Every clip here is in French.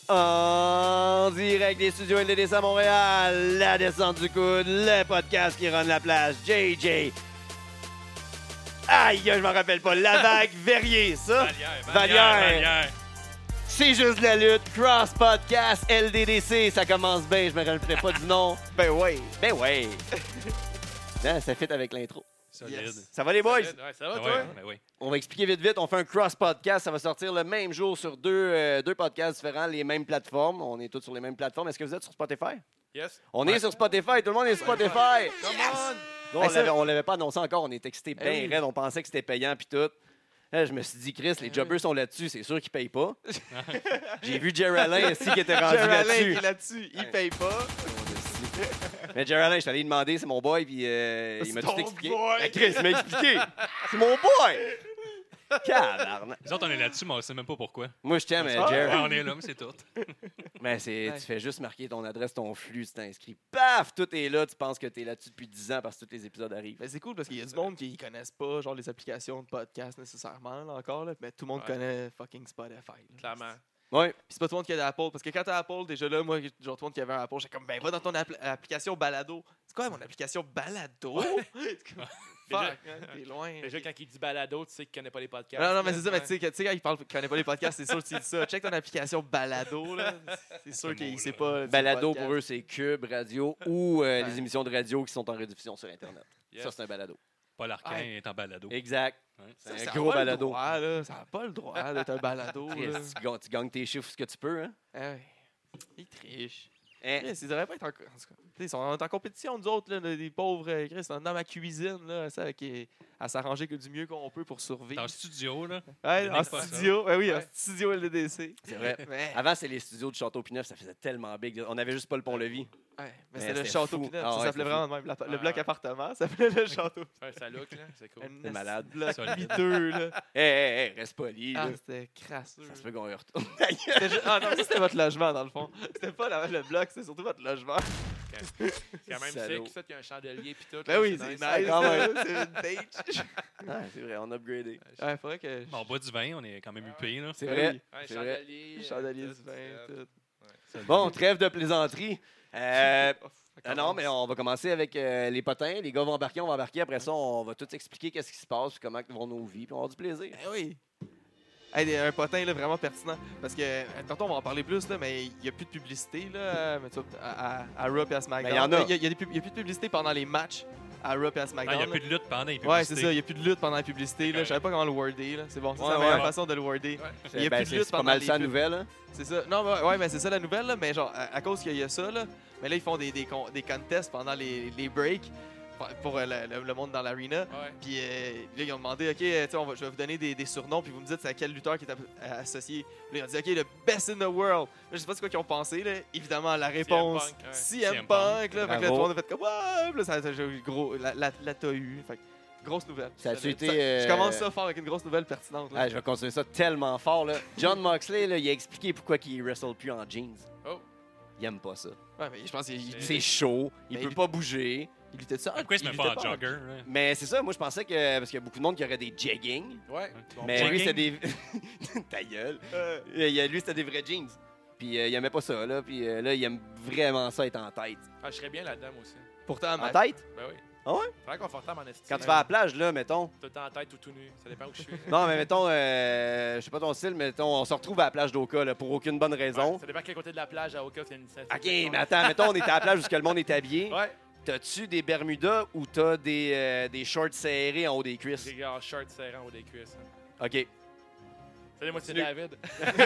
En direct des studios LDDC à Montréal, la descente du coude, le podcast qui rend la place, JJ. Aïe, je m'en rappelle pas. La vague Verrier, ça? Vallière. C'est juste la lutte. Cross Podcast LDDC. Ça commence bien, je me rappellerai pas du nom. Ben ouais. Ben ouais. Non, ça fit avec l'intro. Solide. Yes. Ça va les boys? Ouais, ça va, Ah toi? ouais. Ben oui. On va expliquer vite. On fait un cross podcast. Ça va sortir le même jour sur deux podcasts différents, les mêmes plateformes. On est tous sur les mêmes plateformes. Est-ce que vous êtes sur Spotify? Yes. On est sur Spotify. Tout le monde est sur Spotify. Come on! On l'avait pas annoncé encore. On est excités bien oui. raide. On pensait que c'était payant puis tout. Là, je me suis dit, Chris, les jobbers sont là-dessus. C'est sûr qu'ils payent pas. J'ai vu Jerry Alain ici qui était rendu Jerry Alain qui là-dessus. est là-dessus, il paye pas. Mais Jerry Alain, je suis allé lui demander, c'est mon boy, puis il m'a C'est tout ton expliqué. boy. Mais Chris, il m'a expliqué. C'est mon boy. Cabarnak. Nous autres, on est là-dessus, mais on sait même pas pourquoi. Moi, je t'aime, Ouais, Jerry. on est là, mais c'est tout. Mais Ouais. tu fais juste marquer ton adresse, ton flux, tu t'inscris. Paf, tout est là. Tu penses que tu es là-dessus depuis 10 ans parce que tous les épisodes arrivent. Mais c'est cool parce qu'il y a du monde qui connaissent pas genre les applications de podcast nécessairement là, encore là, mais tout le monde Ouais. connaît fucking Spotify. Là. Clairement. Ouais. Puis c'est pas tout le monde qui a d'Apple parce que quand t'as Apple déjà là, moi genre tout le monde qui avait un Apple, j'étais comme ben va dans ton application balado. C'est quoi mon application balado? C'est comme, fuck, hein, t'es loin. Déjà, quand il dit balado, tu sais qu'il connaît pas les podcasts. Non, mais c'est ça, mais Ouais. tu sais, quand il parle qu'il connaît pas les podcasts, c'est sûr que tu dis ça. Check ton application balado, là. C'est sûr Ce qu'il mot-là. sait pas. du Balado, podcast. pour eux, c'est Cube, Radio ou Ouais. les émissions de radio qui sont en rediffusion sur Internet. Yes. Ça, c'est un balado. Paul Arcand Ouais. est en balado. Exact. Ouais. C'est Ça un a gros pas le balado. droit, là. Ça n'a pas le droit d'être un balado. Chris, là. tu gagnes tes chiffres ce que tu peux, hein? Ah ouais. Il triche. Hein? Chris, ils devraient pas être en... en tout cas, ils sont en compétition, nous autres, là, les pauvres. Chris, on est dans ma cuisine, là, ça, à s'arranger que du mieux qu'on peut pour survivre. Dans le studio, là. Ouais, en Dénigre pas ça. studio. Ouais, oui, en Ouais. studio LDDC. C'est vrai. Mais, Avant, c'est les studios de Château Pineuf, ça faisait tellement big. On avait juste pas le pont-levis. ouais, mais Mais c'était le c'était château fou. Pinot. Ah Ça ouais, s'appelait c'était vraiment de même. Le Ouais, bloc ouais. appartement, ça s'appelait le château. Ouais, ça look, là. C'est cool. Un malade. bloc Solide. miteux, là. Hé, reste poli, là. Ah, c'était crasseux. Ça se peut qu'on y retourne. Ah non, ça c'était votre logement dans le fond. C'était pas le bloc, c'était surtout votre logement. C'est quand même Salaud. sick, ça, qu'il y a un chandelier pis tout. Ben là, oui, c'est nice. quand même. là, C'est vintage. Ah, c'est vrai, on a upgradé. Ouais, faudrait que. Bon, on boit du vin, on est quand même huppé, là. C'est Ben vrai. oui. Un C'est vrai. chandelier. Chandelier tout, du vin, tout. Bon, trêve de plaisanterie. Oh, ça Non, commence. mais on va commencer avec les potins. Les gars vont embarquer, on va embarquer. Après ça, on va tout expliquer qu'est-ce qui se passe, puis comment vont nos vies, puis on va avoir du plaisir. Ben oui. Hey, un potin là, vraiment pertinent. Parce que, tantôt, on va en parler plus, là, mais il n'y a plus de publicité là, mais tu vois, à Raw et à SmackDown. Ben, il y en a. Il y a plus de publicité pendant les matchs à Raw et à Il SmackDown. n'y a là. plus de lutte pendant les publicités. Ouais, c'est ça. Il n'y a plus de lutte pendant la publicité. Là. Je savais pas comment le worder. Là. C'est bon. Ça, Ouais, c'est la meilleure ouais. façon de le worder. Ouais. Il y a Ben, plus de lutte c'est pas pendant mal les ça la pubs. nouvelle. Hein? C'est ça. Non, ouais, mais c'est ça la nouvelle, là. Mais genre, à cause qu'il y a ça, là. Mais là, ils font des contests pendant les breaks pour le monde dans l'arena. Ouais. Puis là, ils ont demandé, OK, tu sais, je vais vous donner des surnoms, puis vous me dites c'est à quel lutteur qui est associé. Puis là, ils ont dit, OK, le best in the world. Là, je sais pas c'est quoi qu'ils ont pensé, là. Évidemment, la réponse, Punk, ouais. CM CM Punk, là. Fait que là, tout le Bravo. monde a fait comme, ouais, puis là, ça a eu gros, la t'as eu. Fait que, grosse nouvelle. Ça a-tu Ça- été, Je commence ça fort avec une grosse nouvelle pertinente, là. Ah, je vais continuer ça tellement fort. Là. John Moxley, là, il a expliqué pourquoi il wrestle plus en jeans. Oh. Il aime pas ça. Ouais, mais je pense qu'il C'est chaud, il Mais peut il- pas bouger. il luttait de ça. Pourquoi il se met pas en jogger? là? Mais c'est ça, moi je pensais que. Parce qu'il y a beaucoup de monde qui aurait des jeggings. Ouais. Bon, Mais Jogging? lui, c'était des. Ta gueule. Lui, c'était des vrais jeans. Puis il aimait pas ça, là. Puis là, il aime vraiment ça être en tête. Ah, je serais bien là-dedans, moi aussi. Pourtant, En ma- tête? Ben oui. Ah ouais? C'est vraiment confortable en esti. Quand tu vas à la plage, là, mettons. Tout le temps en tête ou tout nu. Ça dépend où je suis. Non, mais mettons, je sais pas ton style, mais mettons, on se retrouve à la plage d'Oka, là, pour aucune bonne raison. Ouais, ça dépend quel côté de la plage à Oka, c'est une Ok, mais attends, mettons, on est à la plage où le monde est habillé. Ouais. T'as-tu des Bermudas ou t'as des shorts serrés en haut des cuisses? J'ai gars short serrant au des cuisses. Ok. Salut, moi, c'est Salut. David.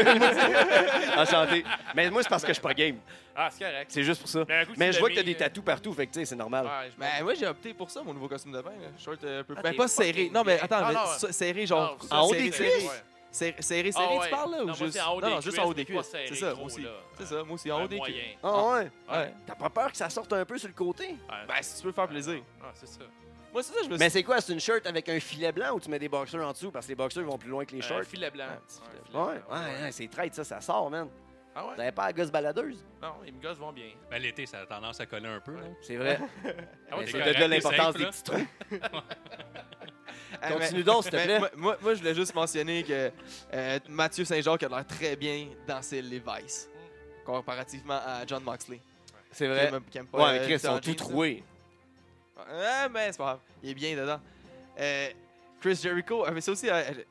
Enchanté. Mais moi, c'est parce que je suis pas game. Ah, c'est correct. C'est juste pour ça. Mais, un coup, Mais tu je vois que l'as t'as des mis, tatous partout, fait que tu sais, c'est normal. Ouais, je Ben, moi, j'ai opté pour ça, mon nouveau costume de bain. Là. Short un peu. Ah, Ben, t'es pas serré. fucking Non, mais bien. attends, Ah, mais non, serré, genre. Non, en haut serré, des serré. cuisses? Ouais. Serré, Ah, tu ouais. parles, là? Non, Ou moi, juste. c'est en haut Non, des non, juste cuisses, en haut des mais pas cuisses. serré C'est ça, trop, moi aussi. là. C'est ça, moi aussi, en haut des Moyen. cuisses. Ah ouais? Ouais. T'as pas peur que ça sorte un peu sur le côté? Ouais. Ben, si tu veux faire plaisir. Ah, c'est ça. Moi, c'est ça, je me Mais suis. c'est quoi? C'est une shirt avec un filet blanc ou tu mets des boxers en dessous? Parce que les boxers vont plus loin que les shorts. Filet blanc. Un petit filet Ouais, ouais, c'est traite, ça sort, man. Ah ouais? T'avais pas la gosse baladeuse? Non, les gosses vont bien. Ben, l'été, ça a tendance à coller un peu. là. C'est vrai. Ah ouais, Mais t'es c'est correct, de là t'es l'importance safe, des là. petits trous. Ah, Continue donc, s'il te mais plaît. moi, je voulais juste mentionner que Mathieu Saint-Jacques a l'air très bien danser les Levi's. comparativement à John Moxley. C'est vrai. Qui aime pas, Ouais, mais Chris, ils sont John tout James, troués. Ouais, mais c'est pas grave. Il est bien dedans. Chris Jericho, mais c'est aussi...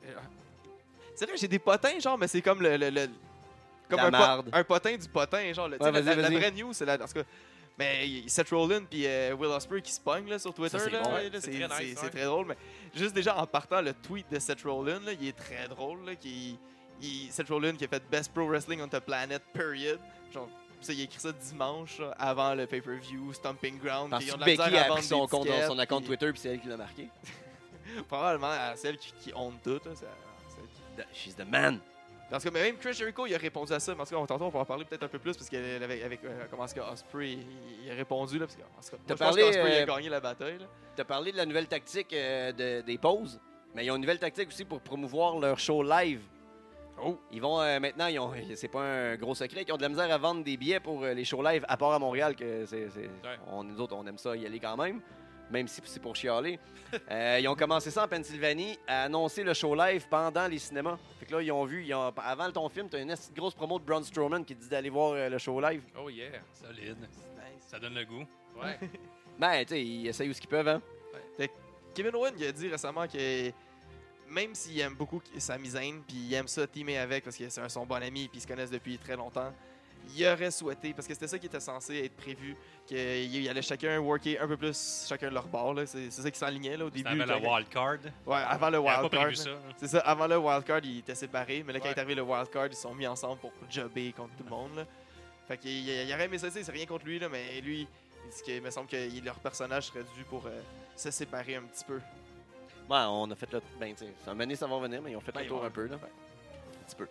c'est vrai, j'ai des potins, genre, mais c'est comme comme La marde. un potin du potin, genre. Tu sais, Ouais, la vas-y. vraie news, c'est là, en tout cas. Mais Seth Rollins puis Will Ospreay qui se pognent là, sur Twitter, Ça, c'est là, bon. ouais, là, C'est très nice, c'est ouais. très drôle. Mais juste déjà en partant, le tweet de Seth Rollins, là, il est très drôle. Là, Seth Rollins qui a fait Best Pro Wrestling on the Planet, period. Genre, ça, il a écrit ça dimanche, là, avant le pay-per-view, Stomping Ground. puis ils Penses-tu ont que de la misère Becky à a vendre pris son des compte dans tickets, son account puis- Twitter puis c'est elle qui l'a marqué? Probablement à celle qui honte tout. Là, celle qui- She's the man. Parce que même Chris Jericho, il a répondu à ça. Mais en tout cas, tantôt, on va en parler peut-être un peu plus parce qu'avec comment est-ce que Ospreay, il a répondu. Là, parce que, en tout cas, moi, je pense parlé, qu'Ospreay a gagné la bataille. Là. Tu as parlé de la nouvelle tactique des pauses, mais ils ont une nouvelle tactique aussi pour promouvoir leur show live. Oh! Ils vont maintenant, c'est pas un gros secret, ils ont de la misère à vendre des billets pour les shows live, à part à Montréal, que nous autres, on aime ça y aller quand même si c'est pour chialer. Ils ont commencé ça en Pennsylvanie, à annoncer le show live pendant les cinémas. Fait que là, ils ont vu, avant ton film, tu as une grosse promo de Braun Strowman qui te dit d'aller voir le show live. Oh yeah. Solide. Nice. Ça donne le goût. Ouais. Ben, tu sais, ils essayent où ce qu'ils peuvent, hein. Kevin Owens il a dit récemment que même s'il aime beaucoup Sami Zayn, puis il aime ça teamer avec parce que c'est son bon ami puis ils se connaissent depuis très longtemps, il aurait souhaité, parce que c'était ça qui était censé être prévu, qu'ils allaient chacun worker un peu plus chacun de leur bord. là. C'est ça qui s'enlignait là, au début. C'était avec la quand- wild card. Ouais, avant le On wild pas card. prévu là. ça. C'est ça, avant le wildcard, ils étaient séparés, mais là, quand Ouais. est arrivé le wildcard, ils se sont mis ensemble pour jobber contre tout le monde. Là. Fait qu'il aurait aimé ça, c'est rien contre lui, là, mais lui, il dit qu'il me semble que leur personnage serait dû pour se séparer un petit peu. Ouais, on a fait le. Ben, tu sais, ça va venir, ça va venir, mais ils ont fait Ben, le ils tour vont- un peu, là. ouais. Un petit peu.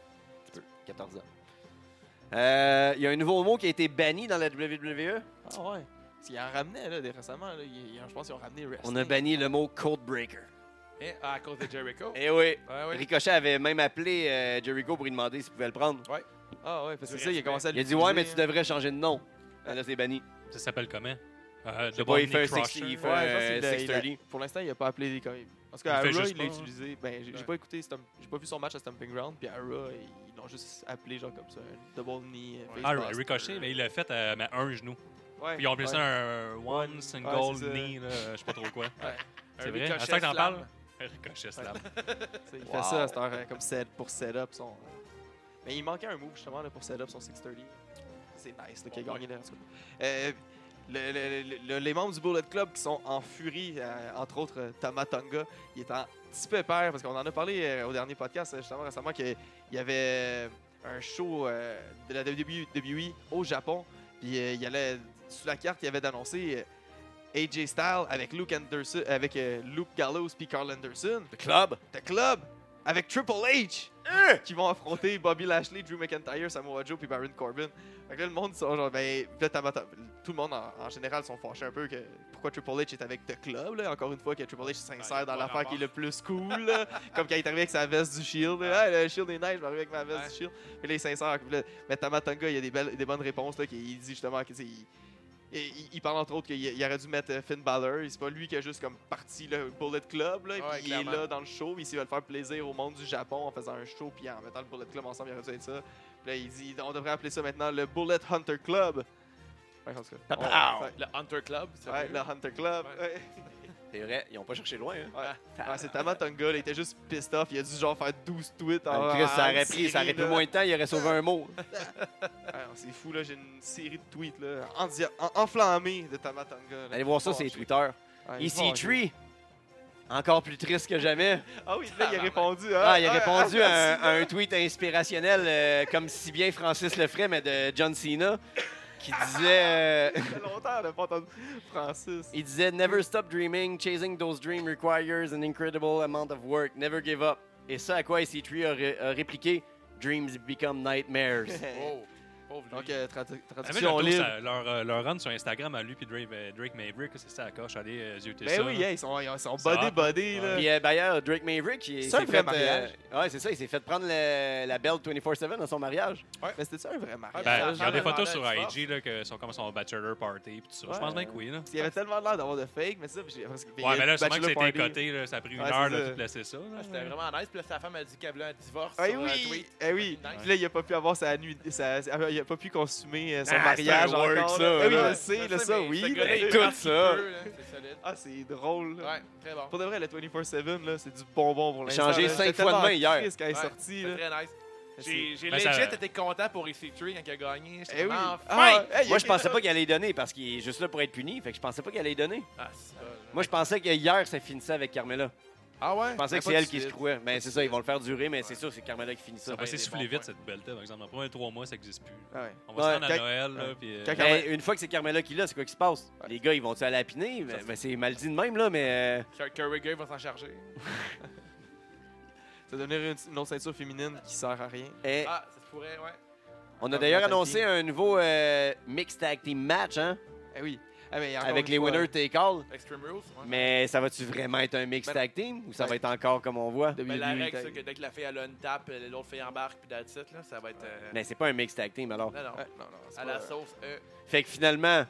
14 ans. Il y a un nouveau mot qui a été banni dans la WWE. Ah ouais. Parce qu'ils en ramenaient là, récemment. Là, je pense qu'ils ont ramené Wrestling. On a banni le mot Code Breaker. Et à cause de Jericho. Eh oui. Ouais, ouais. Ricochet avait même appelé Jericho pour lui demander s'il pouvait le prendre. Ah ouais, parce que Du c'est ça, il a respect. commencé à Il a dit ouais, mais tu l'utiliser, devrais changer de nom. Là, c'est banni. Ça s'appelle comment? Je sais The pas, il Bonnie fait un Crusher. 60, il Ouais, je fait pense un qu'il a- 630. Pour l'instant, il a pas appelé des comme. Parce Il qu'à fait Raw, juste il l'a pas, hein. utilisé. Ben, j'ai Ouais. pas écouté, j'ai pas vu son match à Stomping Ground, puis à Raw, ils l'ont juste appelé genre comme ça, un double knee. Ah, facebuster. Ricochet, mais il l'a fait à un genou. Ouais, Puis ils ont appelé ouais. ça un one single Ouais, c'est ça. knee, là, je sais pas trop quoi. Ouais. C'est Un vrai? ricochet À ça que t'en slam. parles? Ricochet slam. Il Wow. fait ça à cette heure comme pour set-up son. Mais il manquait un move justement là, pour set-up son 630. C'est nice là, qu'il a gagné là. En tout cas. Les membres du Bullet Club qui sont en furie, entre autres Tama Tonga, il est en petit peu peur parce qu'on en a parlé au dernier podcast justement récemment qu'il y avait un show de la WWE au Japon. Puis il y allait sur la carte, il y avait d'annoncer AJ Styles avec Luke Anderson, avec Luke Gallows puis Carl Anderson. The Club. The Club avec Triple H qui vont affronter Bobby Lashley, Drew McIntyre, Samoa Joe puis Baron Corbin. Fait que là, le monde, sont genre, ben, là, tout le monde en général sont fâchés un peu que pourquoi Triple H est avec The Club. Là. Encore une fois, que Triple H s'insère dans pas l'affaire rapport. qui est le plus cool. Là. Comme quand il est arrivé avec sa veste du Shield. Là. Hey, le Shield est nice, je vais arriver avec ma veste Ouais. du Shield. Puis là, il s'insère. Puis là, mais Tama Tonga, il y a des bonnes réponses. Là, il dit justement que il parle entre autres qu'il aurait dû mettre Finn Balor. C'est pas lui qui a juste comme parti le Bullet Club. Là, Ouais, puis il est clairement. là dans le show. Mais s'il veut le faire plaisir au monde du Japon en faisant un show puis en mettant le Bullet Club ensemble, il aurait dû être ça. Puis là, il dit on devrait appeler ça maintenant le Bullet Hunter Club. Ouais, en tout cas, Pow! ouais, Le Hunter Club. ça ouais, veut le Hunter Club. Ouais. Ouais. C'est vrai, ils ont pas cherché loin. Hein. Ouais, c'est Tama Tonga, là, il était juste pissed off. Il a dû genre faire 12 tweets en Chris, ça aurait en pris série, là. moins de temps, il aurait sauvé un mot. Ouais, c'est fou, là. J'ai une série de tweets là, enflammés de Tama Tonga. là. Allez voir ça, Oh, c'est je- Twitter. Ouais, EC3, encore plus triste que jamais. Ah oui, là, il a répondu. Ah, il a ouais, répondu ah, à merci, un tweet inspirationnel, comme si bien Francis le ferait, mais de John Cena, qui disait... Ça fait longtemps qu'on n'a pas entendu Francis. Il disait Never stop dreaming, chasing those dreams requires an incredible amount of work, never give up. Et ça à quoi EC3 a répliqué Dreams become nightmares. Oh, pauvre lui. Donc, Ah, mais traduction libre. leur run sur Instagram à lui puis Drake Maverick, c'est ça à coche. Allez zioter Ben ça. oui, là. ils sont Ça va. body. Là. Puis d'ailleurs, Drake Maverick, il C'est s'est un vrai fait, mariage. ouais, c'est ça, il s'est fait prendre la belle 24/7 dans son mariage. Mais c'était ça un vrai mariage? Ben, il y a des Pendant photos sur le divorce. IG là, que sont comme son bachelor party et tout ça. Je Ouais. pense bien que oui. Là. Parce qu'il y avait tellement l'air d'avoir de fake, mais ça, parce que- Ouais, mais là, sûrement que Bachelor ça a été Party. coté. Là, ça a pris une Ouais, heure c'est de ça. tout placer ça. là. Ah, c'était vraiment nice. Puis là, sa femme a dit qu'elle voulait un divorce. Ah sur un oui, tweet. eh oui. Nice. Puis là, il a pas pu avoir sa nuit. Il il a pas pu consommer son Ah, mariage c'est un work, encore. ça, là. Ah oui, là. je sais, là, ça, oui. Ce là. gars-là, il Tout fait ce qu'il ça. peut, là, c'est solide. Ah, c'est drôle. Là. Ouais, très bon. Pour de vrai, le 24/7, là, c'est du bonbon pour l'instant. Changé là. 5 J'étais fois de tellement main hier. triste quand elle est Ouais, sortie. c'est là. très nice. J'ai Ben, legit ça- été content pour EC3 quand il a gagné. J'étais Eh oui. comme, enfin! Ah, hey, il Moi, a je pensais été pas qu'il allait y donner parce qu'il est juste là pour être puni. Fait que je pensais pas qu'il allait y donner. Ah, c'est ça, là. Moi, je pensais que hier, ça finissait avec Carmela. Ah ouais? Je pensais Mais que pas c'est elle tout qui de se suite. croit. Mais c'est ça, ils vont le faire durer, mais c'est sûr, c'est Carmela qui finit ça. Ça va Ouais, s'essouffler des bons vite, points. cette belle-là, par exemple. Dans les 3 mois, ça n'existe plus. Ah ouais. On va se Ouais, rendre à quand- Noël, là, ouais. puis... Quand- Mais une fois que c'est Carmela qui l'a, c'est quoi qui se passe? Ouais. Les gars, ils vont-tu aller à la piner? Mais c'est mal dit de même, là, mais. Carragher va s'en charger. Ça va devenir une autre ceinture féminine qui sert à rien. Eh, Ah, ça se pourrait, ouais. on a Comme d'ailleurs le tag annoncé team. un nouveau Mixed Tag Team match, hein? Eh oui. Ah, mais encore Avec une les fois, winners take all. Extreme Rules, ouais. Mais ça va-tu vraiment être un Mixed Ben, Tag Team? Ou ça ouais. va être encore comme on voit? WWE Mais la règle, tag. c'est que dès que la fille elle a une tape, l'autre fille embarque, puis that's it, là, ça va être. Mais c'est pas un Mixed Tag Team alors. Non, non. Ouais, non, c'est À pas- la sauce Fait que finalement.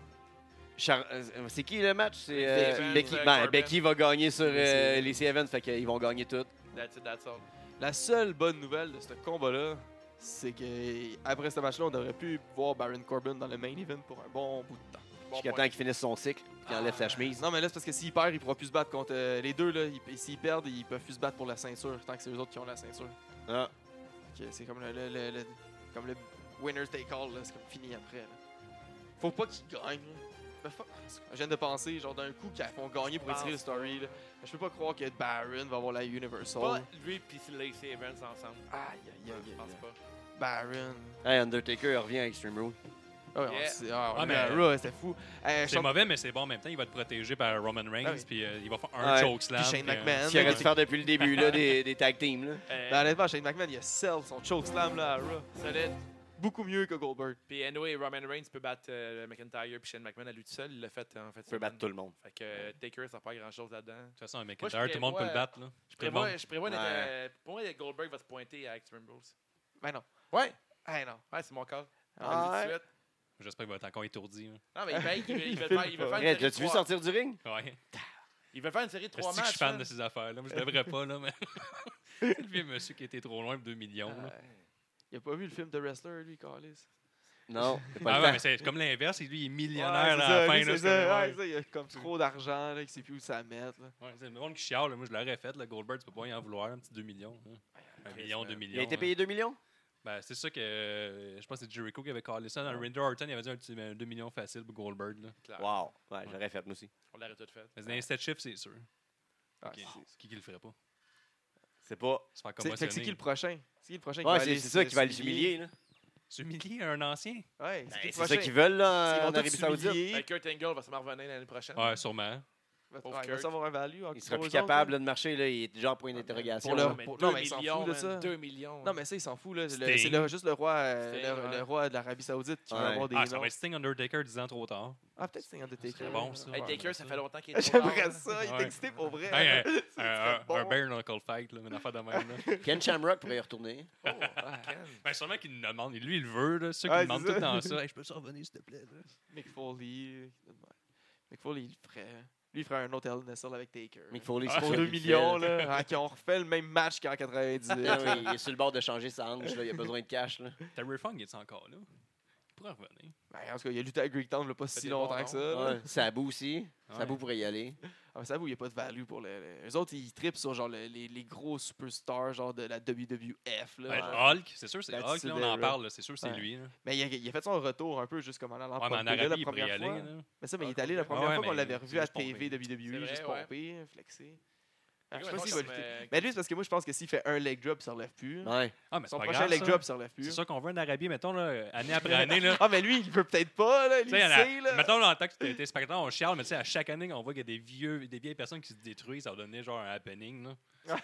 C'est qui le match? C'est Evans, Becky. Corbin. Becky va gagner sur Lacey Lacey Evans, fait qu'ils vont gagner tout. That's it, that's all. La seule bonne nouvelle de ce combat-là, c'est que après ce match-là, on aurait pu voir Baron Corbin dans le main event pour un bon bout de temps. Bon Jusqu'à point. temps qu'il finisse son cycle, qu'il enlève sa chemise. Non, mais là, c'est parce que s'il perd, il pourra plus se battre contre les deux. Là, s'ils perdent, ils peuvent plus se battre pour la ceinture, tant que c'est eux autres qui ont la ceinture. Ah. Ok, c'est comme comme le winner's take all, là, c'est comme fini après. Là. Faut pas qu'ils gagnent. Là. Ben, je viens de penser, genre d'un coup, qu'ils vont gagner pour étirer le story. Là. Je peux pas croire que Baron va avoir la Universal. Pas lui et Lacey Evans ensemble. Aïe, aïe, aïe, Je pense aïe. pas. Baron. Hey, Undertaker revient à Extreme Rule. Ah, ouais, Yeah. on mais- mais Raw, c'était fou. C'est mauvais, mais c'est bon en même temps. Il va être protégé par Roman Reigns, Ah oui. puis il va faire un Ouais. chokeslam. Puis Shane puis, McMahon. Ce qu'il aurait dû faire depuis le début là, des tag teams. Là. Ben, honnêtement, Shane McMahon, il a sell son chokeslam là, à Raw. Solide. Beaucoup mieux que Goldberg. Puis anyway, Roman Reigns peut battre McIntyre puis Shane McMahon à lui tout seul. Il l'a fait en fait. Il peut battre tout le monde. Fait que Taker, ça n'a pas grand chose là-dedans. De toute façon, un Moi, McIntyre, je tout le monde peut le prévois- battre. Là. Je prévois Ouais. pour moi, Goldberg va se pointer à Extreme Rules. Ben non. Ouais, Eh non. ouais, c'est mon call. Ah, On le dit tout de ouais. suite. J'espère qu'il va être encore étourdi. Là. Non, mais il paye, il veut faire, il veut faire une Arrête, série de l'as-tu vu 3. sortir du ring? Ouais. Il veut faire une série de 3 Est-ce que je matchs. suis fan là. de ces affaires-là? Moi, je devrais pas, là, mais... C'est le vieux monsieur qui était trop loin pour 2 millions. Là. Il a pas vu le film de Wrestler, lui, Carlis. Non, c'est pas Ah le ouais, temps. mais c'est comme l'inverse. Lui, il est Ouais, millionnaire c'est à ça, la fin. lui, là, c'est c'est ça. comme, Ouais, ça, il a comme trop d'argent, là, qu'il sait plus où ça mettre. Là. Ouais, c'est le monde qui chiale. Là. Moi, je l'aurais fait. Là. Goldberg, tu peux pas y en vouloir. Un petit 2 millions. Là. 1 million, 2 millions. Il a été là. payé 2 millions? Ben, c'est ça que je pense que c'est Jericho qui avait callé ça. Dans le Randy Orton, il avait dit un petit 2 millions facile pour Goldberg. Là. Clair. Wow. Ouais, j'aurais fait, moi aussi. On l'aurait tout fait. Mais dans les 7 chiffres, c'est sûr. Ah, Qui- c'est- Qui le ferait pas? C'est pas. Se faire Fait que c'est commotionner. qui le prochain? C'est qui le prochain qui Ouais, va aller c'est ça qui va aller s'humilier? s'humilier. là. S'humilier un ancien? Ouais, Ben, c'est qui le c'est ça prochain? qu'ils veulent S'ils là, vont en tous Arabie Saoudite. s'humilier, Ben, Kurt Angle va sûrement revenir l'année prochaine. Ouais, sûrement. Pauvre il va Kurt. savoir un value. Il sera plus capable là, de marcher, là, il est déjà en point d'interrogation. Pour là. le- Mais pour- 2 non, mais il s'en millions, fout de man, ça. 2 millions. Non, mais ça, il s'en fout. Là. Sting. C'est juste le roi, Sting, le ouais. roi de l'Arabie Saoudite qui va Ouais. avoir des Ah, ça noms. va être Sting Undertaker 10 ans trop tard. Ah, peut-être Sting Undertaker. C'est bon, ça. Hey, Ouais. Taker, ça fait longtemps qu'il est trop J'aimerais tard, ça, il est Ouais. excité pour vrai. Hey, Ça serait un bon. bare knuckle fight, là, une affaire de même. Là. Ken Shamrock pourrait y retourner. Oh, Ken. Ben, sûrement qu'il nous demande. Lui, il le veut. Là. Ceux qui Ouais, demandent c'est tout ça. dans ça. Hey, je peux ça revenir, s'il te plaît. Là. Mick Foley. Mick Foley, il le ferait. Lui, il ferait un autre Hell in a Cell avec Taker. Mick Foley, Ah, c'est Pour sûr 2 qu'il millions, fait. là. Qui ont refait le même match qu'en 98. Ah oui, il est sur le bord de changer sa hanche, là. Il a besoin de cash. Là. Terry Funk, il est encore là? Il pourrait revenir. Ben, en tout cas, il a lutté à Greektown il n'y a pas Fait si des longtemps bons que ça. noms. là. Ouais. Sabu aussi. Ouais. Sabu pourrait y aller. Ah, mais ça, vous, il n'y a pas de value pour les autres, ils trippent sur genre les gros superstars genre de la WWF. Là, Ouais, genre. Hulk, c'est sûr, c'est That's Hulk. Là, on the en era. parle. Là, c'est sûr, c'est Ouais. lui. Là. Mais il a fait son retour un peu juste comme en allant Ouais, mais en pomper, là, Arabie, la il pourrait y première aller. fois. Là. Mais ça, mais il est allé la première Ouais, fois qu'on mais l'avait c'est revu à juste TV, pomper. WWE, C'est juste vrai, pomper, flexer. Ah, je sais Ouais, pas s'il comme, va lutter. Mais lui, c'est parce que moi, je pense que s'il fait un leg drop, il se relève plus. Ouais. Ah, mais c'est Son pas prochain grave. leg ça. drop, il se relève C'est plus. ça qu'on veut en Arabie, mettons, là, année après année. Là. Ah, mais lui, il veut peut-être pas, là. Lui, Tu il sais, sait, là. mettons, là, en tant que t'es spectateur, on chiale, mais tu sais, à chaque année, on voit qu'il y a des vieilles personnes qui se détruisent, ça va donner genre un happening. Là.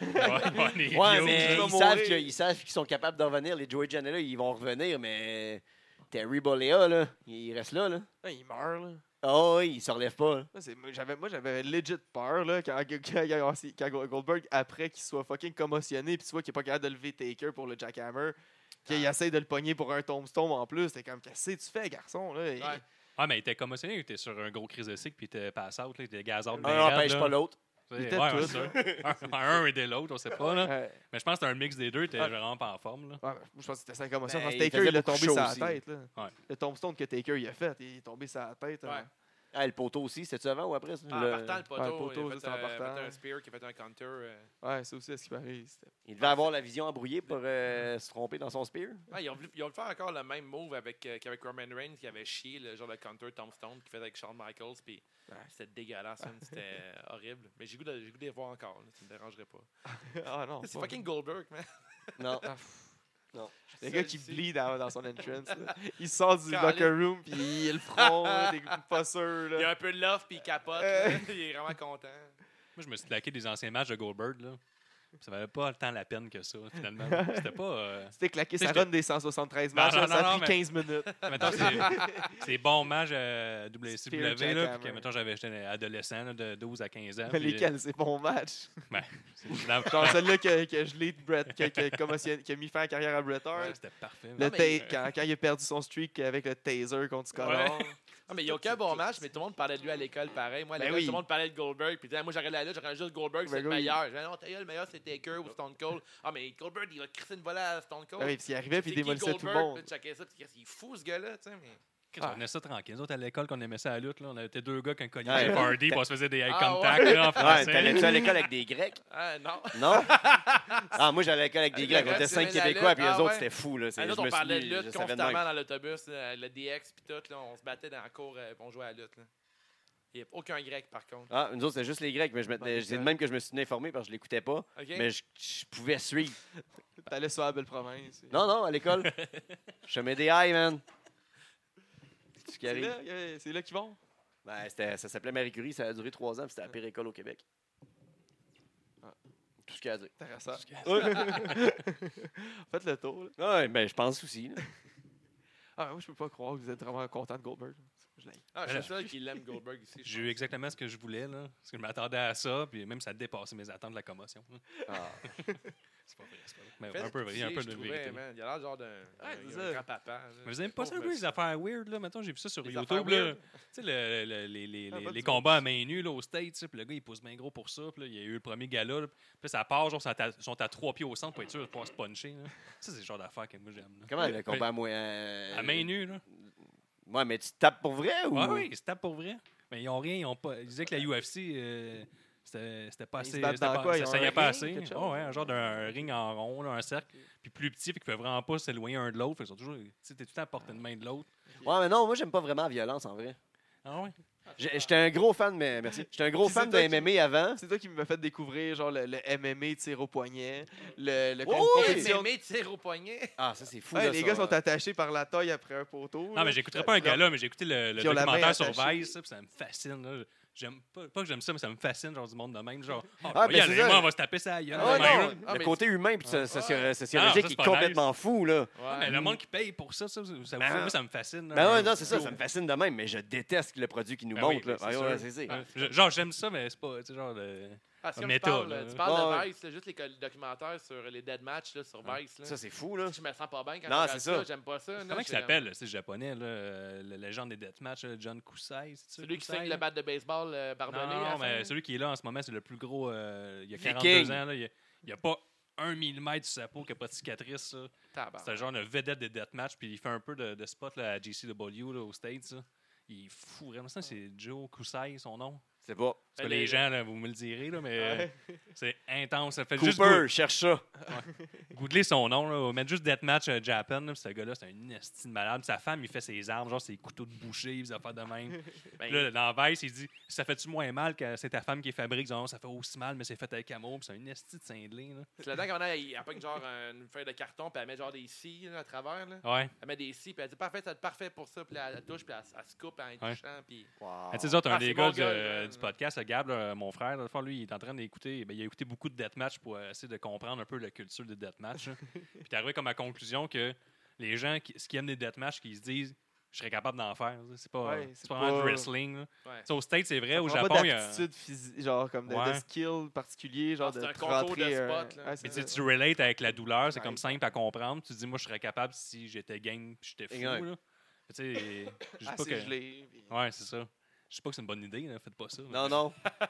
Les Ouais, vieux, mais qui va ils mourir. savent qu'ils sont capables de revenir. Les Joey Janela, ils vont revenir, mais Terry Bollea, là, il reste là. Ah, il meurt, là. Oh, oui, il se relève pas. là. Moi, j'avais legit peur là, quand Goldberg, après qu'il soit fucking commotionné, puis tu vois qu'il est pas capable de lever Taker pour le jackhammer, qu'il essaie de le pogner pour un tombstone en plus. T'es comme, qu'est-ce que tu fais, garçon? Là? Ouais. Ah, mais il était commotionné, il était sur un gros crise de cycle, puis il était pass out, là, il était gaz out. Un n'empêche pas l'autre. Il était Ouais, tout. c'est ça. Un et l'autre, on sait pas. Là. Ouais. Mais je pense que c'était un mix des deux, t'es vraiment pas en forme. Là. Ouais, je pense que c'était 5 commotions. Ben, Je pense il que Taker, faisait il a beaucoup tombé chaud sur la aussi. tête. Là. Ouais. Le tombstone que Taker il a fait, il est tombé sur la tête. Ouais. Ah, le poteau aussi, c'était-tu avant ou après? Ça? En partant, le poteau, Ouais, le poteau, il a juste fait, en partant. fait un spear, qui a fait un counter. Ouais, c'est aussi ce qui paraît. Il devait avoir la vision embrouillée pour se tromper dans son spear. Ouais, ils ont voulu faire encore le même move qu'avec Roman Reigns qui avait chié le genre de counter Tombstone qu'il faisait avec Shawn Michaels. Puis c'était dégueulasse, man, c'était horrible. Mais j'ai goût de les voir encore, là, ça me dérangerait pas. Ah non. C'est fucking Goldberg, man. Non. Non. Le gars qui bleed dans son entrance. Là. Il sort du locker room, puis il a le front, des pas sûr. Il a Là. un peu de love, puis il capote. Là. Il est vraiment content. Moi, je me suis claqué des anciens matchs de Goldberg. Là. Ça valait pas tant la peine que ça, finalement. C'était pas. C'était claqué sa J'étais- run des 173 Non, matchs, non, là, ça non, a pris mais- 15 minutes. Mettons, c'est bon match à WCW. Spear Là, Jackhammer. puis que, mettons, j'étais adolescent, là, de 12 à 15 ans. Mais puis, lesquels, c'est bon match. c'est- dans- Genre celui-là que je l'ai qui a mis fin à carrière à Bret Hart. C'était parfait. Le Non, mais- quand il a perdu son streak avec le taser contre Scott. Ah, mais il n'y a aucun bon match, mais tout le monde parlait de lui à l'école pareil. Moi, à Ben l'école, oui. tout le monde parlait de Goldberg. Puis moi, j'aurais la lutte, j'aurais juste Goldberg, c'est Ben le oui. meilleur. J'ai dit, non, le meilleur, c'est Taker ou Stone Cold. Ah, mais Goldberg, il va crisser une volée à Stone Cold. Oui, puis il arrivait puis il C'est qui démolissait tout le Goldberg? monde. Puis tu checkais ça, puis il est fou, ce gars-là, tu sais. Mais... On venait ça tranquille. Nous autres, à l'école, quand on aimait ça à la lutte, là, on était deux gars qui cognaient Ouais. Jeff Hardy, puis on se faisait des eye Ah, contact ouais. là, en Ouais, français. t'allais-tu à l'école avec des Grecs? Ah, non. Non? Ah, moi, j'allais à l'école avec des Avec Grecs. les On était Grecs, 5 tu aimais la Québécois, lutte? puis eux Ah, autres, ouais. c'était fou. Là. Nous Je autres, me on parlait de suis- lutte je savais de constamment même. dans l'autobus, le DX, puis tout. Là, on se battait dans la cour, puis on jouait à la lutte. Là. Il n'y a aucun grec, par contre. Ah, nous autres, c'était juste les Grecs, mais c'est de même que je me suis informé parce que je l'écoutais pas. OK? Mais je pouvais suivre. T'allais sur la belle province. Non, à l'école. Je mets des high, man. C'est ce qui C'est arrive. là, c'est là qu'ils vont. Ben, ça s'appelait Marie Curie, ça a duré 3 ans, puis c'était la pire école au Québec. Tout ce qu'il y a à dire. Intéressant. Ouais, Faites le tour. Là. ouais, ben, je pense aussi. Là. Ah, moi, je peux pas croire que vous êtes vraiment content de Goldberg. Je l'aime. Ah, c'est ça qu'il aime Goldberg ici. J'ai eu exactement ce que je voulais, là. Parce que je m'attendais à ça, puis même ça dépassait mes attentes de la commotion. là. Ah. C'est pas vrai, c'est pas vrai. Mais un peu vrai, il y a un peu de vérité. Il a l'air genre d'un c'est ça. grand-papa. Mais vous aimez pas ça, les affaires weird, là? Mettons, j'ai vu ça sur Les YouTube, affaires là. weird? Tu sais, pas les du combats à main nue, là, aux States, puis le gars, il pousse bien gros pour ça, puis là, il y a eu le premier gala, là, puis là, ça part, genre, ils sont à 3 pieds au centre pour être sûr de pouvoir se puncher, là. Ça, c'est le genre d'affaires que moi, j'aime, là. Comment le combat à moi? À main nue, là. Ouais, mais tu te tapes pour vrai ou? Ouais, oui, ils se tapent pour vrai. Mais ils ont rien, ils ont pas. Ils disaient que la UFC, c'était pas Ils se assez. battent dans quoi? Ils Ça ont saillait un pas ring, assez. quelque chose? Oh, ouais, un genre d'un ring en rond, là, un cercle. Puis plus petit, fait qu'ils peuvent vraiment pas s'éloigner un de l'autre. Fait qu'ils sont toujours. Tu sais, t'es tout le temps à portée de main de l'autre. Ouais, mais non, moi, j'aime pas vraiment la violence, en vrai. Ah ouais? J'étais un gros fan, mais merci. J'étais un gros Puis fan c'est de toi MMA avant. C'est toi qui m'as fait découvrir genre le MMA tir au poignet, le Oh, compétition. Mais tire au poignet. Ah, ça, c'est fou. Ouais, là, les ça. gars sont attachés par la taille après un poteau. Non, mais j'écouterais pas un gars-là, mais j'ai écouté le Qui ont la main documentaire sur attachée. Vice, ça, puis ça me fascine. Là. J'aime pas que j'aime ça, mais ça me fascine, genre du monde de même. Genre, Ah, ben, c'est ça. moi, on va se taper ça gueule. Ah, de non, même. Ah, le mais côté humain et Ouais. sociologique Non, ça, est c'est pas complètement fou, là. Mais le monde qui paye pour ça, moi, ça me fascine. là. Ben ouais, non, c'est ça, ça me fascine de même, mais je déteste le produit qu'ils nous Ben oui, montrent. Là. ben, c'est Ouais, ouais, sûr. c'est Genre, j'aime ça, mais c'est pas, tu sais, genre, Parce que méta, là. tu parles Ouais. de Vice, là, juste les documentaires sur les deathmatch là, sur Vice. Là. Ça, c'est fou, là. Je me sens pas bien quand Non, je regarde c'est ça. J'aime pas ça. là, comment il je- s'appelle, c'est japonais, là, le légende des deathmatch, là, John Kusai, c'est ça? Celui qui Kusai? signe le bat de baseball barbelé. à la Non, fin, mais là. celui qui est là en ce moment, c'est le plus gros. Il y a Viking. 42 ans, là, il y a pas 1 millimètre sur sa peau qui n'a pas de cicatrice. Ça. Tabarnak. C'est un genre de vedette des deathmatch, puis il fait un peu de spot là, à GCW là, aux States. Là. Il est fou, vraiment. Ça, c'est Joe Kusai, son nom. C'est pas. Parce que Les- les gens, là, vous me le direz, là, mais Ouais. c'est intense. Ça fait juste Cooper, cherche ça. googler son nom. Là. Mettre juste Deathmatch Japan. Là, puis ce gars-là, c'est un esti de malade. Puis sa femme, il fait ses armes, genre ses couteaux de boucher, il affaires de même. Ben, Puis là, dans Vice, il dit ça fait-tu moins mal que c'est ta femme qui fabrique? Non, ça fait aussi mal, mais c'est fait avec amour. Puis c'est un esti de cinglé. Là. c'est là-dedans qu'on elle pogne genre une feuille de carton, puis elle met genre des scies là, à travers. Là. Ouais. Elle met des scies, puis elle dit parfait, c'est parfait pour ça. Puis là, elle touche, puis elle se coupe en y Ouais. touchant. Puis... Wow. Tu sais, autres, un Ah, des c'est gars bon gars, du podcast, le Gab, là, mon frère, là, lui, il est en train d'écouter. Ben, il a écouté beaucoup de deathmatch pour essayer de comprendre un peu la culture des deathmatch. là. Puis il est arrivé comme à conclusion que les gens qui aiment les deathmatch, qui se disent je serais capable d'en faire. là. C'est pas, Ouais, c'est c'est pas vraiment du pas- wrestling. là. Ouais. Tu sais, aux States, c'est vrai. Au Ça prend Japon, pas il y a. d'aptitude physique, genre comme de Ouais. skill particulier, genre Ah, c'est de un te concours de rentrer. spot, là. Ouais, c'est Mais tu sais, ça. tu relates avec la douleur, c'est Ouais. comme simple à comprendre. Tu te dis, moi, je serais capable si j'étais game puis j'étais fou. Exact. Là. Tu sais, je dis pas Assez que. gelé. puis- Ouais, c'est ça. Je sais pas que c'est une bonne idée, là. Faites pas ça. Non, non.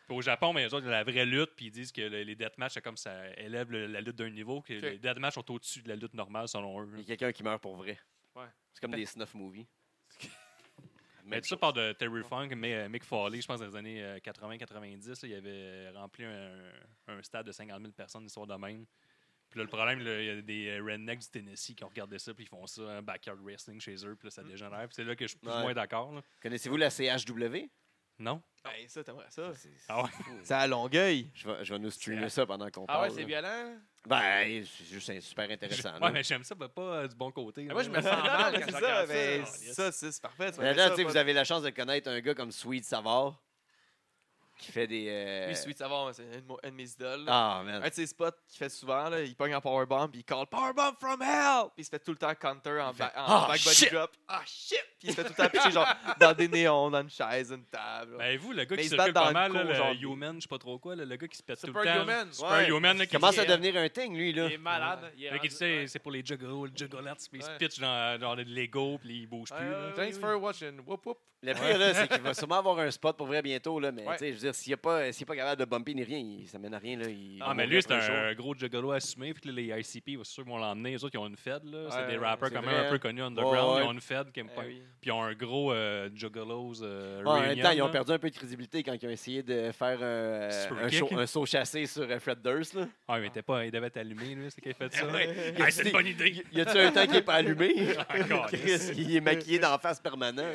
Puis au Japon, mais eux autres, il y a la vraie lutte, puis ils disent que les deathmatchs, c'est comme ça élève la lutte d'un niveau, que les deathmatchs sont au-dessus de la lutte normale, selon eux. Il y a quelqu'un qui meurt pour vrai. Ouais. C'est comme des snuff movies. Mais tout ça part de Terry Funk, Mick Foley, je pense, dans les années 80-90, il avait rempli un stade de 50 000 personnes, histoire de même. Puis là, le problème, il y a des rednecks du Tennessee qui ont regardé ça, puis ils font ça, un backyard wrestling chez eux, puis là, ça dégénère. Puis c'est là que je suis plus ou moins d'accord. Là. Connaissez-vous la CHW? Non? Ben, ça, t'aimerais ça. Ah ouais? C'est à Longueuil. Je vais nous streamer ça pendant qu'on parle. Ah ouais, c'est là. violent. Ben, c'est juste super intéressant. Ouais, là. mais j'aime ça, mais pas du bon côté. Mais moi, je me là. sens mal mais quand c'est je ça, regarde mais ça. ça, c'est parfait. tu Mais vas là, mettre tu sais, ça, vous avez la chance de connaître un gars comme Sweet Savard qui fait des. Oui, Sweet Savard, c'est un de mes idoles. là. Ah, man. Un de ses spots qu'il fait souvent, là, il pogne en powerbomb, puis il call Powerbomb from hell! Puis il se fait tout le temps counter en back body shit! drop. Ah shit! Puis il se fait tout le temps pitcher genre dans des néons, dans une chaise, une table. Ben vous, le gars Mais qui ils se circule battent pas dans mal, le là, cours, le genre. Human, je sais pas trop quoi, là, le gars qui se pète tout Super le temps. Human. Super Ouais. Human, là, Il qui commence à dit- devenir un thing, lui, là. Il est malade. Il est Là, qui dit, rendu- c'est pour les juggalettes, puis il se Ouais. pitch dans des Lego, puis il bouge plus. là. Thanks for watching. Whoop whoop. Le pire, là, c'est qu'il va sûrement avoir un spot pour vrai bientôt, là. Mais, Ouais. tu sais, je veux dire, s'il n'est pas capable de bumper ni rien, ça mène à rien, là. Ah, mais lui, c'est un gros juggalo assumé. Puis là, les ICP, c'est sûr qu'ils vont l'emmener. Les autres, ils ont une Fed. Là. C'est Ouais, des rappers c'est quand vrai, même un peu hein. connus underground. Ouais. Ils ont une Fed. Qui aime pas. Puis ils ont un gros juggalos En même reunion, temps, ils ont là. perdu un peu de crédibilité quand ils ont essayé de faire Super kick. un saut chassé sur Fred Durst, là. Ah, mais il devait être allumé, lui. C'est qu'il a fait ça. Ouais. Ah, c'est une bonne idée. Y a-tu un temps qui n'est pas allumé? Encore. Chris, il est maquillé d'en face permanent.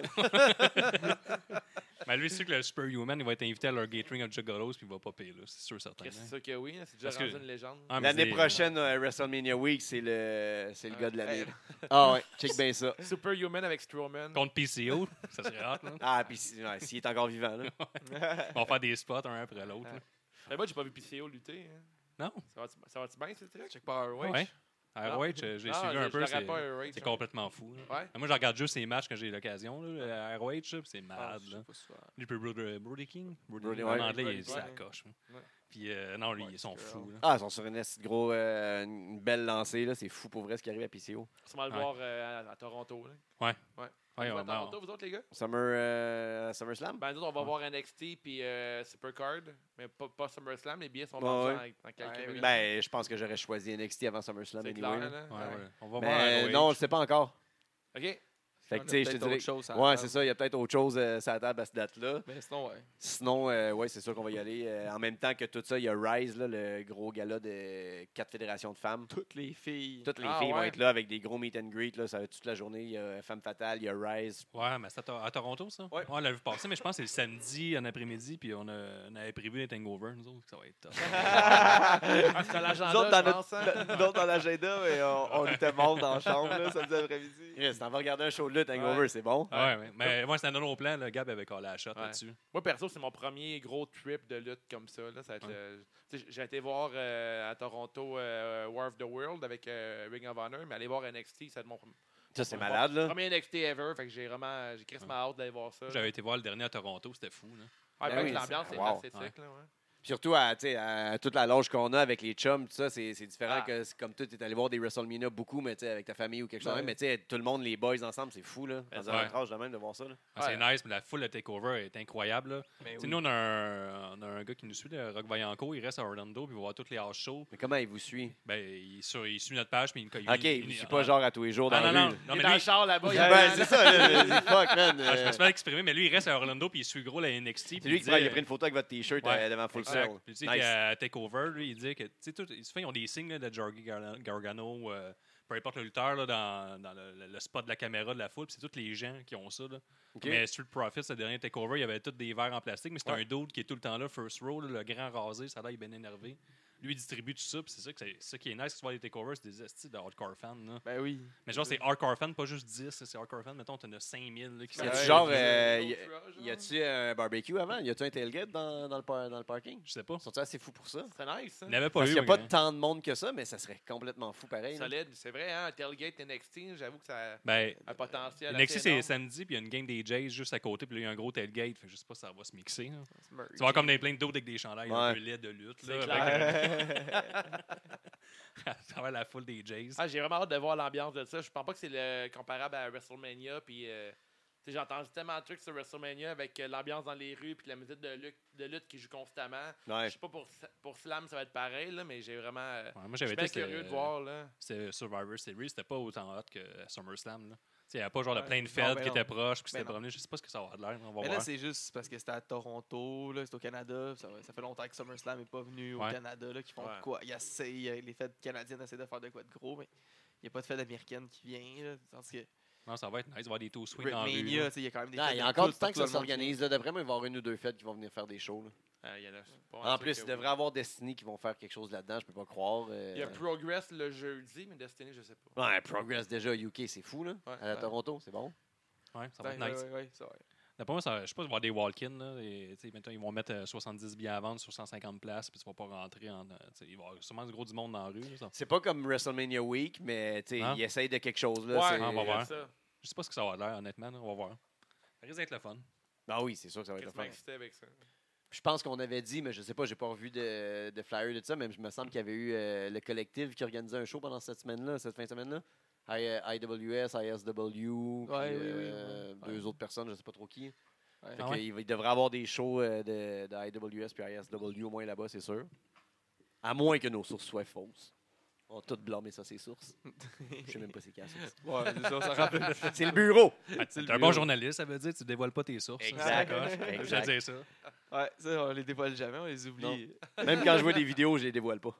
Mais lui, c'est sûr que le Super Human, il va être invité à leur Gathering of Juggalos, puis il va pas payer, là. C'est sûr, certain. Chris, c'est sûr que oui. C'est déjà Parce que- rendu une légende. Ah, mais L'année c'est- prochaine, WrestleMania Week, c'est le gars de l'année. Ah ouais, check bien ça. Super Human avec Strowman. Contre PCO, ça serait hot, là. Ah, puis ouais, s'il est encore vivant, là. Ils vont faire des spots un après l'autre. là. Mais moi, j'ai pas vu PCO lutter. Hein. Non? Ça va-tu bien, ce truc? Check pas ROH. Ouais. ROH, j'ai suivi un peu. C'est complètement fou. là. Ouais. Moi, je regarde juste ces matchs quand j'ai l'occasion. là, à ROH, là, puis c'est malade. là. Lui, puis Brody King. Brody, En ouais. anglais, Brody, c'est la ouais. coche. hein. Ouais. Puis non, lui, Ouais, ils sont c'est fous. là. Ah, ils sont sur une belle lancée, là. C'est fou pour vrai ce qui arrive à PCO. On va le Ouais. voir à Toronto. Là. Ouais. Vous Ouais, êtes à Toronto, vous autres, les gars? SummerSlam? Ben, nous autres, on va voir NXT puis Supercard, mais pas SummerSlam. Les billets sont Ouais, vendus dans quelques Ouais, minutes. Ben, je pense que j'aurais choisi NXT avant SummerSlam c'est anyway. clair, là. là. Ouais, ouais. On va Mais voir ROH. non, on le sait pas encore. OK. Fait que, tu sais, je te dirais. Ouais, c'est ça, il y a peut-être autre chose sur la table à cette date-là. Mais sinon, ouais. Sinon, ouais, c'est sûr qu'on va y aller. En même temps que tout ça, il y a Rise, là, le gros gala de 4 fédérations de femmes. Toutes les filles. Toutes les Ah, filles vont ouais. être là avec des gros meet and greet. Là, ça va être toute la journée. Il y a Femme Fatale, il y a Rise. Ouais, mais c'est à Toronto, ça? Ouais. On l'a vu passer, mais je pense que c'est le samedi en après-midi, puis on avait prévu les Hangover, nous autres, que ça va être top. Ah, c'est à Nous l'agenda, autres, dans je pense. Hein? nous autres, dans l'agenda, mais on était morts dans la chambre, là, samedi après-midi. Chris, t'en vas regarder un show de lutte, Hangover, Ouais. c'est bon. Ah ouais. Mais moi, c'était un autre plan, le Gab avait collé la shot Ouais. là-dessus. Moi, perso, c'est mon premier gros trip de lutte comme ça. Là. Ça va être, tu sais, j'ai été voir à Toronto War of the World avec Ring of Honor, mais aller voir NXT, c'est mon Ça, c'est malade, là. premier NXT ever. Fait que j'ai crissement hâte d'aller voir ça. J'avais été voir le dernier à Toronto, c'était fou. Là. Ouais, Ben ben, oui, l'ambiance c'est- est wow. esthétique. Là, ouais. Surtout tu sais, à toute la loge qu'on a avec les chums, tout ça, c'est différent Ah. que c'est comme toi, tu es allé voir des WrestleMania beaucoup, mais tu sais, avec ta famille ou quelque chose. Ouais. Mais tu sais, tout le monde, les boys ensemble, c'est fou, là. Dans Ouais. un âge de même de voir ça, là. Ah, c'est Ouais. nice, mais la foule de Takeover est incroyable. Là. Mais Tu sais, oui. Nous, on a un gars qui nous suit, le Rock Vaillancourt, il reste à Orlando, puis il va voir toutes les house shows. Mais comment il vous suit? Ben, il suit notre page, puis il OK, il suit pas genre à tous les jours dans Non, la non, rue. non. là. Il est mais dans lui, le char là-bas. il y Ben, a- c'est ça, là. C'est fuck, man. je me suis mal exprimé, mais lui, il reste à Orlando, puis il suit gros la NXT. C'est puis lui il qui il dit- a pris une photo avec votre t-shirt Ouais. devant Full Exact. Sail. Puis tu sais Nice. qu'à Takeover, lui, il dit que, tu sais, souvent, ils ont des signes là, de Jorge Gargano, peu importe le lutteur, là, dans le spot de la caméra de la foule, puis c'est tous les gens qui ont ça. Là. OK. Mais Street Profits, le dernier Takeover, il y avait tous des verres en plastique, mais c'était Ouais. un dude qui est tout le temps là, first row, là, le grand rasé, ça a l'air il est bien énervé. Lui, il distribue tout ça, puis c'est ça, c'est ça qui est nice, que tu vois les Takeovers, c'est des estis de hardcore fans. Là. Ben oui. Mais genre, c'est hardcore fans, pas juste 10, c'est hardcore fans, mettons, t'en as 5000 là, qui Y Ouais. a-tu sont- genre, Ouais. y a-tu un barbecue avant? Y a-tu un tailgate dans le parking? Je sais pas. Ils sont assez fous pour ça? C'est nice. Il Hein? n'avait pas Parce eu. qu'il n'y a moi, pas tant de monde que ça, mais ça serait complètement fou pareil. là. Solide. C'est vrai, hein? Tailgate NXT, j'avoue que ça a Ben, un potentiel. NXT, assez c'est énorme. samedi, puis il y a une game des Jays juste à côté, puis là, il y a un gros tailgate. Fait que je sais pas si ça va se mixer. Là. C'est merge. Tu vas voir comme des plein de d'autres avec des chandails un Ouais. peu laids de lutte. C'est Là, clair. à travers la foule des Jays. Ah, j'ai vraiment hâte de voir l'ambiance de ça. Je pense pas que c'est comparable à WrestleMania. Puis, J'ai entendu tellement de trucs sur WrestleMania avec l'ambiance dans les rues puis la musique de lutte qui joue constamment. Ouais. Je sais pas pour Slam, ça va être pareil, là, mais j'ai vraiment. Moi, Je j'avais suis bien été, curieux de voir. Là. C'était Survivor Series, c'était pas autant hot que SummerSlam. Il n'y avait pas genre de plein de Non, fêtes ben qui non. étaient proches, puis Ben c'était non. promené. Je sais pas ce que ça va avoir de l'air. On va Mais voir. là, c'est juste parce que c'était à Toronto, là, c'est au Canada. Ça fait longtemps que SummerSlam n'est pas venu au Ouais. Canada, là, qui font Ouais. quoi? Les fêtes canadiennes essaient de faire de quoi de gros, mais il n'y a pas de fête américaine qui vient. Là, tandis que Non, ça va être nice. Il va y avoir des too sweet en rue. Mania, là. il y a quand même des Non, fêtes il y a de encore tout, du temps que tout le ça monde qui s'organise. là. D'après moi, il va y avoir une ou deux fêtes qui vont venir faire des shows. Là. Il y en a pas En un plus, truc il que- devrait avoir Destiny qui vont faire quelque chose là-dedans. Je peux pas croire. Il y a Progress le jeudi, mais Destiny, je sais pas. Ouais, Progress déjà UK, c'est fou, là. Ouais, À ouais. Toronto, c'est bon. Ouais, ça va être Ouais, nice. ouais, ça va. D'après moi, je sais pas, il va y avoir des walk-in. Là, et, tu sais, maintenant, ils vont mettre 70 billets à vendre sur 150 places, puis tu vas pas rentrer. Il va y avoir sûrement du gros du monde dans la rue. Là, ça. C'est pas comme WrestleMania Week, mais Hein? ils essayent de quelque chose. Là, Ouais, c'est- on va voir. ça. Je sais pas ce que ça va avoir de l'air, honnêtement. Là, on va voir. Ça risque d'être le fun. Ah oui, c'est sûr que ça va être le Qu'est-ce que fun. excité avec ça? Je pense qu'on avait dit, mais je sais pas, j'ai pas revu de flyer de ça, mais je me semble qu'il y avait eu le collectif qui organisait un show pendant cette semaine-là, cette fin de semaine-là. IWS, ISW, puis, Ouais, oui, oui. deux autres personnes, je sais pas trop qui. Ouais. Fait Ah ouais? qu'il devrait avoir des shows de IWS puis ISW au moins là-bas, c'est sûr. À moins que nos sources soient fausses. On a tous blâmé ça, ces sources. Je sais même pas c'est qui la source. Ouais, c'est ça, ça rappelle. C'est le bureau! T'es le un bureau. bon journaliste, ça veut dire que tu dévoiles pas tes sources. Exact. Je Exact. vais dire ça. Ouais, ça, on les dévoile jamais, on les oublie. Même quand je vois des vidéos, je les dévoile pas.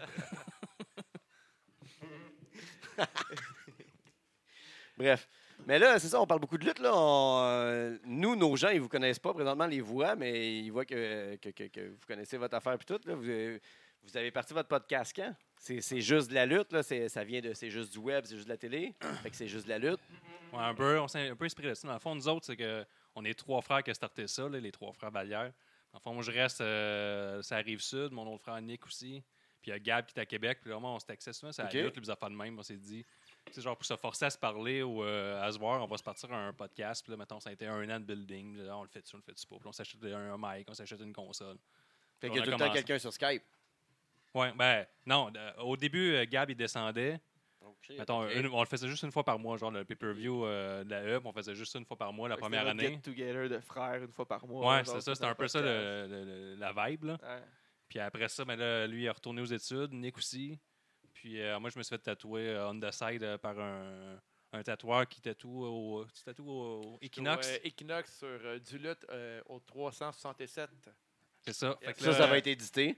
Bref. Mais là, c'est ça, on parle beaucoup de lutte. Là. Nous, nos gens, ils vous connaissent pas présentement, les voix, mais ils voient que vous connaissez votre affaire et tout. Là. Vous avez parti votre podcast quand? C'est juste de la lutte, là. Ça vient de c'est juste du web, c'est juste de la télé. Fait que c'est juste de la lutte. Ouais, un peu, on s'est un peu inspiré de ça. Dans le fond, nous autres, c'est que on est trois frères qui ont starté ça, là, les trois frères Vallière. Dans le fond, moi, je reste ça arrive sud, mon autre frère Nick aussi. Puis il y a Gab qui est à Québec. Puis vraiment, on s'est axé souvent sur la Ok. lutte, les affaires de même. On s'est dit, c'est genre pour se forcer à se parler ou à se voir, on va se partir à un podcast. Puis là, mettons, ça a été un an de building. Là, on le fait-tu, on le fait-tu pas. Puis on s'achète un mic, on s'achète une console. Fait On qu'il y a a tout le temps commencé. quelqu'un sur Skype. Ouais, ben, non. Au début, Gab, il descendait. Mettons, on le faisait juste une fois par mois, genre le pay-per-view de la Hub, on faisait juste ça une fois par mois la première Get année. together de frères une fois par mois. Ouais, genre, c'est ça, c'était dans un peu ça podcast. la vibe. Là. Ouais. Puis après ça, ben là, lui il est retourné aux études, Nick aussi. Puis moi, je me suis fait tatouer on the side par un tatoueur qui tatoue au Equinox. Equinox sur du lutte au 367. C'est ça. Fait que Ça, là, ça va être édité.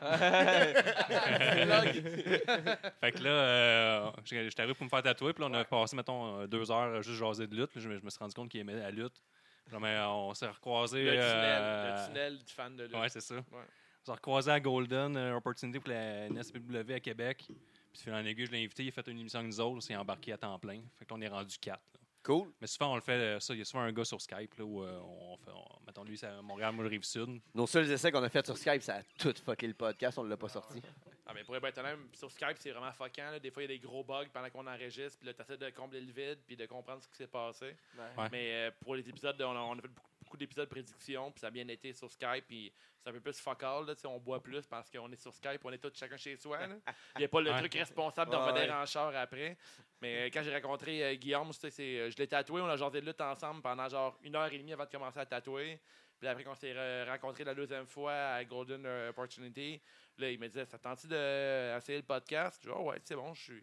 fait que là, j'étais arrivé pour me faire tatouer. Puis là, on a passé, mettons, 2 heures juste jaser de lutte. Puis je me suis rendu compte qu'il aimait la lutte. Puis là, ben, on s'est recroisés. Le tunnel du fan de lutte. Ouais, c'est ça. Ouais. On s'est recroisés à Golden, Opportunity pour la NSPW à Québec. Puis fil en aiguille, je l'ai invité, il a fait une émission avec nous autres, il s'est embarqué à temps plein. Fait que là, on est rendu 4. là. Cool. Mais souvent, on le fait, ça, il y a souvent un gars sur Skype, là, où mettons, lui, c'est à Montréal, moi, le Rive-Sud. Nos seuls essais qu'on a fait sur Skype, ça a tout fucké le podcast, on ne l'a pas sorti. Ah, mais pour être honnête, sur Skype, c'est vraiment fuckant. Là. Des fois, il y a des gros bugs pendant qu'on enregistre. Puis là, tu essaies de combler le vide puis de comprendre ce qui s'est passé. Ouais. Mais pour les épisodes, on a fait beaucoup d'épisodes de prédiction. Puis ça a bien été sur Skype. Puis c'est un peu plus fuck all. Là, on boit plus parce qu'on est sur Skype. On est tous chacun chez soi. là. Il n'y a pas le Ouais. truc responsable de Ouais, revenir ouais. en char après. Mais quand j'ai rencontré Guillaume, je l'ai tatoué. On a jasé de lutte ensemble pendant genre 1h30 avant de commencer à tatouer. Puis après qu'on s'est rencontrés la deuxième fois à Golden Opportunity, là, il me disait, ça tente d'essayer le podcast? Je dis, oh ouais, c'est bon, je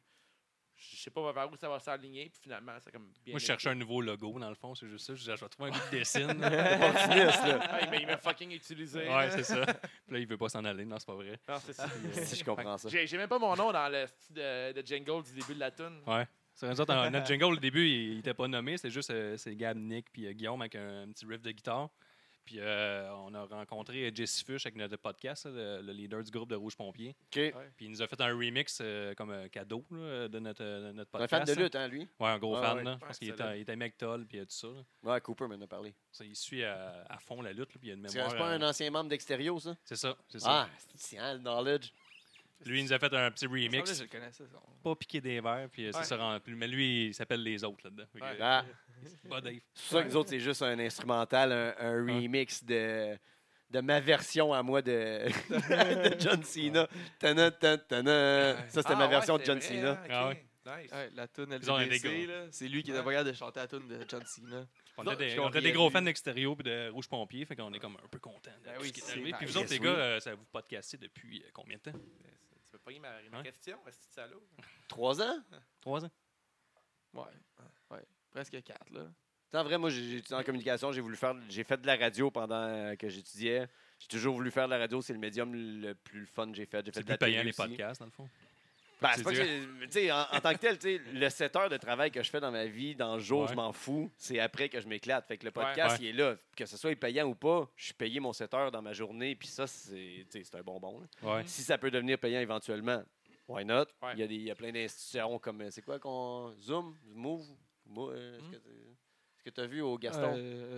sais pas vers où ça va s'aligner. Puis finalement, c'est comme bien. Moi, je cherchais un nouveau logo, dans le fond, c'est juste ça. Je disais, je vais trouver un gars qui dessine. Opportuniste, là. Ah, il m'a fucking utilisé. Ouais, c'est ça. Puis là, il veut pas s'en aller. Non, c'est pas vrai. Non, c'est ça. Si je comprends ça. J'ai même pas mon nom dans le style de jingle du début de la tune. Ouais. C'est nous autres, notre jingle, au début, il était pas nommé. C'est juste c'est Gab, Nick puis Guillaume avec un petit riff de guitare. Puis on a rencontré Jesse Fush avec notre podcast, là, le leader du groupe de Rouge Pompier. OK. Puis il nous a fait un remix comme cadeau là, de notre T'es un podcast. fan de là. lutte, hein, lui? Ouais, un gros Ouais, fan. ouais. Là. Je pense qu'il solide. était ami avec Toll puis tout ça, là. Ouais, Cooper m'en a parlé. Ça, il suit à fond la lutte, là, puis il a une C'est mémoire. pas un ancien membre d'Extérieur, ça? C'est ça, c'est ça. Ah, c'est hein, le knowledge. Lui, il nous a fait un petit Il me semblait que remix, je le connaissais. Ça. pas piqué des verres, puis c'est Ouais. ça rend plus. Mais lui, il s'appelle Les Autres là-dedans. Fait que, Ouais. Ah, Pas Dave. c'est pour ça que nous autres, c'est juste un instrumental, un remix de ma version à moi de, de John Cena. Tana, tana, tana. Ça, c'était ma version de John Cena. Ah ouais. Nice. Ouais, la tune Ils ont un LDDC, dégât. là, c'est lui qui Ouais. était capable de chanter la tune de John Cena. On Non, était je comprends des rien gros vu. fans d'extérieur et de Rouge Pompier, fait qu'on est comme un peu contents de Ben tout oui, ce qui est c'est arrivé. Puis nice. vous autres, les Yes, gars, oui. ça vous podcastez depuis combien de temps? Tu peux pas y ma Ouais. question, est-ce que salaud? 3 ans? 3 ans? Ouais, presque 4, là. En vrai, moi, j'ai étudié en communication. J'ai fait de la radio pendant que j'étudiais. J'ai toujours voulu faire de la radio. C'est le médium le plus fun que j'ai fait. J'ai fait C'est de la plus payant télé les aussi. podcasts, dans le fond. Ben, C'est c'est pas que dur. tu sais, en tant que tel, tu sais, le 7 heures de travail que je fais dans ma vie, dans le jour, Ouais. je m'en fous. C'est après que je m'éclate. Fait que le podcast, Ouais. il est là. Que ce soit payant ou pas, je suis payé mon 7 heures dans ma journée. Puis ça, c'est un bonbon. Là. Ouais. Si ça peut devenir payant éventuellement, why not? Ouais. Il y a plein d'institutions comme, c'est quoi qu'on. Zoom? Move? Est-ce que tu as vu au Gaston?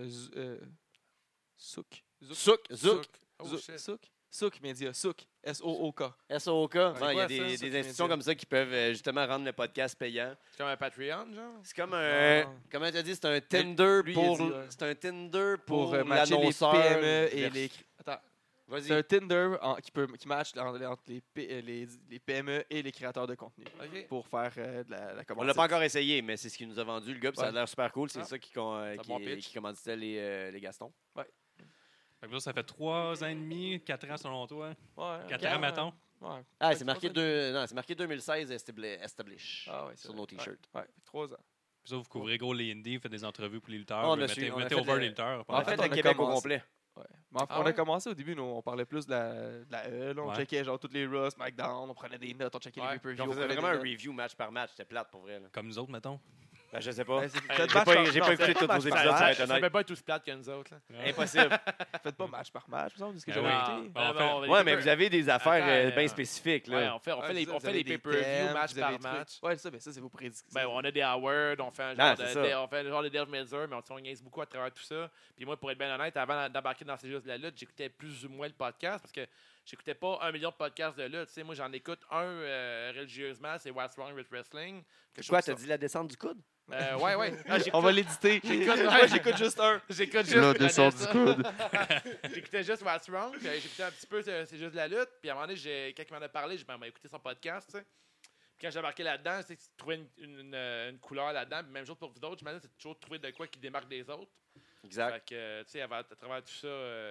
Souk. Zouk. Oh shit. Souk Media. Souk. S-O-O-K. SOK. C'est Il y a quoi, des, ça? des Souk institutions Media. comme ça qui peuvent justement rendre le podcast payant. C'est comme un Patreon, genre? C'est comme un. Ah. Comment tu as dit? C'est un Tinder lui, il pour. a dit, ouais. C'est un Tinder Pour pour matcher les l'annonceur. PME et vers- les... Attends. C'est Vas-y. un Tinder qui match entre les PME et les créateurs de contenu OK. pour faire de la commande. On l'a pas encore essayé, mais c'est ce qu'il nous a vendu, le gars. Puis ça a Ouais. l'air super cool. C'est Ah. ça qui un bon pitch. commanditait les Gastons. Fait que là, ça fait 3 ans et demi, 4 ans selon toi. Ouais, 4 ans, mettons. Ouais. Ah, c'est marqué, 2016 Establish Ah ouais, c'est sur vrai. nos t-shirts. Ouais, 3 ans. Puis ça, vous couvrez gros les indies, vous faites des entrevues pour les lutteurs. Ah, on vous a mettez, su- vous on a mettez fait over le- les lutteurs. On a En fait, fait on le a Québec au commencé. complet. Ouais. Mais Ah on ouais? a commencé au début, nous, on parlait plus de la E. Là, on Ouais. checkait genre toutes les Raw, SmackDown, on prenait des notes, on checkait Ouais. les Puis pay-per-views. on faisait prenait vraiment des un notes. review match par match. C'était plate pour vrai. Là. Comme nous autres, mettons. Ben, je sais pas. Ouais, c'est- Hey, faites j'ai match pas- par- j'ai non, pas faites écouté tous match vos par épisodes, match. ça va être Ça honnête. fait pas tous plates que nous autres. Là. Impossible. Faites pas match par match, me semble, ce que Ah j'avais oui. écouté. Bon, on fait- on Ouais, mais vous avez des affaires Attends, bien spécifiques. Ouais, Là. on fait Ouais, les, c'est ça, on vous fait avez les des pay-per-view thèmes, match vous avez par des trucs. match. Ouais, ça, ça c'est vos prédictions. Ben, on a des Howard, on fait un Non, genre c'est de, ça. on fait un genre de Dave Meltzer, mais on niaise beaucoup à travers tout ça. Puis moi, pour être bien honnête, avant d'embarquer dans ces jeux de la lutte, j'écoutais plus ou moins le podcast parce que j'écoutais pas 1 million de podcasts de lutte. Tu sais, moi, j'en écoute un religieusement, c'est What's Wrong with Wrestling. C'est quoi, t'as dit la descente du coude? Ouais, ouais. Ah, On va l'éditer. J'écoute- Moi, j'écoute juste un. J'écoute juste La la descente du coude. J'écoutais juste What's Wrong, puis j'écoutais un petit peu C'est juste de la lutte. Puis à un moment donné, quand il m'en a parlé, j'ai écouté son podcast, tu sais. Puis quand j'ai embarqué là-dedans, c'est trouver une couleur là-dedans. Puis même chose pour vous autres, j'imagine, c'est toujours trouver de quoi qui démarque des autres. Exact. Fait que, tu sais, à travers tout ça,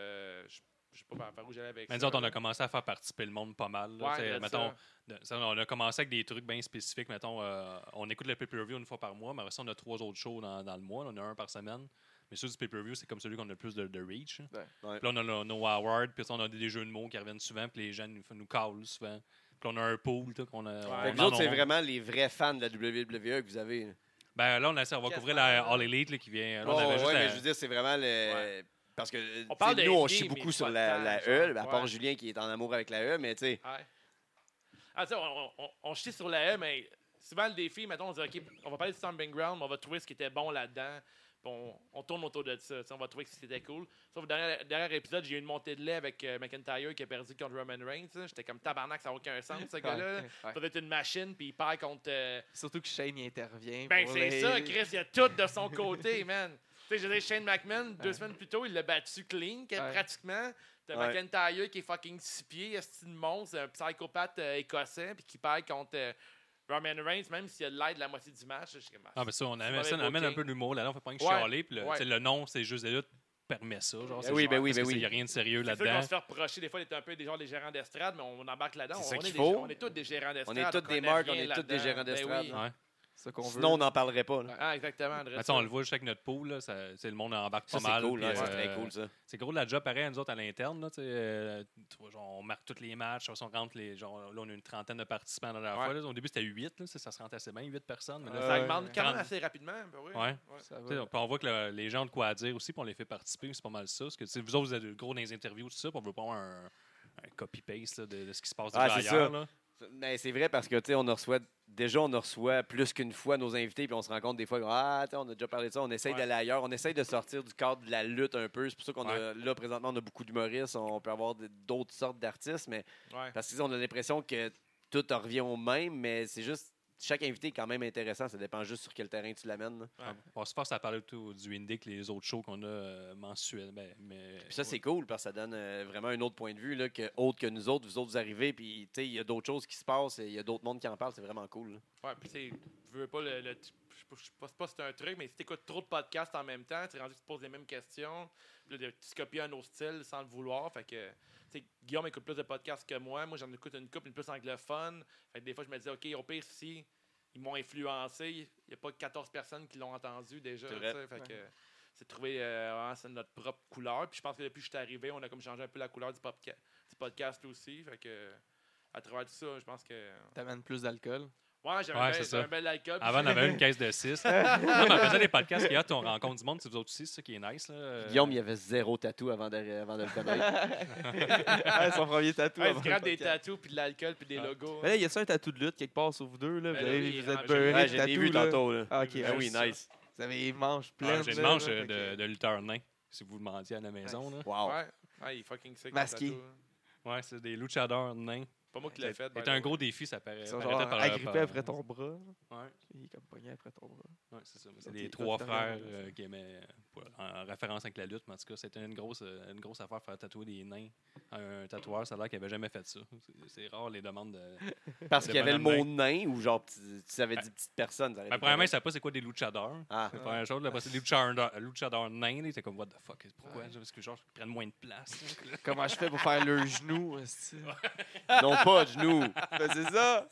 je sais pas par où j'allais avec Mais ça. nous autres, on a commencé à faire participer le monde pas mal. là. Ouais, Tu sais, c'est mettons, ça. on a commencé avec des trucs bien spécifiques. Mettons, on écoute le pay-per-view une fois par mois, mais après ça, on a 3 autres shows dans le mois. On en a un par semaine. Mais ceux du pay-per-view, c'est comme celui qu'on a le plus de reach. Ouais. Ouais. Puis là, on a nos awards, puis on a des jeux de mots qui reviennent souvent, puis les gens nous callent souvent. Puis on a un pool qu'on a. Ouais. on Fait que en vous autres, a- c'est vraiment les vrais fans de la WWE que vous avez. là. Ben là, on va couvrir la All Elite là, qui vient. Là, on avait juste ouais, la- mais je veux dire, c'est vraiment le. Ouais. Parce que On parle tu sais, de nous, on NBA, chie mais beaucoup sur pas la tant, E, genre. à part Ouais. Julien qui est en amour avec la E, mais tu sais. Ouais. Ah, tu sais, on chie sur la haie, mais souvent le défi, mettons, on dit, OK, on va parler de Stomping Ground, mais on va trouver ce qui était bon là-dedans. Puis on tourne autour de ça. Tu sais, on va trouver ce qui était cool. Sauf que dernier épisode, j'ai eu une montée de lait avec McIntyre qui a perdu contre Roman Reigns. Tu sais. J'étais comme tabarnak, ça n'a aucun sens, ce gars-là. Ouais. Ça doit être une machine, puis il perd contre. Surtout que Shane y intervient. Ben, pour c'est les- ça, Chris, il a tout de son côté, man. Tu sais, je veux dire, Shane McMahon, 2 semaines plus tôt, il l'a battu clean, pratiquement. T'as Ouais. McIntyre qui est fucking 6 pieds, c'est une monstre, un psychopathe écossais, puis qui perd contre Roman Reigns, même s'il a de l'aide de la moitié du match. Je suis comme, Ah, ben ça, on c'est amène, mauvais ça, on amène un booking. peu d'humour là-dedans. On fait pas que Ouais, chialer. Puis ouais. le nom, c'est juste des luttes, permet ça. Genre, c'est oui, genre, ben oui, parce ben que oui. Il n'y a rien de sérieux C'est sûr qu'on là-dedans. se fait reprocher des fois d'être un peu des gens des gérants d'estrade, mais on embarque là-dedans. C'est ça On qu'il est faut. On est tous des gérants d'estrade. On est tous des connaît marques, on rien est tous des là-dedans. gérants Ben d'estrade. oui. Ouais. C'est ça qu'on veut. Sinon, on n'en parlerait pas. là. Ah, exactement. André, Mais tu sais, on le voit juste avec notre pool. Là, le monde embarque Ça, pas c'est mal. cool. puis, Là, c'est très cool, ça. C'est gros de la job pareil à nous autres à l'interne. Là, tu sais, tu vois, genre, on marque tous les matchs. On rentre genre, là, on a une trentaine de participants la dernière Ouais. fois. Là. Au début, c'était 8. Là, ça se rentre assez bien, 8 personnes. Mais là, Ça augmente quand même 30. assez rapidement. Ben oui. Ouais. Ça Tu sais, va. puis on voit que les gens ont de quoi à dire aussi, puis on les fait participer, c'est pas mal ça. Parce que tu sais, vous autres, vous êtes gros dans les interviews, tout ça, puis on veut pas avoir un copy-paste là, de ce qui se passe Ah, déjà c'est ailleurs. ça. Là. Ben, c'est vrai parce que tu sais, on reçoit plus qu'une fois nos invités, puis on se rend compte des fois, on a déjà parlé de ça, on essaye Ouais. d'aller ailleurs, on essaye de sortir du cadre de la lutte un peu. C'est pour ça qu'on Ouais. là, présentement, on a beaucoup d'humoristes, on peut avoir d'autres sortes d'artistes, mais Ouais. parce qu'on a l'impression que tout en revient au même, mais c'est juste, chaque invité est quand même intéressant. Ça dépend juste sur quel terrain tu l'amènes. Là. Ouais. On se force à parler tout du indie que les autres shows qu'on a mensuels. Mais Puis ça, c'est cool parce que ça donne vraiment un autre point de vue là, autre que nous autres. Vous autres, vous arrivez, puis il y a d'autres choses qui se passent, il y a d'autres mondes qui en parlent. C'est vraiment cool. Là. Ouais, puis tu veux pas je sais pas si c'est un truc, mais si t'écoutes trop de podcasts en même temps, tu es rendu que tu te poses les mêmes questions, puis là, tu te copies un autre style sans le vouloir. Fait que, tu sais, Guillaume écoute plus de podcasts que moi. Moi, j'en écoute une couple, une plus anglophone. Fait que des fois, je me dis, OK, au pire, si ils m'ont influencé, il n'y a pas 14 personnes qui l'ont entendu déjà. C'est vrai. Fait que c'est de trouver vraiment notre propre couleur. Puis je pense que depuis que je suis arrivé, on a comme changé un peu la couleur du podcast aussi. Fait que, à travers tout ça, je pense que. T'amènes plus d'alcool. Ouais, j'ai un bel alcool. Avant, on avait une caisse de 6. Non, mais on faisait des podcasts qui on rencontre du monde, c'est vous autres aussi, c'est ça qui est nice. Là. Guillaume, il avait 0 tatou avant de le connaître. Son premier tatou. Ouais, avant il se le gratte des podcast. tatous, puis de l'alcool, puis des logos. Mais là, y a-tu un tatou de lutte quelque part sur vous deux? Là? Ben Vous, avez, oui, vous êtes j'ai- beurrés Ouais, de j'ai tatou. vu là. tantôt. Là. Ah, ok, Ah oui, ouais. nice. Vous avez les manches pleines. J'ai une là, manche là, de lutteur nain, si vous le demandiez à la maison. Là. Wow. Ouais, il est fucking sick. Masqué. son tatou, hein. Ouais, c'est des luchadors nains. Pas moi qui l'ai fait. C'est un gros défi, ça paraît. Ils sont paraîtrait genre par- agrippés par- après ton bras. Ouais, Il est comme pogné après ton bras. ouais, c'est ça. C'est Ok, les toi, 3 t'as frères regardé qui aimaient, en référence avec la lutte, mais en tout cas, c'était une grosse affaire faire tatouer des nains à un tatoueur. Ça a l'air qu'il n'avait jamais fait ça. C'est rare les demandes de. Parce qu'il y avait le mot bonhomme nain ou genre tu savais dit petite personne. ça aurait Ben, été premièrement, correct. ils ne savaient pas c'est quoi des luchadors. Ah. C'est la première chose. Là, c'est des luchadors nains. Ils étaient comme, what the fuck, pourquoi? Parce que genre, ils prennent moins de place. là. Comment je fais pour faire leurs genoux? esti? Non, pas de genoux. Ben, c'est ça!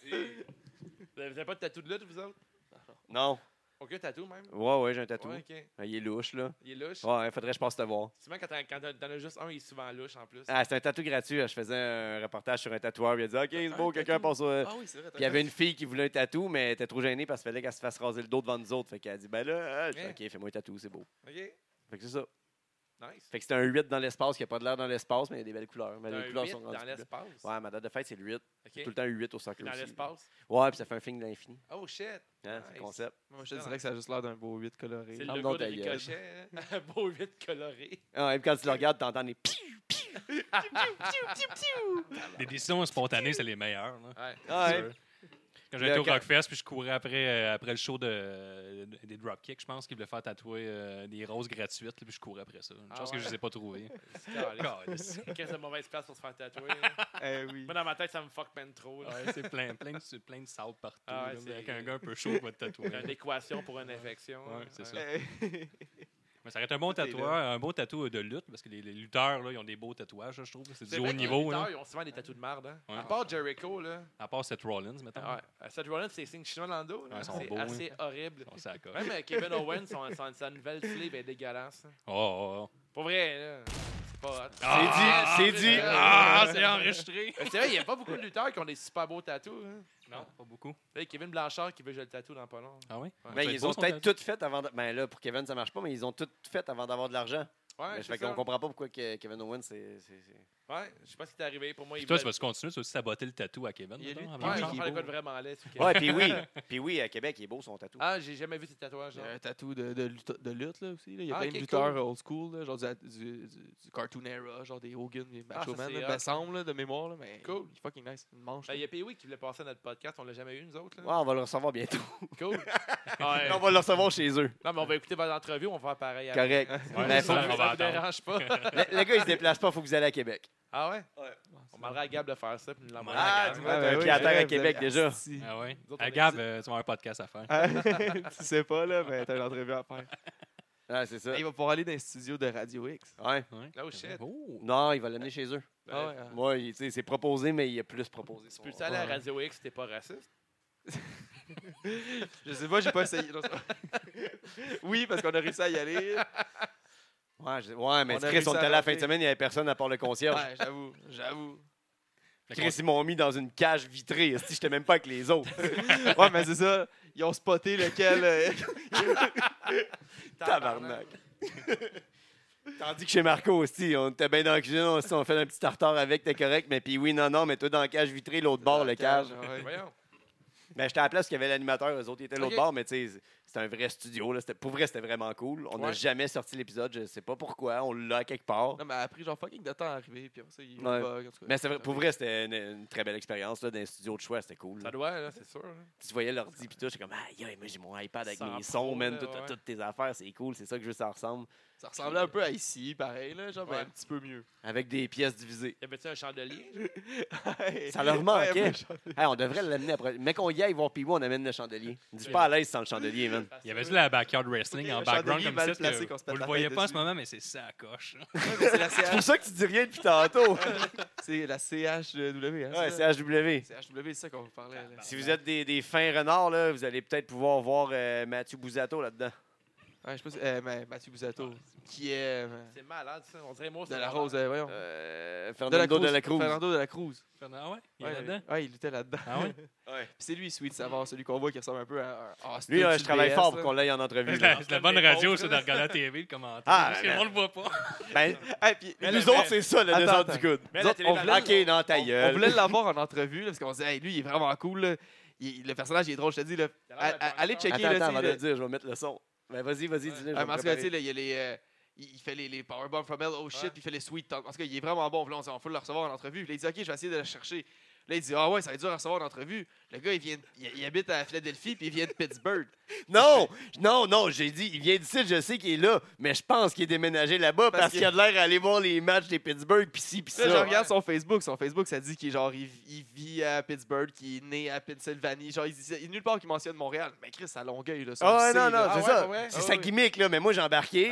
Vous avez pas de tatou de lutte, vous autres? Non. Aucun tatou, même? Ouais, j'ai un tatou. Ouais, ok. Ah, il est louche, là. Il est louche. Ouais, faudrait que je passe te voir. Souvent, quand t'en as juste un, il est souvent louche en plus. Ah, c'est un tatou gratuit. Je faisais un reportage sur un tatoueur. Il a dit OK, c'est beau, quelqu'un passe. Ah oui, c'est vrai. Puis il y avait une fille qui voulait un tatou, mais elle était trop gênée parce qu'il fallait qu'elle se fasse raser le dos devant nous autres. Fait qu'elle a dit ben là, Yeah. OK, fais-moi un tatou, c'est beau. OK. Fait que c'est ça. Nice. Fait que c'était un 8 dans l'espace qui a pas de l'air dans l'espace, mais il y a des belles couleurs. Mais T'as les un couleurs 8 sont rendues dans plus belles. l'espace. Ouais, ma date de fête, c'est le 8. OK. Tout le temps un 8 au soccer Dans aussi. l'espace. Ouais, puis ça fait un film de l'infini. Oh shit. Hein, c'est le Nice. concept. Moi, je te dirais que ça a juste l'air d'un beau 8 coloré. C'est le Ferme logo donc de ta gueule. Ricochet. Hein? Un beau 8 coloré. Ah, et puis quand tu le regardes, t'entends des piou. Les décisions spontanées, c'est les meilleures. Là. Ouais. Ah, C'est ouais. sûr. Quand j'étais au Quand- Rockfest, puis je courais après le show des Dropkicks, je pense qu'ils voulaient faire tatouer des roses gratuites, puis je courais après ça. Une Ah chance ouais? que je les ai pas trouvées. C'est calé. Calisse. Qu'est-ce que mauvaise place pour se faire tatouer? hein? Eh oui. Moi, dans ma tête, ça me fuck ben trop. là. Ouais, c'est plein de salt partout. Ah ouais, là, c'est- avec un gars un peu chaud qui va te tatouer. Une équation pour une infection. Ouais, c'est ça. Eh, Mais ça aurait été un bon Tout est tatoueur, un beau tatou de lutte, parce que les lutteurs, là, ils ont des beaux tatouages, là, je trouve. C'est C'est du vrai haut que niveau. les Là. lutteurs, ils ont souvent des tatous de merde. Hein? Ouais. À part Jericho, là. À part Seth Rollins, mettons. Ouais. Seth Rollins, c'est signe chinois dans le dos. là. Ouais, ils sont C'est beaux, assez horrible. On s'est d'accord. Même Kevin Owens, sa nouvelle sleeve est dégueulasse. hein. Oh. Pour vrai, là. C'est pas hot. C'est dit. C'est enregistré. Mais c'est vrai, il n'y a pas beaucoup de lutteurs qui ont des super beaux tatous. Hein. Non, pas beaucoup. Là, Kevin Blanchard qui veut jouer le tatou dans pas long. Ah oui? Ouais. Mais Ça va ils être ont beau, son peut-être tatou. tout fait avant. Ben là, pour Kevin, ça marche pas, mais ils ont tout fait avant d'avoir de l'argent. Ouais, Mais c'est fait qu'on ça. comprend pas pourquoi Kevin Owens, c'est. Ouais, je sais pas ce qui t'est arrivé. Pour moi, Puis il toi, voulait- tu vas-tu continuer? Tu vas aussi saboter le tatou à Kevin? Il y a mettons, lui- avant Ouais, le je genre? vais il faire est de quoi beau. de vraiment laid. Ouais, puis oui, à Québec, il est beau son tatou. Ah, j'ai jamais vu ces tatouages. Il y a genre. un tatou de lutte, là, aussi. Là. Il y a Ah, plein ok, de lutteurs old school, là, genre du Cartoon Era, genre des Hogan, des Ah, Macho ça, Man, c'est là, hot. me semble, là, de mémoire. Là, mais Cool. il est fucking nice. Une manche. Ben, là. il y a Pee-Wee qui voulait passer à notre podcast. On l'a jamais eu, nous autres. Là. Ouais, on va le recevoir bientôt. Cool. Ouais. On va le recevoir chez eux. Non, mais on va écouter votre entrevue. On va faire pareil. Correct. Ouais, Mais ça, faut- on va Ça vous attendre. dérange pas. le gars, il se déplace pas, faut que vous allez à Québec. Ah ouais? Bon, On demandera à Gab de faire ça puis nous l'envoyer. Ah, à tu Gab. vois, t'as un pied à terre à Québec déjà. Asti. Ah ouais? Nous autres, on est Gab, ici. tu vas avoir un podcast à faire. Tu sais pas, là, mais t'as une entrevue à faire. Ah, c'est ça. Il va pouvoir aller dans les studios de Radio X. Ouais. Ouais. Oh shit. Oh. Non, il va l'amener chez eux. Ah ouais, Moi, tu sais, c'est proposé, mais il a plus proposé. Tu peux-tu aller à Radio X si t'es pas raciste? Je sais pas, j'ai pas essayé. Non, ça- oui, parce qu'on a réussi à y aller. Ouais, mais On a Chris, réussi on à était allé à la fin rentrer. de semaine, il n'y avait personne à part le concierge. Ouais, j'avoue. Chris, ils m'ont mis dans une cage vitrée. Si j'étais même pas avec les autres. Ouais, mais c'est ça. Ils ont spoté lequel. Tabarnak. Tandis que chez Marco aussi, on était bien dans la cuisine, on fait un petit tartare avec, t'es correct, mais puis oui, non, mais toi dans la cage vitrée, l'autre bord, le cage. Ouais. Voyons. Ben, j'étais à la place qu'il y avait l'animateur, eux autres, ils étaient l'autre Ok. bord, mais tu sais, C'était un vrai studio. Là. Pour vrai, c'était vraiment cool. On n'a Ouais. jamais sorti l'épisode. Je sais pas pourquoi. On l'a quelque part. Non, mais elle a pris genre fucking de temps à arriver, puis après ça, il Ouais. bug, en tout cas. Mais pour vrai, c'était une très belle expérience là, d'un studio de choix. C'était cool. Ça là. doit, là, c'est sûr. Là. Tu voyais l'ordi puis tout. J'étais comme, aïe, moi j'ai mon iPad avec Sans mes sons, pro, man. là, ouais. Toutes tes affaires. C'est cool. C'est ça que je veux que ça ressemble. Ça ressemblait un peu à ici, pareil, là, genre, mais Ouais. un petit peu mieux. Avec des pièces divisées. Y avait-tu un chandelier? Ça leur manquait. Ouais, un peu genre- Hey, on devrait l'amener après. Mais qu'on y aille voir Pee-Wee, on amène le chandelier. Je suis pas à l'aise sans le chandelier, man. Il y avait la backyard wrestling Ok, en un background chandelier comme mal ça. placé qu'on se pète Vous le la voyez tête pas en dessus. ce moment, mais c'est ça à coche. Ouais, mais c'est la C'est pour CH, ça que tu dis rien depuis tantôt. c'est la CHW, hein, Ouais, ça? c'est HW. CHW, c'est ça qu'on vous parlait. Là. Si vous êtes des fins renards, là, vous allez peut-être pouvoir voir Mathieu Bouzato là-dedans. Ouais, je sais pas si, Mathieu Bouzato, qui est C'est malade, ça. On dirait moi, de la Rose, voyons. Fernando de la Cruz. Fernando de la Cruz. Ah ouais? Il est Ouais, là-dedans? ouais, il était là-dedans. Ah ouais? Ouais. Puis c'est lui, Sweet Savard, celui qu'on voit qui ressemble un peu à Austin. Lui, sur je le travaille BS, fort là. pour qu'on l'aille en entrevue. C'est là. la bonne des radio, pauvres, ça, de regarder la TV, le commentaire. Ah, Parce que ben- le monde le voit pas. Ben, Ah, puis, nous autres, c'est ça, le Attends, désordre attends. du coude. Mais Nous la autres, télé on malade. voulait- Ok, non, ta on gueule. voulait l'avoir en entrevue là, parce qu'on se disait, hey, lui, il est vraiment cool. Là. Le personnage, il est drôle, je te dis. Là. Il a l'air d'être Allez encore. checker. Attends, là, avant tu de sais, le dire, je vais mettre le son. Ben, vas-y, dis-le. je vais me parce que, tu sais, préparer. là, il y a les. Il fait les powerbombs from hell, oh shit, Ouais. puis il fait les sweet talk. En tout cas, il est vraiment bon. Puis là, on faut le recevoir en entrevue. Puis là, il dit, OK, je vais essayer de le chercher. Là, il dit, ah ouais, ça va être dur à recevoir en entrevue. Le gars, il habite à Philadelphie, puis il vient de Pittsburgh. Non, j'ai dit, il vient d'ici, je sais qu'il est là, mais je pense qu'il est déménagé là-bas parce qu'il a de l'air à aller voir les matchs des Pittsburgh, pis ci, pis Là, je ça. regarde son Facebook. Son Facebook, ça dit qu'il genre, il vit à Pittsburgh, qu'il est né à Pennsylvanie. Genre, il y a nulle part qui mentionne Montréal. Mais Chris, à Longueuil, là. Ah ouais, C, non, là. c'est ouais, ça. ouais. C'est Ah sa ouais. gimmick, là, mais moi, j'ai embarqué. Ouais.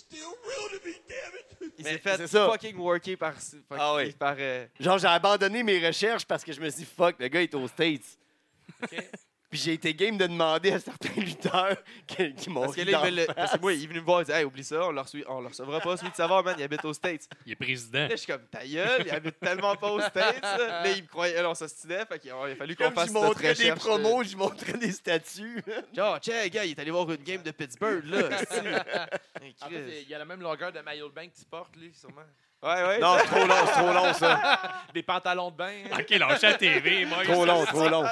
Il Mais s'est fait c'est ça. fucking worker par. Ah oui. par Genre, j'ai abandonné mes recherches parce que je me suis dit, fuck, le gars est aux States. OK. Puis j'ai été game de demander à certains lutteurs qui m'ont Parce que ri là, d'en il veut face. parce que moi, il est venu me voir, il dit, hey, oublie ça, on le recevra pas, celui de savoir, man, il habite aux States. Il est président. Là, je suis comme, ta gueule, il habite tellement pas aux States. Là, il me croyait, là, on s'ostinait, fait qu'il a fallu qu'on Comme fasse je notre montrais recherche. des promos, je montrais des statuts. Genre, tiens, gars, il est allé voir une game de Pittsburgh, là. esti. Hey, En Chris. fait, il y a la même longueur de maillot de bain que tu portes, lui, sûrement. Ouais. Non, c'est trop long, ça. Des pantalons de bain. Ok, lâchez la TV, moi. Trop long.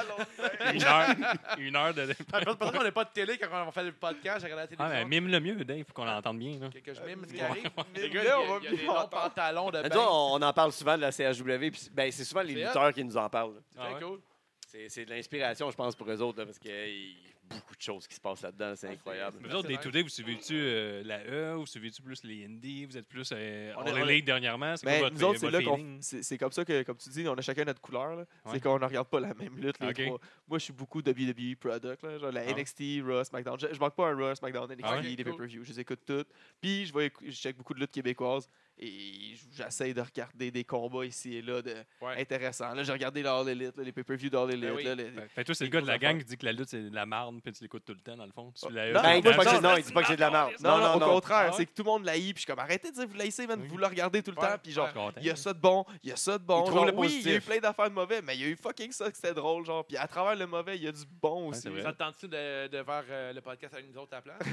Une heure de. Parce qu'on n'a pas de télé quand on fait le podcast, j'ai regardé la Ah, mais télévision. mime le mieux, Dave, pour qu'on l'entende bien. Là. Que je mime ce qui arrive. Mime Les gars, là, on va il y a mieux des longs entendre. pantalons de Mais bain. toi, on en parle souvent de la CHW, puis ben, c'est souvent les C'est lutteurs qui nous en parlent. là. C'est très Ah ouais? cool. C'est de l'inspiration, je pense, pour eux autres, là, parce qu'il y a beaucoup de choses qui se passent là-dedans, c'est incroyable. Vous autres, c'est des nice. Today, vous suivez-tu la E, vous suivez-tu plus les Indies, vous êtes plus On All est- Elite dernièrement? C'est Mais quoi nous autres, c'est votre là qu'on. feeling? C'est comme ça que, comme tu dis, on a chacun notre couleur. là. Ouais. C'est qu'on ne regarde pas la même lutte, les Ok. trois. Moi, je suis beaucoup WWE product, là, genre la Ah ouais. NXT, Raw, SmackDown. Je manque pas un Raw, SmackDown, NXT, Ah ouais? les Cool. pay-per-views. Je les écoute toutes. Puis, je check beaucoup de luttes québécoises. Et j'essaie de regarder des combats ici et là Ouais. intéressants. Là, j'ai regardé l'All Elite, là, les pay-per-views d'All Elite. Ben oui. là, les- Fait que toi, c'est le des gars de la grosses gang affaires. qui dit que la lutte, c'est de la marde, puis tu l'écoutes tout le temps, dans le fond. Tu suis la E, non, c'est Ben, il dit le pas que temps. c'est- non, il dit pas que c'est de la merde. Non, au contraire, Ah ouais? c'est que tout le monde l'haït. Puis je suis comme, arrêtez de dire vous l'haïssez, man. Oui. Vous le regardez tout le Ouais, temps. Puis genre, Je suis content. il y a ça de bon, il y a ça de bon. Il trouve Genre, le oui, il y a eu positif. plein d'affaires de mauvais, mais il y a eu fucking ça que c'était drôle. Genre, puis à travers le mauvais, il y a du bon aussi. c'est vrai. Ça te tente-tu de faire le podcast avec nous autres à la place?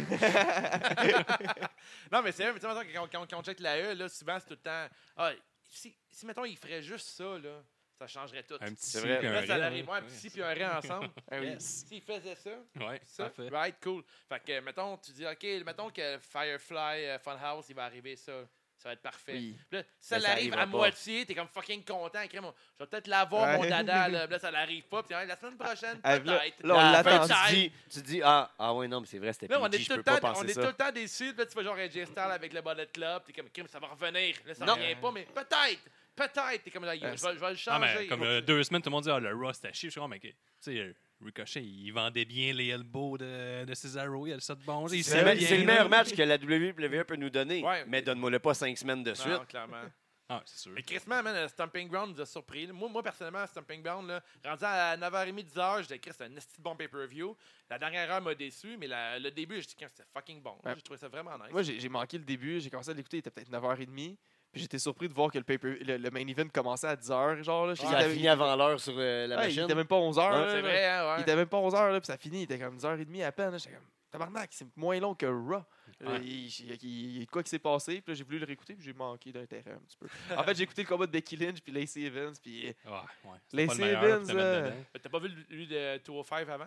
Non, mais c'est vrai, mais tu sais, mettons, quand on check la E, là, souvent, c'est tout le temps. Ah, si, mettons, il ferait juste ça, là, ça changerait tout. Un petit C'est ci, vrai. puis un Là, ça ré, arrive, hein. un petit puis un ré ensemble. Ah oui. Yes. S'il faisait ça, Ouais, ça, parfait. right, cool. Fait que, mettons, tu dis, OK, mettons que Firefly Funhouse, il va arriver ça. Ça va être parfait. Oui. Puis là, si ça Mais ça l'arrive à arrivera pas. moitié, t'es comme fucking content. Crème, je vais peut-être l'avoir, mon Ouais. dada. Là, Puis là ça l'arrive pas. Puis la semaine prochaine, Ah, peut-être. là, on À la l'attend. fin, tu dis, ah ouais, non, mais c'est vrai, c'était Là, on PG, est, je tout peux le pas temps, on penser est tout ça. le temps déçus. Puis là, tu vas genre AJ Styles avec le Bullet Club. T'es comme, crème, ça va revenir. Là, ça Non. revient pas, mais peut-être. Peut-être. T'es comme là, je vais le Ah, changer. mais comme 2 semaines, tout le monde dit, ah, le Raw, c'était chier. Je suis comme, mais tu sais, Ricochet, il vendait bien les elbows de Cesaro, il a le ça de bon. Il C'est savait le, bien, c'est le là. meilleur match que la WWE peut nous donner. Ouais. Mais donne-moi-le pas 5 semaines de suite. Non, clairement. Ah, c'est sûr. Mais Christmas, man, Stomping Ground nous a surpris. Moi, personnellement, Stomping Ground, là, rendu à 9h30, 10h, j'ai dit, Chris, c'est un esti de bon pay-per-view. La dernière heure m'a déçu, mais le début, j'ai dit, Chris, c'était fucking bon. Ouais. J'ai trouvé ça vraiment nice. Moi, j'ai manqué le début. J'ai commencé à l'écouter, il était peut-être 9h30. Puis j'étais surpris de voir que le main event commençait à 10h. Genre, là. Je sais Il qu'il a avait- fini avant l'heure sur la Ouais, il machine. était même pas 11h. Ouais, c'est vrai, hein, ouais. Il était même pas 11h, là, puis ça finit. Il était comme 10h30 à peine. là. J'étais comme, tabarnak, c'est moins long que Raw. Ouais. Il y a de quoi qui s'est passé, puis là, j'ai voulu le réécouter, puis j'ai manqué d'intérêt un petit peu. En fait, j'ai écouté le combat de Becky Lynch, puis Lacey Evans, puis Ouais, ouais. Les C'était pas le meilleur Evans, pour te mettre dedans. euh, T'as pas vu lui de 205 avant?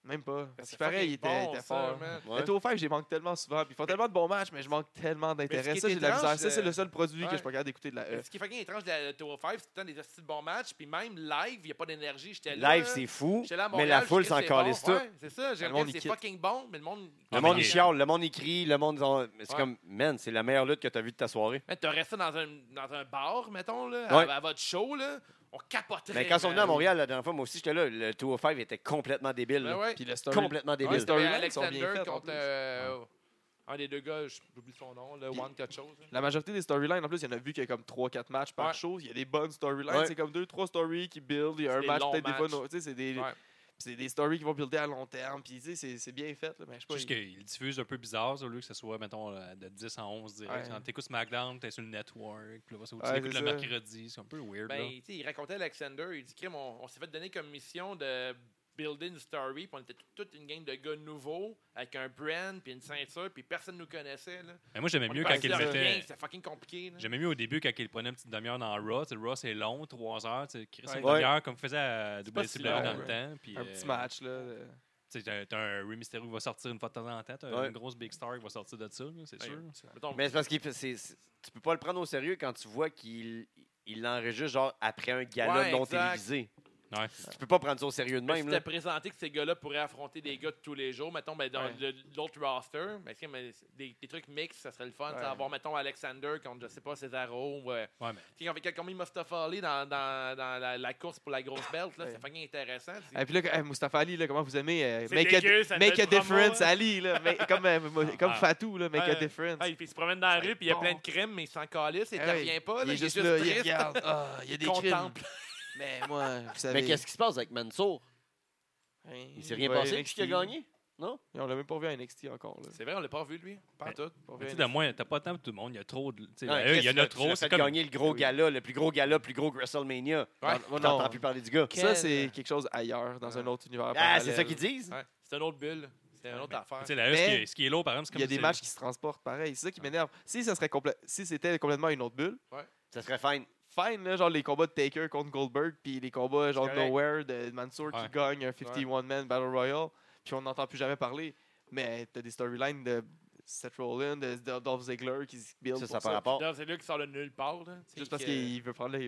Même pas. Parce C'est qu'il paraît, il était, fucking il était bon, ça, fort. man. Ouais. Le Tour 5, j'y manque tellement souvent. Puis ils font tellement de bons matchs, mais je manque tellement d'intérêt. qui Ça, est j'ai de la étrange, misère. Ça, c'est le seul produit que ouais. je suis pas capable d'écouter de la E. Ce qui est fucking étrange de la Tour 5, c'est tout le temps des astuces de bons matchs, puis même live, il n'y a pas d'énergie. J'étais là. Live, c'est fou, J'étais là à mais Montréal, la foule je s'en sais que c'est calisse bon. tout. Ouais, c'est ça. J'ai Le monde, regardé, il c'est quitte. fucking bon, mais le monde. Le monde, il mais- chiale, le monde, il crie, le monde... C'est Ouais. comme, man, c'est la meilleure lutte que t'as vue de ta soirée. Tu resté dans un bar, mettons, là, Ouais. à votre show, là, on capoterait. Mais quand ils sont venus à man. Montréal, la dernière fois, moi aussi, j'étais là. Le Tour 5 était complètement débile. Ben là. ouais. Puis le story. Complètement Ouais, débile. les c'était storylines sont bien Alexander faites, en contre plus. un des deux gars, j'oublie son nom, là, Puis- One quelque chose. là. La majorité des storylines, en plus, il y en a vu qu'il y a comme 3-4 matchs par Ouais. show. Il y a des bonnes storylines. Ouais. C'est comme 2-3 stories qui build. Il y a C'est un des match longs peut-être des fois. matchs. Tu sais, c'est des. Ouais. C'est des stories qui vont builder à long terme. Puis, tu sais, c'est bien fait. Là, mais je sais pas. Juste qu'il diffuse un peu bizarre, au lieu que ce soit, mettons, de 10 à 11 direct. Ouais. Quand t'écoutes SmackDown, t'es sur le network, puis là, tu Ouais, écoutes c'est le ça. mercredi. C'est un peu weird, là. Ben, tu sais, il racontait Alexander, il dit Crime, on s'est fait donner comme mission de builder une story, puis on était toute une gang de gars nouveaux, avec un brand, puis une ceinture, puis personne nous connaissait. Là. Mais moi, j'aimais On mieux y quand connaissait il rien, mettait. C'était fucking compliqué. Là. J'aimais mieux au début quand il prenait une petite demi-heure dans Raw. Tu sais, Raw, c'est long, 3 heures. Tu sais, Chris, une Ouais. demi-heure, comme faisait à pas si WCW long, dans le ouais. temps. Puis, Un petit match. Là. Tu sais, t'as un Rey Mysterio qui va sortir une fois de temps en temps. T'as Ouais. une grosse Big Star qui va sortir de ça, là, c'est sûr. Mettons, Mais c'est parce que tu peux pas le prendre au sérieux quand tu vois qu'il l'enregistre genre après un gala Ouais, non exact. télévisé. Ouais. Tu peux pas prendre ça au sérieux de mais même. c'était Là. présenté que ces gars-là pourraient affronter des gars de tous les jours. Mettons, ben, dans Ouais. l'autre roster, ben, des trucs mix, ça serait le fun. Ouais. Avoir, mettons, Alexander contre, je sais pas, Cesaro. Ou, Ouais, mais tu sais, quand il Mustafa Ali dans la course pour la grosse belt, là, Ouais. c'est fucking intéressant. tu sais. Et puis là, Mustafa Ali, là, comment vous aimez C'est Make dégueu, ça make doit a être promo, difference, hein. Ali. Là, comme Ah. Fatou, là, Make a Ouais. difference. Ah, il se promène dans la Ça rue, va puis il y a être plein bon. de crimes, mais il s'en calisse, il Ah ne oui. revient pas. Il là, est juste là, il triste, regarde. Ah, il y a des il crimes. contemple. Mais moi, vous savez. Mais qu'est-ce qui se passe avec Mansour? Il s'est rien passé depuis qu'il a gagné? Non? On l'a même pas vu à NXT encore. Là. C'est vrai, on l'a pas revu, lui. Pas en Mais- tout. Pas vu tu à sais, de moins, t'as pas tant pour tout le monde. Il y a trop de. tu sais, Non, la E, Chris, il y en tu a l'as trop. C'est fait comme. gagner le gros gala, le plus gros gala, le plus gros WrestleMania. Ouais. Non, T'entends non. plus parler du gars. Ça, c'est quelque chose ailleurs, dans un autre univers. Ah, c'est parallèle. ça qu'ils disent? Ouais. C'est une autre bulle. C'est une autre affaire. Tu sais, la E, Mais- ce qui est lourd, par exemple, c'est comme. Il y a des c'est- matchs qui se transportent pareil. C'est ça qui m'énerve. Si c'était complètement une autre bulle, Ça serait fine. fine, là, genre les combats de Taker contre Goldberg, puis les combats genre C'est correct. Nowhere de Mansour Ouais. qui gagne un 51-man Battle Royale, puis on n'entend plus jamais parler. Mais t'as des storylines de Seth Rollins, de Dolph Ziggler qui se build Ça, pour ça ça. par rapport. Là, c'est lui qui sort de nulle part. Là. Tu sais, Juste parce que- qu'il veut prendre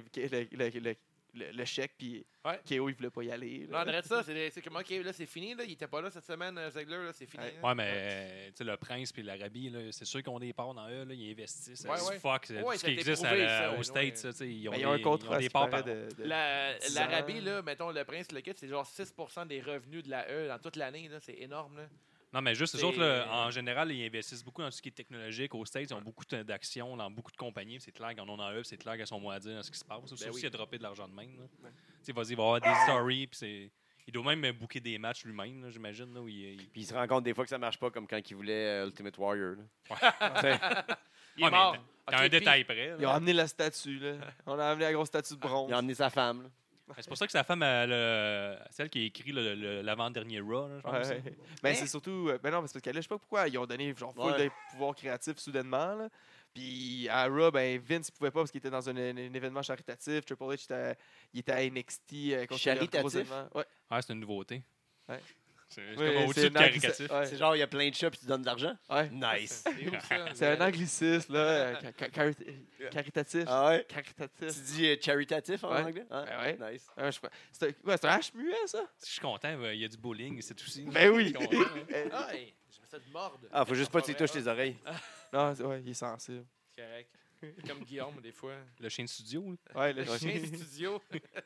le chèque, puis Ouais. KO, il voulait pas y aller. Non, là. on dirait ça. C'est comme, OK, là, c'est fini. Là. Il était pas là cette semaine, Ziegler. Là, c'est fini. Ouais. là. Ouais, mais tu sais, le Prince puis l'Arabie, là, c'est sûr qu'on a des parts dans eux. Là, ils investissent. Ouais, ouais. Fuck, c'est Ouais, tout ce ça a qui été existe prouvé, ça, aux ouais, States. ouais. ça, tu sais, ils ont Mais des, il y a un contrat ils ont des à parts ce qui par paraît de L'Arabie, 10 ans. là, mettons, le Prince, le kit, c'est genre 6% des revenus de la E dans toute l'année. Là. C'est énorme. Là. Non, mais juste les C'est- autres, là, en général, ils investissent beaucoup dans tout ce qui est technologique. Aux States, ils ont beaucoup d'actions dans beaucoup de compagnies. C'est clair qu'ils en ont dans eux, c'est clair qu'ils sont moins à dire dans ce qui se passe. Sauf oui. s'il a droppé de l'argent de même. Tu sais, vas-y, il va y avoir des stories. Puis il doit même booker des matchs lui-même, là, j'imagine. Là, où Puis il se rend compte des fois que ça marche pas, comme quand il voulait Ultimate Warrior. là. Il est Ouais, mais mort. T'as OK, un puis- détail près. Ils ont amené la statue, là. On a amené la grosse statue de bronze. Il a emmené sa femme. là. C'est pour ça que sa femme, celle qui a écrit l'avant-dernier Raw, là, je pense. Ouais. Ben, c'est surtout. Ben non, parce que là, je sais pas pourquoi ils ont donné genre full Ouais. de pouvoirs créatifs soudainement. Là. Puis à Raw, ben Vince, il pouvait pas parce qu'il était dans un événement charitatif. Triple H, il était à NXT. contre Charitatif? le gros événement. Ouais. Ouais, c'est une nouveauté. Ouais. C'est Oui, comme c'est au-dessus de un caricatif. ouais. C'est genre, il y a plein de chats puis tu donnes de l'argent. Ouais. Nice. C'est où, ça? C'est un anglicisme, là. Caritatif. Ah ouais? Caritatif. Tu dis charitatif en Ouais. anglais? Ah, Ouais. Nice. Je sais pas. C'est un H muet, ça? Je suis content, il y a du bowling, c'est aussi. Ben oui. Je suis content, hein. Ah, hey, je me suis fait mordre. Ah, faut juste pas que tu touches tes oreilles. Non, ouais, il est sensible. C'est correct. Comme Guillaume, des fois. Le chien de studio. Là. Ouais, le Le chien chien. du studio.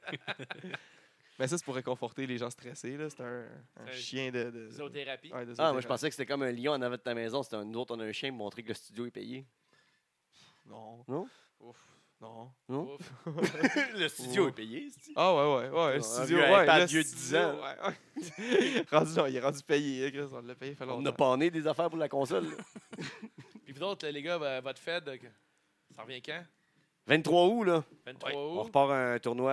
Mais ça, c'est pour réconforter les gens stressés, là. C'est un C'est- chien de. Zoothérapie. Ouais, de Ah, moi, je zoothérapie. pensais que c'était comme un lion en avant de ta maison. C'était nous autres, on a un chien pour montrer que le studio est payé. Non. Non? Ouf. Non. Non? Ouf. Le studio Oh. est payé, c'est Ah ouais, Un le studio, vieux ouais. iPad le vieux de 10 studio, ans. ouais. rendu, non, il est rendu payé, Chris, on l'a payé, fait On longtemps. n'a pas né des affaires pour la console. là. Puis vous autres, les gars, votre Fed, ça revient quand? 23 août, là. 23 On août. repart un tournoi.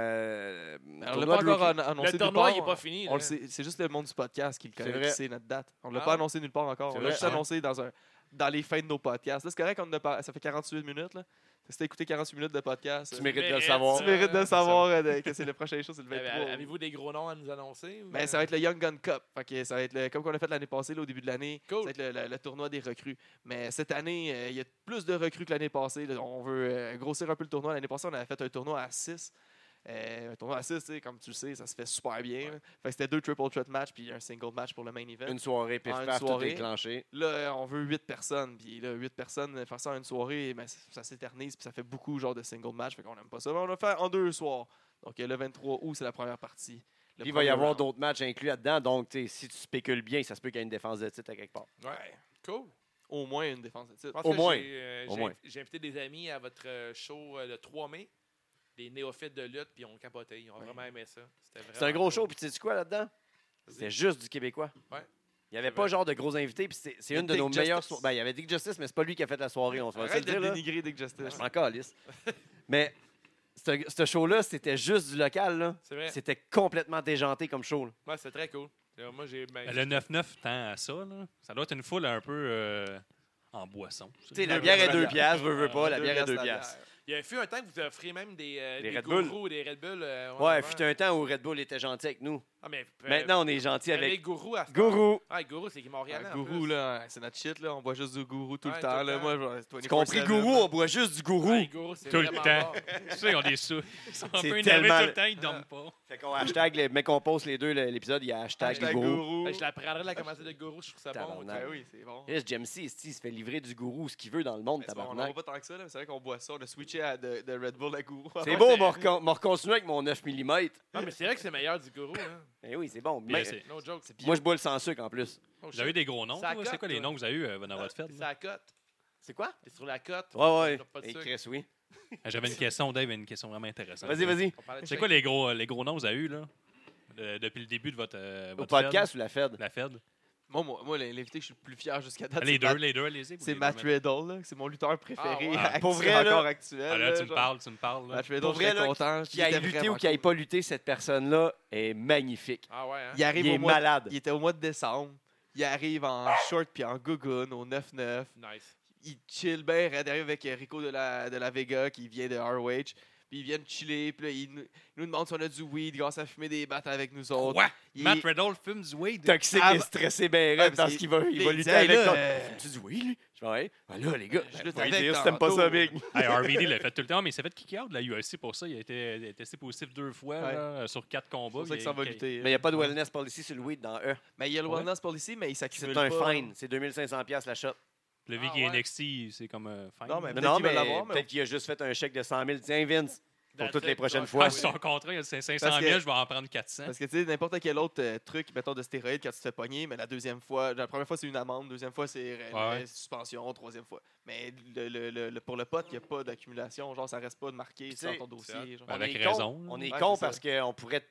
On l'a tournoi pas de encore rookie. annoncé Le nulle tournoi, part. il n'est pas fini. On là. le sait, c'est juste le monde du podcast qui le C'est connaît, vrai. qui sait notre date. On l'a Ah pas ouais? annoncé nulle part encore. C'est On l'a vrai, juste ouais. annoncé dans les fins de nos podcasts. Là, c'est correct, ça fait 48 minutes. Là. Si t'as écouté 48 minutes de podcast, Tu mérites de le mérites, savoir. tu mérites de le savoir que c'est le prochain show, c'est le 23. Avez-vous des gros noms à nous annoncer? Ben, ça va être le Young Gun Cup. Fait que ça va être comme qu'on a fait l'année passée, là, au début de l'année. Cool. Ça va être le tournoi des recrues. Mais cette année, il y a plus de recrues que l'année passée. Là. On veut grossir un peu le tournoi. L'année passée, on avait fait un tournoi à 6. Un tournoi à 6, comme tu le sais, ça se fait super bien. Là. Fait que c'était 2 triple threat match puis un single match pour le main event. Une soirée, pif Une paf, tout soirée. est déclenché. Là, on veut 8 personnes. Puis là, 8 personnes, faire ça en une soirée, ben, ça s'éternise. Puis ça fait beaucoup genre de single match. Fait qu'on n'aime pas ça. Mais on va le faire en 2 soirs. Donc le 23 août, c'est la première partie. Puis il va y avoir d'autres matchs inclus là-dedans. Donc, si tu spécules bien, ça se peut qu'il y ait une défense de titre à quelque part. Ouais. Cool. Au moins une défense de titre. Parce Au que moins. j'ai- Au moins. J'ai invité des amis à votre show le 3 mai. Des néophytes de lutte, puis ils ont capoté. Ils ont vraiment aimé ça. C'est un gros show. Puis tu sais quoi là-dedans? C'était juste du Québécois. Ouais. Il n'y avait C'est pas vrai. genre de gros invités. Puis c'est Il y a une de Dick nos meilleures Justice. soirées. Ben, il y avait Dick Justice, mais c'est pas lui qui a fait la soirée. On se va se le Arrête de dire. Là. dénigrer Dick Justice. Je m'en calisse. Mais ce show-là, c'était juste du local. Là. C'est vrai. C'était complètement déjanté comme show. Là. Ouais, c'est très cool. Moi, j'ai. Le 9-9 tend à ça. Là. Ça doit être une foule un peu en boisson. Tu sais, la bière est 2 piastres, veux pas, la Deux bière est 2 piastres la piastres. Il y a eu un temps que vous offriez même des Red Bull. gourous, des Red Bull. Ouais, il fut un temps où Red Bull était gentil avec nous. Ah, mais, Maintenant, on est gentil avec avec Gourou à ce Gourou. temps. Ah, Gourou, c'est qui Montréal. Un gourou, là, c'est notre shit. Là. On boit juste du gourou tout Ouais, le temps. tout le Là. temps. Moi, je Tu compris, Gourou, on boit juste du Gourou. Gourou, c'est Tout le vraiment temps. bon. Tu sais, ils ont des sous. Ils sont un C'est peu énervés tellement- tout le temps, ils dorment pas. Fait qu'on hashtag, mais qu'on poste les deux, l'épisode, il y a hashtag Gourou. Je la prendrais la commandée de Gourou, je trouve ça bon. Tabarnak. Ben oui, c'est bon. Yes, Jamesy, il se fait livrer du Gourou, ce qu'il veut dans le monde, Mais c'est bon, on n'en tabarnak. voit pas tant que ça, là, mais c'est vrai qu'on boit ça. On a switché de Red Bull à gourou. C'est beau, m'a recontinué avec mon 9 mm. Non, mais c'est vrai que c'est meilleur du Gourou. Hein. Eh oui, c'est bon. Bien, Mais- c'est- No joke. moi, je bois le sans sucre en plus. Oh, Vous avez eu des gros noms. Ça toi? C'est cote, quoi les toi. noms que vous avez eu dans votre fête? C'est là? la cote. C'est quoi? C'est sur la cote. Ouais, ouais. Pas de Et sucre. Chris, oui. J'avais une question, Dave, une question vraiment intéressante. Vas-y, vas-y. On parlait de C'est shake. quoi les gros noms que vous avez eu là? Depuis le début de votre Au Fed? podcast ou la Fed? La Fed. Moi, l'invité que je suis le plus fier jusqu'à date, Les c'est deux, Matt- les deux, allez-y. c'est vous Matt les deux, Riddle. Là. C'est mon lutteur préféré. ouais. actuel, Pour vrai, là. encore actuel. Ah, là, là, tu me genre. parles. Là. Matt Riddle, Pour je vrai, suis là, content. Qui aille lutter ou qui aille pas lutter, cette personne-là est magnifique. Ah ouais, hein? Il arrive Il est au mois malade. Il était au mois de décembre. Il arrive en short puis en gougoune au 9-9. Nice. Il chill bien. Il arrive avec Rico de la Vega qui vient de ROH. Puis ils viennent chiller. Puis là, il nous demande si on a du weed. Il commence à fumer des battes avec nous autres. Quoi? Il Matt est- Riddle fume du weed? Toxique Ah, et stressé ben Ouais, raide parce parce qu'il va il lutter dit, avec hey, là, toi. Tu dis oui, lui? Je fais ouais. Ben là, les gars, Je je lutte vais avec dire si t'aimes pas tantôt. ça, Big. Hey, RVD l'a fait tout le temps, mais il s'est fait kick out de la UFC pour ça. Il a été testé positif 2 fois Ouais. là, sur 4 combats. C'est pour ça Il- que ça va il- lutter. Mais il n'y a pas de wellness policy sur le weed dans E. Mais il y a le Ouais. wellness policy, mais il s'accumule C'est un pas. fine. C'est 2500$ la shot. Le vu Ah, qu'il est ouais. NXT, c'est comme fine. Non, mais- Mais Peut-être non, qu'il va mais l'avoir, mais- peut-être qu'il a juste fait un chèque de 100 000. Tiens, Vince, pour That's toutes les it. prochaines Ouais. fois. Ah, sur son contrat, il y a 500 Parce 000, que- je vais en prendre 400. Parce que tu sais, n'importe quel autre truc, mettons de stéroïdes quand tu te fais pogner, mais la première fois c'est une amende, deuxième fois c'est Ouais. suspension, troisième fois. Mais pour le pote, il n'y a pas d'accumulation, genre ça reste pas de marqué Tu sur sais, ton dossier. Genre. Ben, avec est con. raison, là. On est Ouais, con c'est ça. parce qu'on pourrait.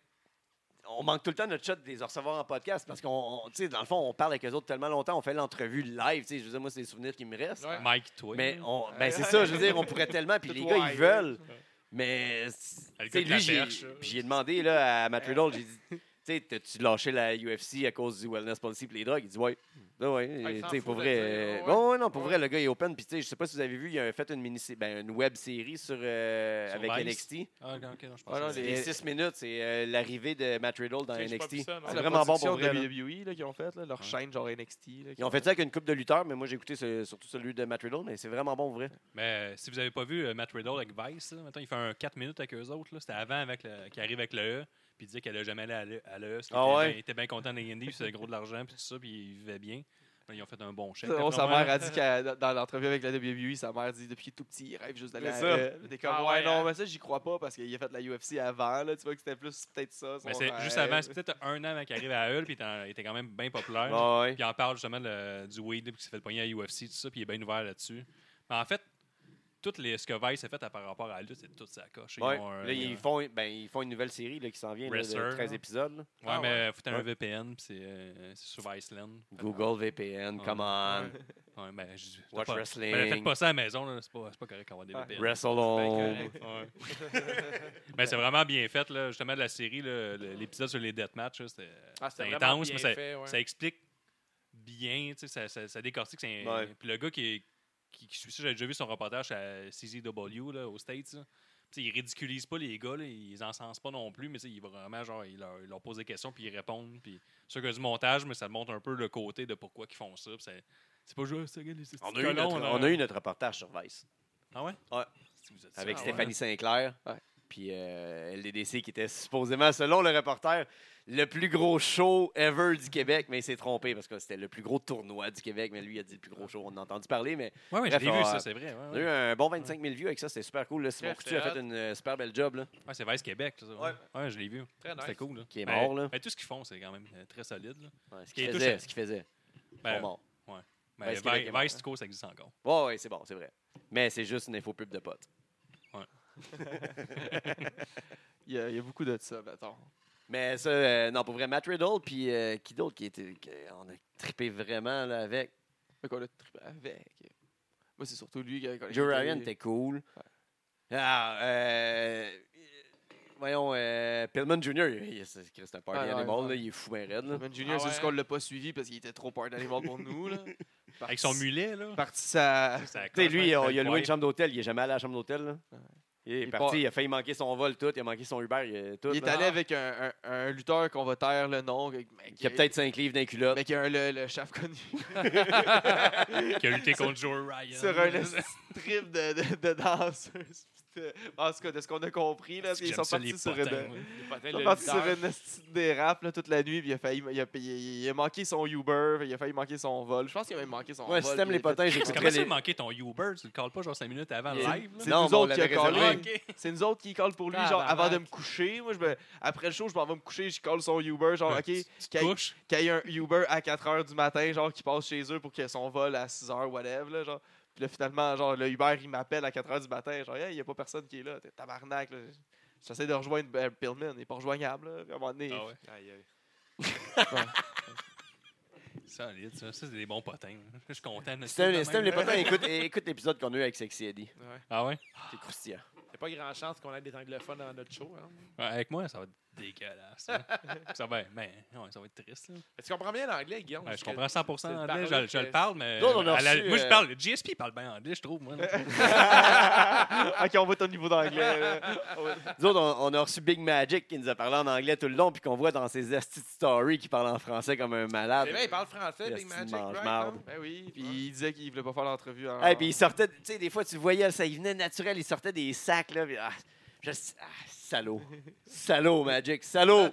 On manque tout le temps notre shot de les recevoir en podcast parce qu'on, tu sais, dans le fond, on parle avec eux autres tellement longtemps, on fait l'entrevue live, tu sais, je veux dire, moi, c'est des souvenirs qui me restent. Ouais. Mike, toi. Mais là. ben c'est ça, je veux dire, on pourrait tellement, puis les gars, ils veulent. Mais, Le tu gars sais, de la lui, perche, là. puis j'ai demandé là, à Matt Riddle, j'ai dit, tu sais, t'as-tu lâché la UFC à cause du wellness policy et les drogues? Il dit, ouais. Ah ouais, il s'en tu sais, pour fout vrai. de dire, Ouais, non, pour Ouais. vrai, le gars est open. Puis, tu sais, je sais pas si vous avez vu, il a fait une web série sur, avec Vice? NXT. Ah, ok, non, je pense Ah, non, que c'est- Les 6 minutes, c'est l'arrivée de Matt Riddle dans Ok, j'ai pas vu NXT. ça, non. C'est la vraiment bon production pour vrai. de là. WWE là, qu'ils ont fait, là, leur Ouais. chaîne genre NXT. Là, Ils ont fait ça avec une coupe de lutteurs, mais moi j'ai écouté surtout celui de Matt Riddle, mais c'est vraiment bon pour vrai. Mais si vous n'avez pas vu Matt Riddle avec Vice, là, maintenant, il fait un 4 minutes avec eux autres. là. C'était avant avec qui arrive avec le E. Puis il disait qu'elle n'a jamais allé à l'E. Ah Il était bien content des Indies, puis c'était gros de l'argent, puis tout ça, puis il vivait bien. Là, ils ont fait un bon chèque. Sa Après, mère a dit dans l'entrevue avec la WWE, sa mère dit depuis tout petit, il rêve juste d'aller C'est à ça. la T'es comme, Ah ouais, ouais, non, hein. mais ça, j'y crois pas parce qu'il a fait la UFC avant. Là, tu vois que c'était plus peut-être ça. Mais son c'est rêve. juste avant, c'est peut-être un an avant qu'il arrive à Hull, puis il était quand même bien populaire. Ah ouais. Puis il en parle justement du weed, puis qu'il s'est fait pogner à UFC, tout ça, puis il est bien ouvert là-dessus. Mais en fait, ce que Vice a fait par rapport à la lutte, c'est tout ça coche. Ouais. Là, ils font une nouvelle série là, qui s'en vient, là, de Wrestler, 13 là. épisodes. là. Ouais, mais faut un Ouais. VPN, puis c'est sur Viceland. Google VPN, Ouais. come on. Ouais, ben, je Watch pas, Wrestling. mais faites pas ça à la maison, là, c'est pas correct d'avoir des Ah. VPN. Wrestle Ben, on. correct. Mais c'est vraiment bien fait, là, justement, de la série, là, l'épisode sur les deathmatch, là, c'était Ah, c'était c'était vraiment intense, bien mais fait, ouais. ça explique bien, tu sais, ça décortique. Ouais. Puis le gars qui qui suit ça, j'avais déjà vu son reportage à CZW là, aux States. Là. T'sais, ils ridiculisent pas les gars, là, ils encensent pas non plus, mais ils vraiment genre ils leur posent des questions puis ils répondent. Puis c'est sûr que du montage, mais ça montre un peu le côté de pourquoi ils font ça. C'est pas juste ça, On a eu notre reportage sur Vice. Ah ouais? Ouais. Si vous êtes Avec sûr, Stéphanie Sinclair. Ouais. Puis LDDC qui était supposément, selon le reporter, le plus gros show ever du Québec, mais il s'est trompé parce que c'était le plus gros tournoi du Québec, mais lui il a dit le plus gros show. On a entendu parler, mais Ouais, bref, j'ai vu ça, c'est vrai. on a eu un bon 25 000 vues avec ça, c'était super cool. Là. Simon Très Coutu a hot. fait une super belle job. Là, Ouais, c'est Vice Québec. Ça, Ouais. Ouais, je l'ai vu. Très nice. C'était cool. Là. qui est mort. Là. Ben, tout ce qu'ils font, c'est quand même très solide. Là. Ouais, ce Qui est qu'il tout faisait. seul. Ce qu'il faisait. Ils Ben, sont morts. Ben, Vice Québec est mort, Vice, du coup, ça existe encore. Ouais, c'est bon, c'est vrai. Mais c'est juste une info pub de potes. Il y a beaucoup de ça, mettons. Mais ça, non, pour vrai, Matt Riddle, puis qui d'autre on a trippé vraiment là, avec. Fait qu'on a trippé avec. Moi, c'est surtout lui. Joe Ryan était cool. Ah, voyons, Pillman Jr., c'est un party Ouais, animal, ouais. là, il est fou ben raide. Là. Pillman Jr., c'est juste qu'on l'a pas suivi parce qu'il était trop part d'animal pour nous. Là. Avec son mulet, là. Parti sa... Ça Tu sais, lui, il a coche, loué une chambre d'hôtel, il est jamais allé à la chambre d'hôtel. Là. Ouais. Il est Il parti, part- il a failli manquer son vol, tout, il a manqué son Uber, tout. Il est là. allé avec un lutteur qu'on va taire le nom. Mais Qui a peut-être 5 livres d'un culotte. Mais qui a le chef connu. qui a lutté contre Joe Ryan. Sur un strip de danseuse. En tout cas, de ce qu'on a compris, là, ils sont partis sur une... Ils sont partis sur une petite dérape là, toute la nuit, puis il a manqué son Uber, il a failli manquer son vol. Je pense qu'il a même manqué son vol. Ouais, si t'aimes puis les il a fait- potins, Comment j'écouterais ça les... manqué ton Uber? Tu le calls pas genre 5 minutes avant le C'est- live? C'est Là? Non, nous mais on autres qui a l'avait callé. réservé. Ok. C'est nous autres qui callent pour lui, genre Tabarnak. avant de me coucher. Moi, après le show, je m'en vais me coucher, je call son Uber, genre, OK, Tu qu'il y ait- couches. qu'il y ait un Uber à 4 h du matin, genre, qui passe chez eux pour qu'il ait son vol à 6 h, whatever, là, genre. Puis là, finalement, genre, le Uber, il m'appelle à 4 h du matin, genre, il n'y a pas personne qui est là, t'es tabarnak, là. J'essaie de rejoindre Pillman, il n'est pas rejoignable, là. Puis à un moment donné, Ah ouais. Aïe, aïe. Solide, ça. Ça, c'est des bons potins. Je suis content de Si t'aimes les potins, écoute l'épisode qu'on a eu avec Sexy Eddie. Ouais. Ah ouais? C'est croustillant. Il n'y a pas grand chance qu'on ait des anglophones dans notre show. Hein? Ouais, avec moi, ça va être dégueulasse. Hein. Ça va être triste. Là. Mais tu comprends bien l'anglais, Guillaume? Ouais, je parce que comprends 100% c'est le l'anglais. parler Je que- le parle, mais. Nous, on a à reçu, moi, je parle. GSP parle bien anglais, je trouve. Moi, là. OK, on voit ton niveau d'anglais, là. Nous autres, on a reçu Big Magic qui nous a parlé en anglais tout le long, puis qu'on voit dans ses esti de stories qui parle en français comme un malade. C'est vrai, il parle français, Le Big style Magic, mange-marde. right? Ben oui, puis il disait qu'il voulait pas faire l'entrevue en... Et puis il sortait, tu sais, des fois tu le voyais, ça il venait naturel, il sortait des sacs, là. Puis, salaud. Salaud, Magic, salaud.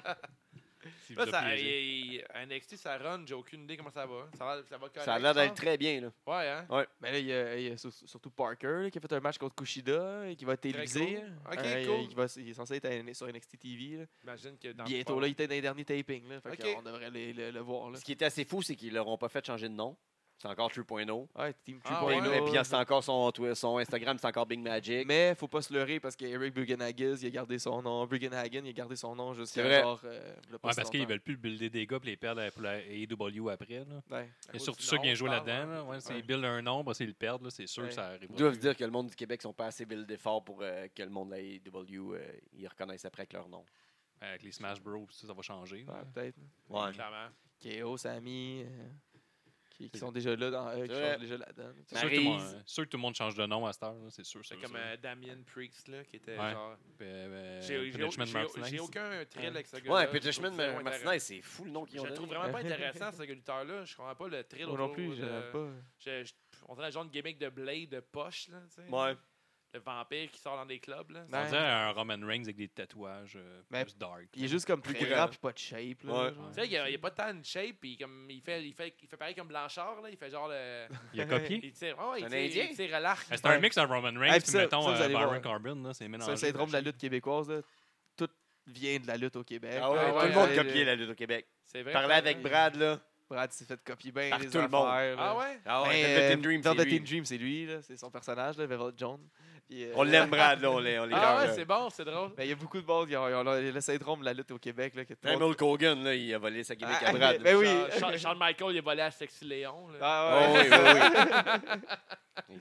Si Là, vous ça, appuyez. à NXT, ça run, j'ai aucune idée comment ça va. Ça va correct, Ça a l'air d'être ça? très bien, là. Ouais, hein? Mais là, il y a surtout Parker là, qui a fait un match contre Kushida et qui va être télévisé. cool. OK, cool. Il est censé être sur NXT TV. Là. J'imagine que dans Bientôt, là, il était dans les derniers tapings. Là, fait OK. qu'on devrait le voir. Là. Ce qui est assez fou, c'est qu'ils l'auront pas fait changer de nom. C'est encore 3.0. Ouais, Team 3.0. Ah, ouais. Et puis c'est encore son Instagram, c'est encore Big Magic. Mais faut pas se leurrer parce qu'Eric Bugenhagen, il a gardé son nom. Bugenhagen, il a gardé son nom jusqu'à C'est vrai. genre. Ouais, parce qu'ils veulent plus builder des gars et les perdre pour la AEW après. Là. Ouais. Il y a surtout ceux qui viennent jouer là-dedans. Là. Ouais, Ouais. Ils buildent un nombre, s'ils le perdent, là, c'est sûr Ouais. que ça arrive. Ils doivent dire que le monde du Québec sont pas assez buildés fort pour que le monde de la AEW ils reconnaissent après avec leur nom. Avec les Smash Bros, ça va changer. là. Ouais, peut-être. Ouais. Clairement. KO, Sami, qui sont déjà là qui vrai. sont déjà là-dedans. C'est sûr que tout le monde- Maryse. sûr que tout le monde change de nom à cette heure. là, C'est sûr. C'est sûr, comme sûr. Damien Priest, là, qui était Ouais. genre. J'ai J'ai aucun thrill avec ce gars-là. Ouais, Je puis trouve Schmidt zéro Martinez, c'est fou le nom qu'ils Je ont le donné. trouve vraiment pas intéressant, ce lutteur-là. Je comprends pas le thrill Moi non autour plus, de- je l'aime pas. On dirait un genre de gimmick de Blade de poche, là, tu sais. Ouais. Le vampire qui sort dans des clubs, là. On dirait un Roman Reigns avec des tatouages Mais plus dark. Il est juste comme plus Plus grand grand. puis pas de shape. Là, Ouais. genre. Tu sais, il n'y a pas tant de shape, puis comme il fait pareil comme Blanchard, là. Il fait genre le. Il a copié. Il tire, C'est un Indien? il tire à l'arc. C'est un mix de Roman Reigns Hey, et puis ça, mettons ça, vous allez Baron voir. Corbin. là, C'est C'est mélangé. un syndrome de la lutte québécoise. Là. Tout vient de la lutte au Québec. Ah ouais, Ah tout ouais, le monde ouais, copiait la lutte au Québec. C'est vrai. Parlais avec Brad, là. Brad s'est fait copier bien Par les tout le monde. affaires. là. Ah ouais? Ah Ben, Velvet Dream, c'est Velvet lui. Dream, c'est lui. Là. C'est son personnage, là, Velvet John. Puis, On l'aime, Brad, là. On les Ah garde, ouais, là. c'est bon, c'est drôle. Ben, il y a beaucoup de monde qui ont le syndrome de la lutte au Québec. Là, que tout le Même monde- Hulk Hogan, là, il a volé sa gimmick Ah, à Brad. ben oui. Shawn Michael, il a volé à Sexy Léon. Là. Ah Oh, ouais. oui, oui, oui. Exact.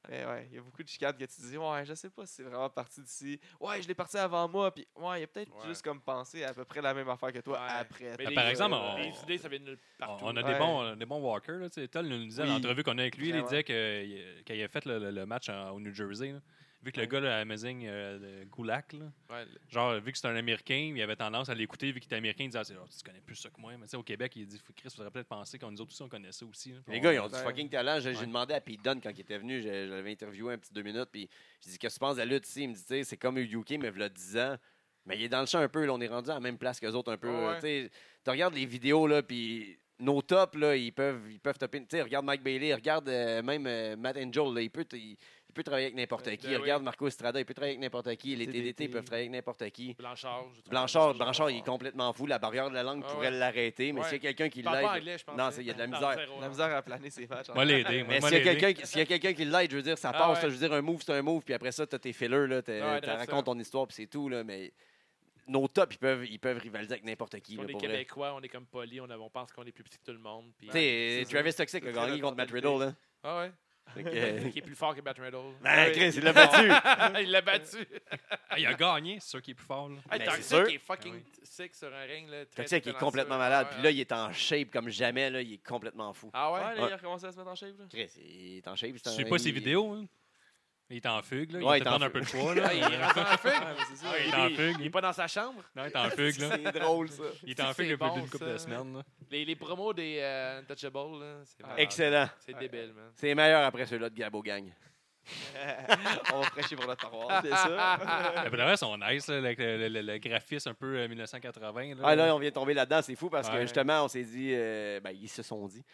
Mais ouais, il y a beaucoup de chicanes que tu dis, ouais, je sais pas si c'est vraiment parti d'ici. Ouais, je l'ai parti avant moi, puis ouais, il a peut-être juste comme pensé à peu près la même affaire que toi Ouais. après. Mais par exemple, les idées, ça vient de partout. On a Ouais. des bons walkers. Là, Toll nous disait Oui. dans l'entrevue qu'on a avec lui, il Vraiment. disait que, quand il a fait le match au New Jersey, là, vu que le gars, là, Amazing de Gulak, là, Ouais. genre, vu que c'est un Américain, il avait tendance à l'écouter, vu qu'il était Américain, il disait tu connais plus ça que moi. Mais tu sais, au Québec, il dit Chris, faudrait peut-être penser qu'on nous autres aussi, on connaît ça aussi. Là. Les gars, ils ont du Ouais. fucking talent. J'ai Ouais. demandé à Pete Dunne quand il était venu, je l'avais interviewé un petit 2 minutes, puis je dis qu'est-ce que tu penses de la lutte ici? Il me dit, tu sais, c'est comme au UK, mais il y a 10 ans. Mais il est dans le champ un peu, là, on est rendu à la même place qu'eux autres un peu. Ouais. Tu sais, tu regardes les vidéos, là, puis nos tops, là, ils peuvent topper. Tu sais, regarde Mike Bailey, regarde même Matt Angel, là, il peut travailler avec n'importe qui. oui. Regarde Marco Estrada, il peut travailler avec n'importe qui. Les TDT. TDT peuvent travailler avec n'importe qui. Blanchard. Blanchard, il est complètement fou. La barrière de la langue Ah pourrait ouais. l'arrêter, mais Ouais. s'il y a quelqu'un qui Il parle pas l'aide. anglais, je pense. Non, il y a de la misère. La misère à planer ses matchs. Moi, l'aider. Mais Moi, s'il y a l'aider. quelqu'un qui l'aide, je veux dire, ça Ah passe. ouais. là, je veux dire, un move, c'est un move, puis après ça, t'as tes fillers, là, Ouais, tu c'est racontes ça. ton histoire, puis c'est tout. Là, mais nos tops, ils peuvent rivaliser avec n'importe qui. On Là, est pour vrai. Québécois, on est comme polis, on pense qu'on est plus petit que tout le monde. puis- Tu sais, c'est Travis Toxic a C'est gagné très contre Matt responsabilité. Riddle. Là. Ah ouais. Fait que, Qui est plus fort que Matt Riddle. Ben, Chris, il l'a battu. Il l'a battu. Ah, il a gagné, c'est sûr qu'il est plus fort. Là. Hey, Ben, Toxic c'est sûr. est fucking sick sur un ring. Là, très Toxic, il est talentueux. complètement malade. Ouais, Puis là, il est en shape comme jamais. Là, il est complètement fou. Ah ouais? Ouais, là, Ouais. il a recommencé à se mettre en shape. Là. Chris, il est en shape. Je sais pas ses vidéos. Hein. Il est en fugue. Là. Ouais, Il il fait est en prendre un peu de poids. Là. Ah, il est rendu en fugue. Ouais, mais c'est ça. Ah, il est en fugue. Il est pas dans sa chambre. Non, il est en fugue. Là. C'est drôle, ça. Il est en C'est fugue depuis bon, une couple ça. de semaines. Là. Les promos des Untouchables, là, c'est malade. Excellent. C'est débile, man. C'est meilleur après ceux-là de Gabo Gang. On va prêcher pour notre paroisse, bien sûr. Mais pour le reste, ils sont nice. Là, avec le graphisme un peu 1980. Là. Ah là, on vient de tomber là-dedans, c'est fou parce que Ouais. justement, on s'est dit, ils se sont dit,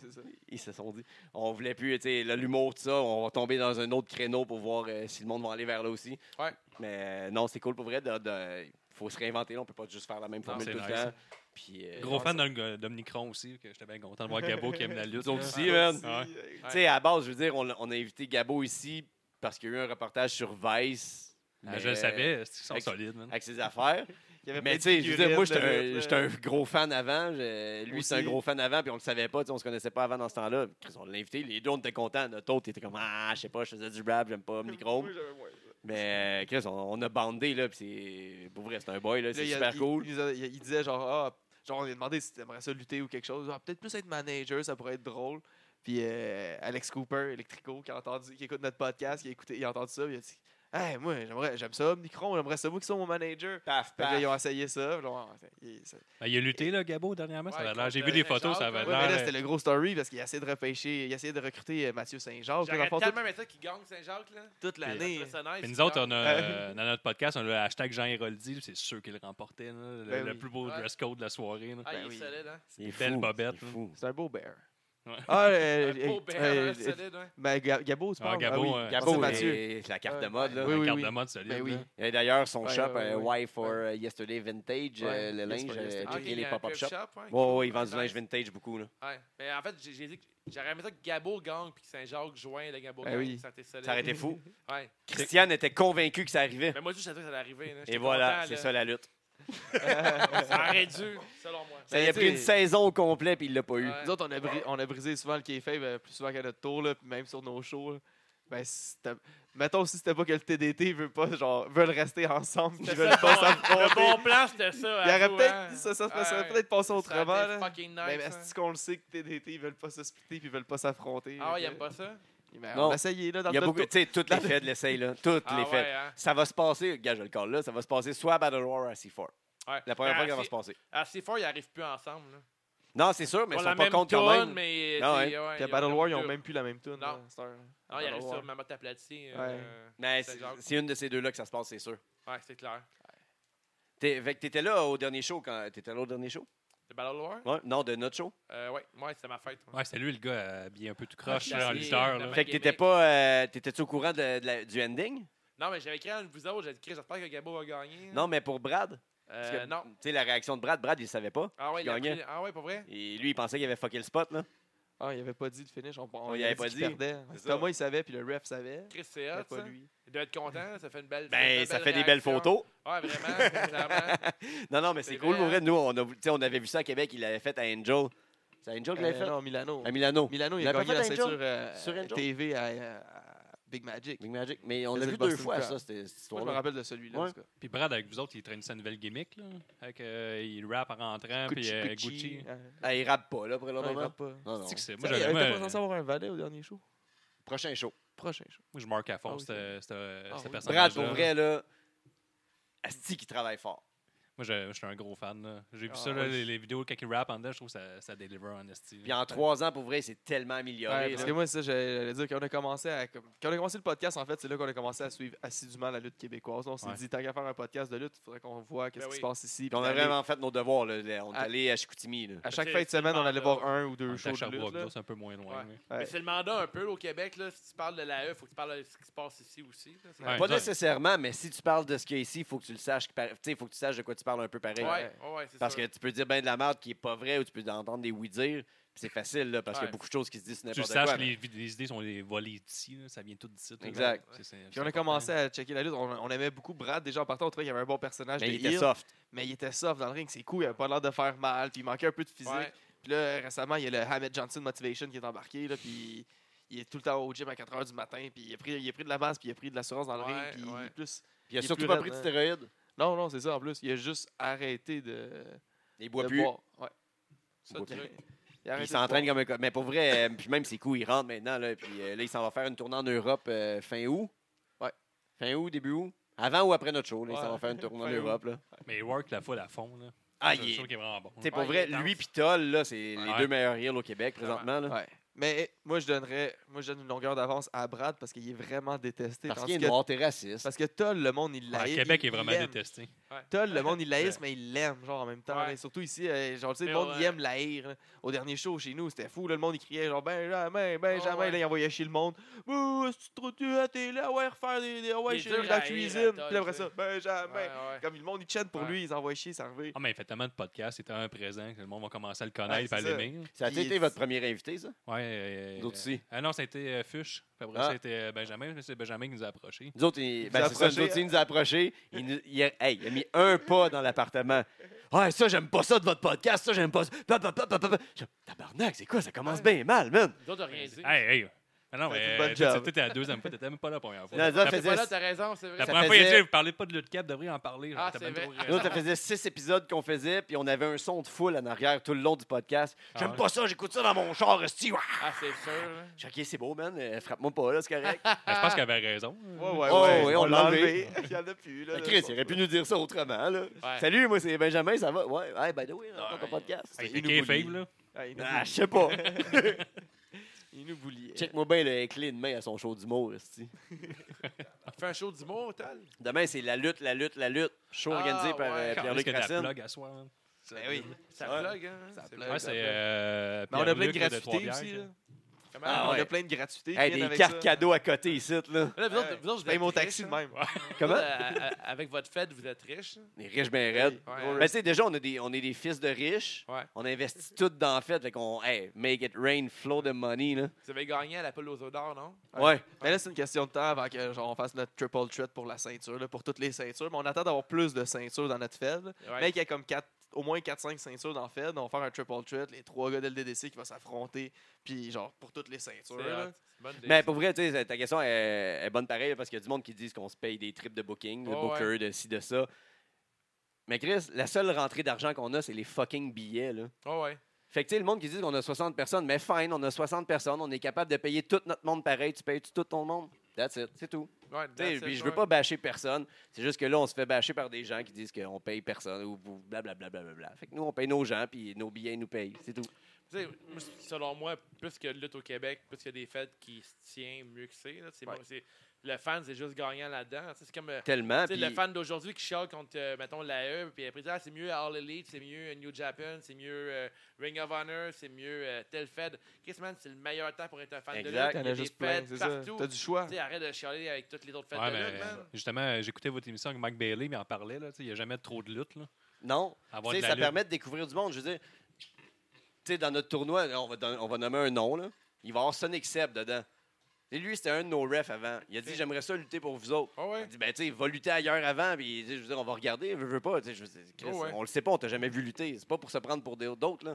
on voulait plus, tu sais, l'humour, tout ça, on va tomber dans un autre créneau pour voir si le monde va aller vers là aussi. Ouais. Mais non, c'est cool pour vrai, il faut se réinventer, là, on peut pas juste faire la même formule c'est tout le nice. temps. Puis, Gros fan d'Omnicron aussi, que j'étais bien content de voir Gabo qui aime la lutte. Nous autres là. aussi, man. Ouais. Tu sais, à la base, je veux dire, on a invité Gabo ici parce qu'il y a eu un reportage sur Vice. Ah, mais- je le savais, ils sont avec- solides. Man. Avec ses affaires. Il y avait Mais plein tu sais, de je veux dire, moi, figurines j'étais un gros fan avant. Lui, c'est un Aussi. gros fan avant, puis on le savait pas. Tu sais, on se connaissait pas avant dans ce temps-là. Chris, on l'a invité. Les deux, on était contents. Notre autre, il était comme, ah, je sais pas, je faisais du rap, j'aime pas Omnichrome. Oui, j'avais moins, ça. Mais Chris, on a bandé, là, puis c'est. Pour vrai, c'est un boy, là. C'est Là, super cool. Il disait genre, on lui a demandé si tu aimerais ça lutter ou quelque chose. Ah, peut-être plus être manager, ça pourrait être drôle. Puis Alex Cooper, Electrico, qui écoute notre podcast, il a entendu ça, puis il a dit hey, moi, j'aime ça, Omnicron, j'aimerais ça, moi qui soit mon manager. Paf, Fait que là, paf. ils ont essayé ça. Genre, Il a lutté, là, Gabo, dernièrement. Ça Ouais, avait l'air. J'ai contre vu des Saint-Jacques, photos, ça avait ouais, mais là, l'air. c'était le gros story parce qu'il essayait de repêcher, il essayait de recruter Mathieu Saint-Jacques. Dans le J'aurais fond, tellement aimé ça qu'il gagne Saint-Jacques, là. toute l'année. Ça serait nice, Puis nous qu'il autres, gagne. on a, dans notre podcast, on a le hashtag Jean Héroldi. là, C'est sûr qu'il le remportait. Là, Ben le oui. plus beau Ouais. dress code de la soirée. Là. Ah, Ben il est oui. solide, hein. C'est belle fou, bobette, c'est là. fou. C'est un beau bear. Ouais. Ah, Un beau bear, hein, solide, hein. ben, Gabo, tu Ah, parles? Gabo, oui. ouais. Gabo, c'est Mathieu. c'est la carte de mode, là. Oui, La oui, carte oui. de mode solide. Ben oui. là. Et d'ailleurs, son Ouais, shop, ouais, Why for Yesterday Vintage, Ouais, le Yes linge, for Yesterday. Ah, ok, checker il y les a un pop-up thrift shops. shop, ouais, Ouais, cool. ouais, ils vendent du Nice. linge vintage beaucoup, là. Ouais. Mais en fait, j'ai dit que j'aurais aimé ça que Gabo gagne puis que Saint-Jacques joint le Gabo Ben gagne. oui. Ça aurait été solide. Ça aurait été fou. Ouais. Christiane était convaincue que ça arrivait. Mais moi, je savais que ça allait arriver. Là. Et J'étais voilà, content, c'est là. ça la lutte. Ça aurait dû, selon moi. Ça, il a tu pris une sais- saison au complet puis il l'a pas eu. Ouais. Nous autres, on a brisé souvent le kayfabe plus souvent qu'à notre tour, là, puis même sur nos shows. Là. Ben, mettons si c'était pas que le TDT veulent rester ensemble, puis ils C'était veulent ça, pas le s'affronter. bon plan, c'était ça. Il y aurait avoue, peut-être hein. ça serait Ouais. peut-être passé Ça aurait autrement. été Là. fucking nice. Mais hein. est-ce qu'on le sait que TDT ils veulent pas se splitter puis ils veulent pas s'affronter? Ah ouais, il Fait aime que- pas ça? Ben, Non. on a essayé là dans Il y a le beaucoup, tu sais, toutes les fêtes de l'essaye, là. Toutes Ah les ouais, fêtes. hein. Ça va se passer, gars, je le colle là, ça va se passer soit à Battle War ou à C4. Ouais. La première Ben, fois que ça va à se passer. À C4, ils arrivent plus ensemble. Là. Non, c'est sûr, mais ils Ils ont sont la pas même contre quand tune, même. mais. Ah tu sais, ouais. Puis à ils Battle ont War, ils ont deux. même plus la même tune. Non. là, c'est un- Non, il Battle arrive War. sur Mamotte Aplati. Mais Saint-Jacques. c'est une de ces deux-là que ça se passe, c'est sûr. Ouais, c'est clair. Fait que t'étais là au dernier show quand. T'étais là au dernier show? C'est Battle War? Ouais. Non, de notre show. Ouais, c'était ma fête. Ouais, c'est lui le gars habillé un peu tout croche Ouais, là, en c'est- lutteur. la là. Fait que t'étais gimmick. pas. T'étais-tu au courant du ending? Non, mais j'avais écrit à vous autres, j'ai dit, j'espère que Gabo va gagner. Non, mais pour Brad. Parce que, Non. Tu sais, la réaction de Brad, il savait pas. Ah ouais, il gagnait. Ah ouais, pas vrai? Et lui, il pensait qu'il avait fucké le spot, là. Ah, il avait pas dit le finish. il avait pas qu'il dit. perdait. C'est ça. Thomas, il savait, puis le ref savait. Chris, c'est Mais hot, pas ça. lui. Il doit être content, ça fait une belle. Ben, une ça fait des belles réaction. photos. Ouais, vraiment, clairement. Non, mais c'est C'est cool, vrai, pour vrai. hein? Nous, on avait vu ça à Québec, il l'avait fait à Angel. C'est Angel qui l'avait fait? Non, Milano. À Milano. Milano, il Il a avait gagné pas la fait ceinture Angel? Sur Angel? TV Big Magic. Big Magic. Mais on l'a Faisait vu le 2 Boston fois, Crab. ça, cette Moi, je me histoire-là. rappelle de celui-là. Ouais. en tout cas. Puis Brad, avec vous autres, il traîne sa nouvelle gimmick. Là, avec, il rappe en rentrant. Puis Gucci. Ah, il rappe pas, là, pour le Non, il moment. rappe pas. Non, non. C'est que c'est. Moi, Moi, il j'avais était pas censé avoir un valet au dernier show. Prochain show. Prochain show. Moi, je marque à fond Ah oui, ce oui. personnage. Brad, pour vrai, là, asti qui travaille fort. Moi, je suis un gros fan. Là. J'ai vu Ah, ça, là, oui. les vidéos quand il rappe en dedans, je trouve que ça deliver en esti. Puis en 3 ans, pour vrai, c'est tellement amélioré. Ouais, parce là. que moi, ça, j'allais dire, quand on a commencé le podcast, en fait, c'est là qu'on a commencé à suivre assidûment la lutte québécoise. On s'est Ouais. dit, tant qu'à faire un podcast de lutte, il faudrait qu'on voit qu'est-ce Ben qui oui. se passe ici. Puis on a d'aller- vraiment fait nos devoirs. Là. On est À- allé à Chicoutimi. Là. À chaque C'est- fin de c'est semaine, on le allait mandat. voir un ou deux On était à shows de lutte. Sherbrooke, là. là, c'est un peu moins loin. Ouais. mais- Ouais. Mais c'est le mandat un peu là, au Québec. Là, si tu parles de l'AE, il faut que tu parles de ce qui se passe ici aussi. Là. C'est- Ouais. Pas nécessairement, mais si tu parles de ce qu'il y a ici, il faut que tu le saches. Il faut que tu saches de quoi tu parles un peu pareil. Ouais, c'est Parce sûr. que tu peux dire ben de la merde qui est pas vrai ou tu peux entendre des oui-dire. Puis c'est facile, là, parce qu'il y a Ouais. beaucoup de choses qui se disent sur Tu n'importe saches quoi. que les idées sont volées d'ici, là, ça vient tout d'ici. là. Exact. Puis on a commencé à checker la lutte. On aimait beaucoup Brad. Déjà en partant, on trouvait qu'il y avait un bon personnage Mais de il était heel, soft. mais il était soft dans le ring. C'est cool. Il avait pas l'air de faire mal. Puis il manquait un peu de physique. Ouais. Puis là, récemment, il y a le Hamed Johnson Motivation qui est embarqué. Là, puis il est tout le temps au gym à 4 h du matin. Puis il a pris de la masse. Puis il a pris de l'assurance dans le Ouais, ring. Puis ouais. plus... Puis il a Il est surtout plus pas raide, pris de hein. stéroïdes. Non, c'est ça en plus. Il a juste arrêté de Il boit de plus. boire. Ouais. Ça, boit le plus. truc. Il a Puis arrêté il de s'entraîne boire. comme un. Mais pour vrai, puis même ses coups, il rentre maintenant. Là, puis là, il s'en va faire une tournée en Europe fin août. Ouais. Fin août, début août. Avant ou après notre show, là, il s'en Ouais. va faire une tournée en Fin août. Europe. Là. Mais il work la foule à fond. Là. Ah, Je il trouve est. qu'il est vraiment bon. Tu sais, pour Ouais, vrai, il est lui intense. pis Toll, là, c'est les Ouais. 2 meilleurs heels au Québec présentement. Là. Ouais. Mais moi, je donne une longueur d'avance à Brad parce qu'il est vraiment détesté. Parce Tandis qu'il est que- noir, t'es raciste. Parce que Toll, le monde, il Ouais, l'aime. Québec est il vraiment l'aime. détesté. Toll, le monde, il l'aime, Ouais. mais il l'aime, genre, en même temps. Ouais. là. Surtout ici, genre, tu sais, le Mais monde, il ouais. aime l'haïr. là. Au dernier show, chez nous, c'était fou. Là, le monde, il criait, genre, Benjamin. ouais. Là, il envoyait chier le monde. Bouh, est-ce que tu te trouves à t'es là? Ouais, refaire ouais, Il est chez dur dans la à haïr, cuisine. Toll, Puis après tu ça, sais. Benjamin. Ouais, ouais. Comme le monde, il chatte pour Ouais. lui, ils envoient chier, ça revient. Ah, mais il fait tellement de podcasts, il est tellement présent que le monde va commencer à le Ouais, connaître et à c'est ça. l'aimer. Ça a Puis- été votre premier invité, ça? Ouais. Nous autres aussi. Ah non, ça a été Fuchs. Puis après, Ah. ça a été Benjamin. Mais c'est Benjamin qui nous a approchés. Nous autres, nous ben, a c'est ça, nous approchés, autres, il nous a approchés. Il a mis un pas dans l'appartement. Ouais, ça, j'aime pas ça de votre podcast. Ça, j'aime pas ça. Tabarnak, c'est quoi? Ça commence bien mal, man. Nous autres, on a rien dit. Hey! Ah non, Fait une mais bonne tu job. étais à la deuxième fois, t'étais même pas là la première fois. Non, ça La- faisait- Voilà, t'as raison, c'est vrai. La ça première fois, il a faisait- dit, vous parlez pas de lutte cap, vous devriez en parler. Ah, T'as c'est bien vrai. trop Nous raison. autres, ça faisait 6 épisodes qu'on faisait, puis on avait un son de foule en arrière tout le long du podcast. Ah J'aime ouais? pas ça, j'écoute ça dans mon char, esti. Ouah! Ah, c'est sûr. là. J'ai dit, OK, c'est beau, man. Frappe-moi pas, là, c'est correct. Ben, je pense qu'il avait raison. Ouais, Oh, ouais, on l'a enlevé. Il y en a plus, là. Ben, Chris, il aurait pu nous dire ça autrement, là. Ouais. Salut, moi, c'est Benjamin, ça va? Ouais, by the way, dans ton Ouais. podcast. Il Il nous était bully. faible, là. Ah, il nous Ah, bully. je sais pas. Il nous bulliait. Check-moi bien le clé de main à son show d'humour, esti. Tu fais un show d'humour, Tal? Demain, c'est la lutte. Show Ah, organisé par ouais. Pierre-Luc Est-ce que la Racine. plug à soir? hein? Ben oui. Ça Ouais. plug, hein? Ça C'est plug. vrai. Ouais, c'est Mais on a plein de Pierre-Luc, là, gratuités Trois-Bières, aussi, là. Comment? Ah, On ouais. a plein de gratuités. qui Hey, viennent des avec cartes ça. cadeaux à côté ici, là. Là, vous autres, Ouais. vous autres, Je vous paye êtes mon riches, taxi de hein? même. Comment? Avec votre fête, vous êtes riche. Les riches bien raides. Ouais. Mais tu sais, déjà, on est des fils de riches. Ouais. On investit tout dans la fête. Fait qu'on, hey, make it rain, flow de money, là. Vous avez gagné à la poule aux d'or, non? Ouais. Mais là, c'est une question de temps avant que genre, on fasse notre triple threat pour la ceinture, là, pour toutes les ceintures. Mais on attend d'avoir plus de ceintures dans notre Fed. Ouais. Mais qu'il y a comme au moins 4-5 ceintures dans le Fed. On va faire un triple threat, les 3 gars de LDDC qui vont s'affronter. Puis genre, pour toutes les ceintures. C'est là. hot. C'est une bonne idée. Mais pour vrai, tu sais, ta question est bonne pareil, parce qu'il y a du monde qui disent qu'on se paye des trips de booking, de Oh, booker, ouais. de ci, de ça. Mais Chris, la seule rentrée d'argent qu'on a, c'est les fucking billets, là. Oh, ouais. Fait que tu sais, le monde qui dit qu'on a 60 personnes, mais fine, on a 60 personnes, on est capable de payer tout notre monde pareil. Tu payes tout ton monde? That's it, c'est tout. Ouais, Tu sais, that's puis it, je veux ouais. pas bâcher personne. C'est juste que là, on se fait bâcher par des gens qui disent qu'on paye personne ou blablabla. Fait que nous, on paye nos gens, puis nos billets nous payent. C'est tout. Tu sais, moi, selon moi, plus que de lutte au Québec, plus qu'il y a des fêtes qui se tiennent mieux que c'est. Là. Ouais. Le fan, c'est juste gagnant là-dedans. Tu sais, c'est comme Tellement. tu sais, Puis le fan d'aujourd'hui qui chiale contre, mettons, l'AE, puis après, il dit, ah, c'est mieux All Elite, c'est mieux New Japan, c'est mieux Ring of Honor, c'est mieux tel Fed. Chris, man, c'est le meilleur temps pour être un fan Exact. de lutte. T'en Il y a as des juste plein, fêtes c'est ça. partout. T'as du choix. Tu sais, arrête de chialer avec toutes les autres fêtes Ouais, de mais lutte, man. justement, j'écoutais votre émission avec Mike Bailey, mais il en parlait. Là, tu sais, il n'y a jamais trop de lutte. Là. non, Avoir tu de sais, la ça lutte. permet de découvrir du monde. Je veux dire, tu sais, dans notre tournoi, on va nommer un nom, là. Il va y avoir Sonic Seb dedans. Et lui, c'était un de nos refs avant. Il a dit, Ok. j'aimerais ça lutter pour vous autres. Ah ouais? Il dit, ben, tu sais, va lutter ailleurs avant, puis je veux dire, on va regarder, veux pas. Tu sais, Chris, Oh ouais. on le sait pas, on t'a jamais vu lutter. C'est pas pour se prendre pour d'autres, là.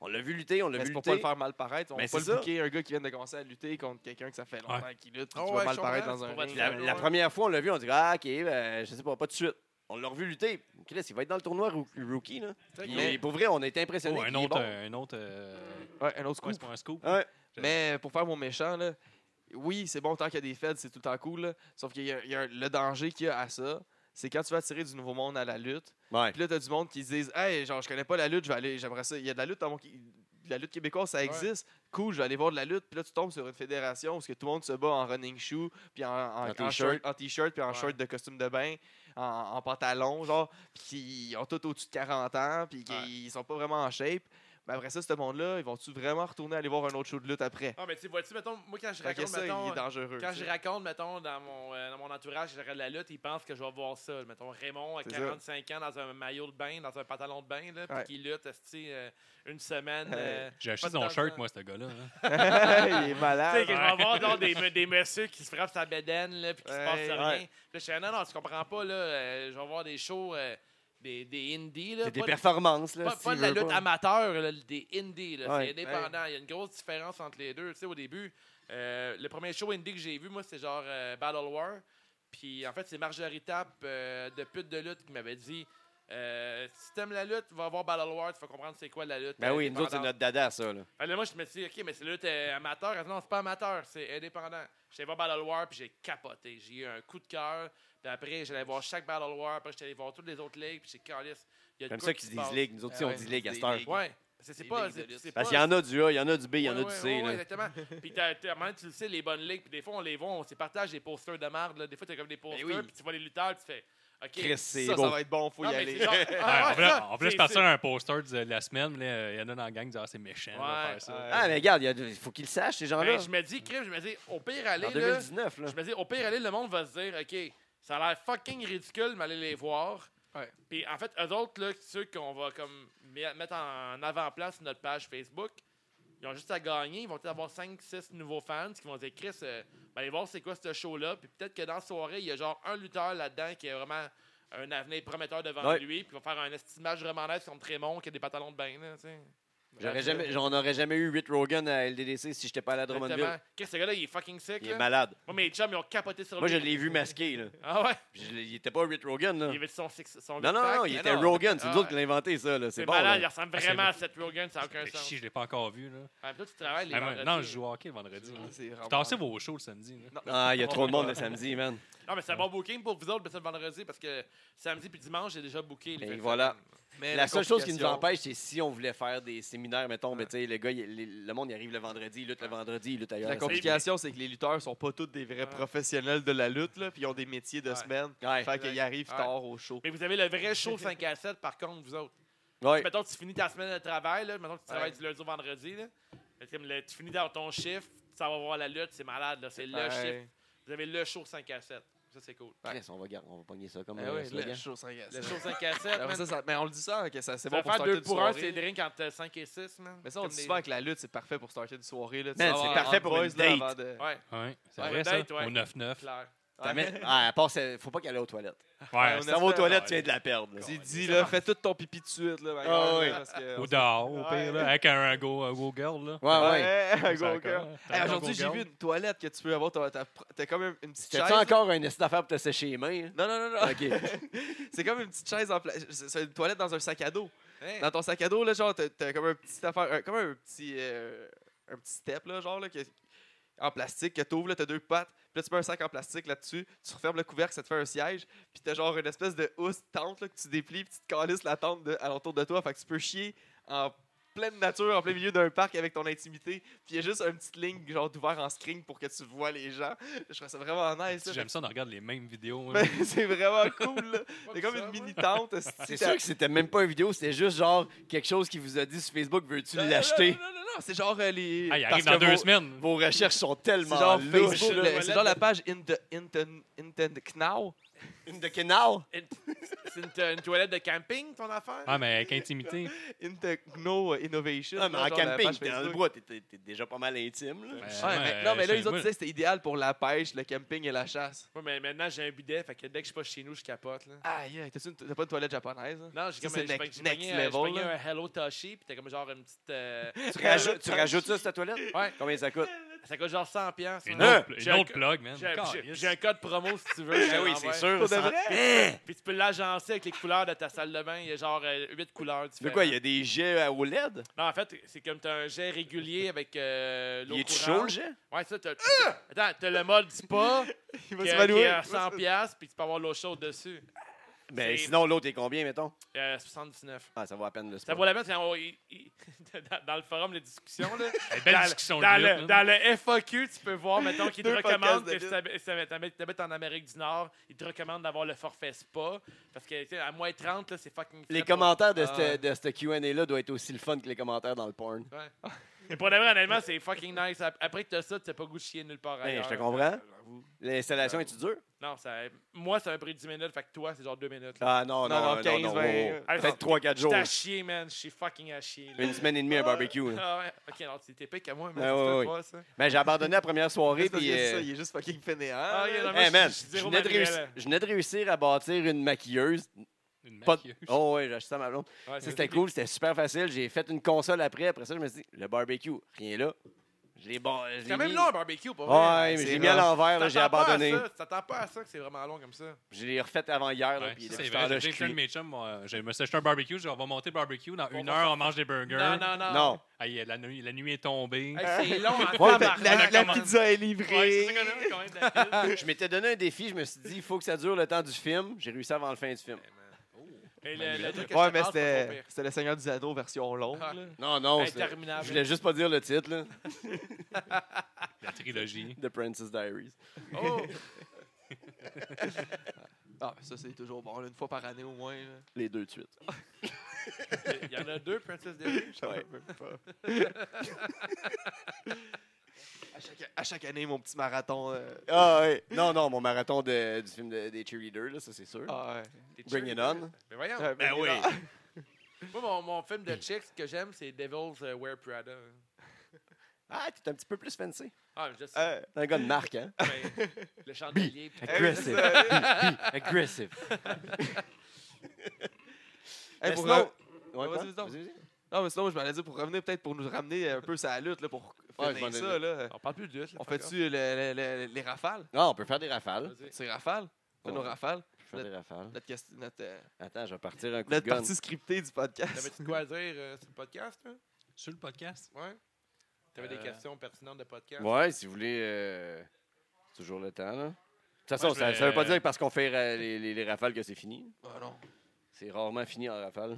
On l'a vu lutter, on l'a Mais vu c'est pour lutter. pas le faire mal paraître. On Mais va pas c'est le ça. booker un gars qui vient de commencer à lutter contre quelqu'un que ça fait longtemps qu'il lutte, qui Oh, va ouais, mal je paraître comprends, dans un c'est pour ring. votre La première fois, on l'a vu, on dit ah, OK, je sais pas de suite. On l'a revu lutter. Chris, il va être dans le tournoi rookie. Là. Mais- Pour vrai, on a été impressionnés. Oh, un qu'il est autre. bon. Un autre Ouais, un autre ouais, scoop. c'est pas un scoop. Ouais. Mais pour faire mon méchant, là, oui, c'est bon tant qu'il y a des feds, c'est tout le temps cool. Là. Sauf qu'il y a le danger qu'il y a à ça, c'est quand tu vas attirer du nouveau monde à la lutte. Ouais. Puis là, t'as du monde qui se disent hey, genre, je connais pas la lutte, je vais aller, j'aimerais ça. Il y a de la lutte dans mon. De la lutte québécoise, ça existe. Cool, je vais aller voir de la lutte. Puis là, tu tombes sur une fédération où tout le monde se bat en running shoe, puis en t-shirt, puis en short de costume de bain, en pantalon, genre. Puis ils ont tout au-dessus de 40 ans, puis ils sont pas vraiment en shape. Mais après ça, ce monde-là, ils vont-tu vraiment retourner aller voir un autre show de lutte après? Ah, mais tu vois-tu, mettons, moi, quand je Fait que raconte, ça, il mettons, est dangereux. quand tu je sais. raconte, mettons, dans mon entourage, je regarde la lutte, ils pensent que je vais voir ça. Mettons, Raymond, à C'est ça. 45 ans, dans un maillot de bain, dans un pantalon de bain, là, puis Ouais. qui lutte, esti, une semaine. J'ai acheté pas de son temps, shirt, hein. moi, ce gars-là. hein. Il est Tu malade. sais, que je vais voir genre, des messieurs qui se frappent sa bédaine, là, puis qui se Ouais, passe rien. ouais. Puis là, je suis non, tu comprends pas, là, je vais voir des shows, des indies, là. C'est des pas- performances. Là, Pas, si pas tu de la veux lutte pas. amateur, là, des indies. Là, Ouais. c'est indépendant. Il y a une grosse différence entre les deux. Tu sais, au début, le premier show indie que j'ai vu, moi, c'était genre Battle War. Puis en fait, c'est Marjorie Tapp de Pute de lutte qui m'avait dit si t'aimes la lutte, va voir Battle War, tu vas comprendre c'est quoi la lutte. Ben oui, nous autres, c'est indépendante. notre dada, ça. Là. Fait là, moi, je me suis dit, OK, mais c'est la lutte amateur. Elle dit, non, c'est pas amateur, c'est indépendant. J'allais voir Battle War, puis j'ai capoté. J'ai eu un coup de cœur. Puis après, j'allais voir chaque Battle War. Après, j'allais voir toutes les autres ligues. Puis j'ai calisse. Il y a de Comme quoi ça qui qu'ils se disent passe. ligue. Nous autres, Ah on ouais, dit ligue à des cette heure. ligues. Ouais. C'est Des pas. ligues de lutte. c'est Parce pas- qu'il y en a du A, il y en a du B, il y en a Ouais, du ouais, C. ouais, là. exactement. Puis maintenant, tu le sais, les bonnes ligues, puis des fois, on les voit, on se partage des posters de marde. Là. Des fois, tu as comme des posters, oui. puis tu vois les lutteurs, tu fais OK. Chris, c'est Ça beau. va être bon, faut Non, y mais aller. c'est genre- Ouais, Ah, on voulait- ça, on voulait c'est- partir un poster de la semaine. là, il y en a dans la gang qui disent c'est méchant de Ouais, faire ça. ouais. Ah, mais regarde, il faut qu'ils le sachent, ces gens-là. Ben, je me dis, crime, je me dis, au pire, aller, En là, 2019, là. je me dis, au pire, aller, le monde va se dire, OK, ça a l'air fucking ridicule, mais allez les voir. Ouais. Puis en fait, eux autres, là, ceux qu'on va comme mettre en avant-plan sur notre page Facebook, ils ont juste à gagner. Ils vont peut-être avoir 5-6 nouveaux fans qui vont dire, Chris, allez voir c'est quoi ce show-là. Puis peut-être que dans la soirée, il y a genre un lutteur là-dedans qui a vraiment un avenir prometteur devant Ouais. lui. Puis il va faire un estimage vraiment nice contre Raymond qui a des pantalons de bain. Là, tu sais. On n'aurait jamais eu Rick Rogan à LDDC si j'étais pas allé à Drummondville. Exactement. Chris, ce gars-là, il est fucking sick. Il là. est malade. Moi, mes chums, ils ont capoté sur Moi, je lui. l'ai vu masqué. Là. Ah ouais? Puis il était pas Rick Rogan. Là. Il avait son Non, non, non, il était Rogan. C'est nous autres qui l'avons inventé, ça. Là. C'est C'est bon. malade, il Là. ressemble vraiment à Seth Rogen, ça n'a aucun Si sens. je l'ai pas encore vu. Là. Ah, toi, tu travailles les Ah, moi, vendredis. non, je joue au hockey le vendredi. là. C'est vraiment- Tassez vos shows le samedi. là. Ah, il y a trop de monde le samedi, man. Non, mais c'est un bon booking pour vous autres, mais c'est le vendredi, parce que samedi puis dimanche, j'ai déjà booké. les Et fins de voilà. semaine. Mais La seule chose qui nous complication- empêche, c'est si on voulait faire des séminaires, mettons, mais tu sais, le gars, le monde, il arrive le vendredi, il lutte le vendredi, il lutte ailleurs. La le samedi. complication, c'est que les lutteurs sont pas tous des vrais professionnels de la lutte, là, puis ils ont des métiers de Ouais. semaine. Ouais. Fait qu'ils arrivent Ouais. tard au show. Mais vous avez le vrai show 5 à 7, par contre, vous autres. Ouais. Mettons, tu finis ta semaine de travail, là. Mettons, que tu travailles Ouais. du lundi au vendredi, là. Mais comme tu finis dans ton chiffre, tu vas voir la lutte, c'est malade, là. C'est le Ouais. chiffre. Vous avez le show 5 à 7. Ça, c'est cool. Chris, on va pogner ça comme Ah ouais, slogan. le show 5 à Le 7. show 5 à 7, Après man. ça, mais on le dit ça, que ça c'est Ça bon va pour faire starter 2 une pour 1, soirée. c'est drink entre 5 et 6, man. Mais ça, on Comme dit des- souvent que la lutte, c'est parfait pour starter une soirée. Là. Tu Man, vas c'est avoir parfait entre pour une boys, là, date. avant de- Ouais, Ouais, c'est Ouais, vrai, ça. date, ouais. Au 9-9. clair. À part, faut pas qu'elle aille aux toilettes. Ouais, on Si elle va aux espère, toilettes, ouais. tu viens de la perdre. là. Tu dis, là, fais tout ton pipi de suite. Là, ma Ah gueule, ouais. là, parce que- Ou dehors, au pire, là, avec un go girl. Là. Ouais, ouais. Ouais, Ça go, girl. encore, t'as Hey, encore aujourd'hui, go j'ai girl. vu une toilette que tu peux avoir. T'as comme une petite chaise. T'as-tu encore un esti d'affaires pour te sécher les mains? hein? Non, non, non, non. OK. C'est comme une petite chaise en c'est une toilette dans un sac à dos. Hein? Dans ton sac à dos, là, genre, t'as comme un petit affaire, comme un petit step, là, genre, là, en plastique que t'ouvres, là, t'as 2 pattes. Puis là, tu mets un sac en plastique là-dessus. Tu refermes le couvercle, ça te fait un siège. Puis t'as genre une espèce de housse tente là, que tu déplies, puis tu te calisses la tente alentour de toi. Fait que tu peux chier en pleine nature, en plein milieu d'un parc avec ton intimité. Puis il y a juste une petite ligne genre d'ouvert en screen pour que tu vois les gens. Je trouve ça vraiment nice. là. J'aime ça, on regarde les mêmes vidéos. hein. Mais c'est vraiment cool. là. C'est comme ça, une moi. mini tente. C'est sûr que c'était même pas une vidéo, c'était juste genre quelque chose qui vous a dit sur Facebook, veux-tu l'acheter? Non, c'est genre les. Ah, il parce arrive dans que 2 vos- semaines. Vos recherches sont C'est tellement genre louches. Facebook, là. c'est genre la page Knau. Une de canal? C'est une toilette de camping, ton affaire? Ah, mais avec intimité. Intechno Innovation. Ah, mais là, en genre la camping, page t'es dans le Facebook. bois, t'es déjà pas mal intime. Là. Non, mais là, les autres disaient que c'était idéal pour la pêche, le camping et la chasse. Ouais, mais maintenant, j'ai un bidet, fait que dès que je suis pas chez nous, je capote. Là. Aïe, t'as pas une toilette japonaise? Hein? Non, j'ai Ça, comme c'est j'ai next pogné level, là. un Hello Toshi, puis t'as comme genre une petite. Tu rajoutes ça sur ta toilette? Ouais. Combien ça coûte? Ça coûte genre 100$. Une hein. autre, J'ai une un autre plug, man. J'ai un code promo si tu veux. je te Ben oui, l'envoie. c'est sûr. Pour de vrai? Puis tu peux l'agencer avec les couleurs de ta salle de bain. Il y a genre 8 couleurs De différentes. quoi, il y a des jets au LED? Non, en fait, c'est comme t'as un jet régulier avec l'eau Il est courante. chaud, le jet? Ouais, ça, Attends, t'as le mode spa Il qui va se est valouer. à 100$, puis tu peux avoir l'eau chaude dessus. Ben, C'est- sinon, l'autre est combien, mettons? 79. Ah, ça vaut à peine le Ça spot. vaut la peine, dans le forum, les discussions, là. Belle Dans, discussion dans de le, lutte, dans le FAQ, tu peux voir, mettons, qu'ils te Deux recommandent podcasts que de si t'habites en Amérique du Nord, ils te recommandent d'avoir le forfait spa. Parce que, tu sais, à moins 30, là, c'est fucking Les frais commentaires de Ah ouais. cette Q&A-là doivent être aussi le fun que les commentaires dans le porn. Ouais. Mais pour de vrai, honnêtement, c'est fucking nice. Après que t'as ça, tu n'as pas goût de chier nulle part Ben, ailleurs. je te comprends. L'installation est-tu dure? Non, moi, ça m'a pris 10 minutes, fait que toi, c'est genre 2 minutes. Là. Ah non, Non, non, non, non, 15, non, 20. Peut-être 3-4 jours. J'étais à chier, man. Je suis fucking à chier. là. Une semaine et demie, un barbecue. là. Ah ouais. Ok, non, t'es pique à moi, mais Ouais, c'est ouais, peut-être ouais. pas ça. Ben, j'ai abandonné la première soirée, puis... C'est ça, il est juste fucking fainéant. Ah, ok, non, Hey, moi, man, je suis je zéro venais, de manuel. réussir, je venais de réussir à bâtir une maquilleuse. Une Pas maquilleuse. Oh ouais, j'ai acheté ça à ma blonde. Ouais, Ça, c'était cool, c'était super facile. J'ai fait une console après. Après ça, je me suis dit, le barbecue, rien là. Je l'ai C'est quand même mis... long, un barbecue, pour vrai. Ouais, mais C'est j'ai mis à rough. l'envers, là, j'ai abandonné. Tu t'attends pas à ça que c'est vraiment long comme ça. Je l'ai refait avant hier, là, Ouais, puis ça, depuis c'est ce temps-là, vrai, je j'ai plein de crie. mes chums. Je me suis acheté un barbecue. On va monter le barbecue. Dans une va heure, faire- on mange des burgers. Non. Non. Aïe, la nuit est tombée. Hey, c'est long, en Ouais, tabarnak. la commande. pizza est Ouais, livrée. c'est ça qu'on a, quand même, David. Je m'étais donné un défi, je me suis dit, il faut que ça dure le temps du film. J'ai réussi avant la fin du film. Et le truc que Ouais, je te mais passe, c'est pas trop pire. c'était le Seigneur des Anneaux version longue. Ah. là. Non, non, Interminable. je voulais juste pas dire le titre, là. La trilogie. The Princess Diaries. Oh! Ah, ça, c'est toujours bon, là, une fois par année au moins. là. Les deux de suite. Il y en a 2, Princess Diaries. Ouais. À chaque année, mon petit marathon. Ah ouais. Non, non, mon marathon du film des cheerleaders, là, ça c'est sûr. Ah, ouais. T'es Bring it chill, on. Mais voyons. Ouais, Ben oui. Moi, mon film de chicks que j'aime, c'est Devil's Wear Prada. Ah, t'es un petit peu plus fancy. Ah, je sais. Euh, T'es un gars de marque, hein? Ben, le chandelier. puis- Aggressive. hey, Aggressive. Mais pour sinon- re- Ouais, Vas-y, quoi? vas-y donc. Vas-y. Non, mais sinon, je m'allais dire pour revenir peut-être pour nous ramener un peu sur la lutte, là, pour Ouais, finir je m'en ça. Là. On parle plus de lutte. là, On fuck fait-tu les rafales? Non, on peut faire des rafales. off. Vas-y. C'est rafales? Fais nos Ouais. rafales. On peut faire des rafales. Notre Attends, je vais partir un coup de gun. partie scriptée du podcast. T'avais-tu quoi à dire sur le podcast, toi? Sur le podcast. Ouais. T'avais des questions pertinentes de podcast? Ouais, si vous voulez. C'est toujours le temps, là. De toute façon, Moi, je vais- ça veut pas dire que parce qu'on fait les rafales que c'est fini. Ah non. C'est rarement fini en rafale.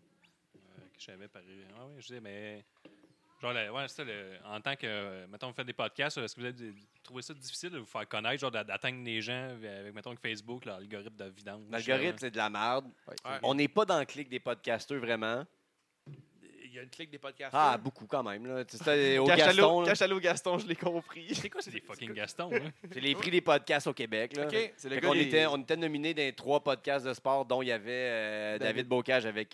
Que j'avais paru. Ah oui, je disais, mais. Genre, ouais, c'est ça, en tant que. Mettons, vous faites des podcasts, est-ce que vous avez trouvé ça difficile de vous faire connaître, genre d'atteindre les gens avec, mettons, que Facebook, l'algorithme de vidange? L'algorithme, c'est de la merde. Ouais. On n'est pas dans le clic des podcasteurs, vraiment. Il y a une clique des podcasts. Ah, beaucoup quand même. Là. C'était au Cache Gaston. là. à l'eau Gaston, je l'ai compris. C'est quoi, c'est des fucking Gaston, hein? C'est les prix des podcasts au Québec. Là. OK. C'est le Fait gars qu'on des- on était nominés dans 3 podcasts de sport, dont il y avait David Bocage avec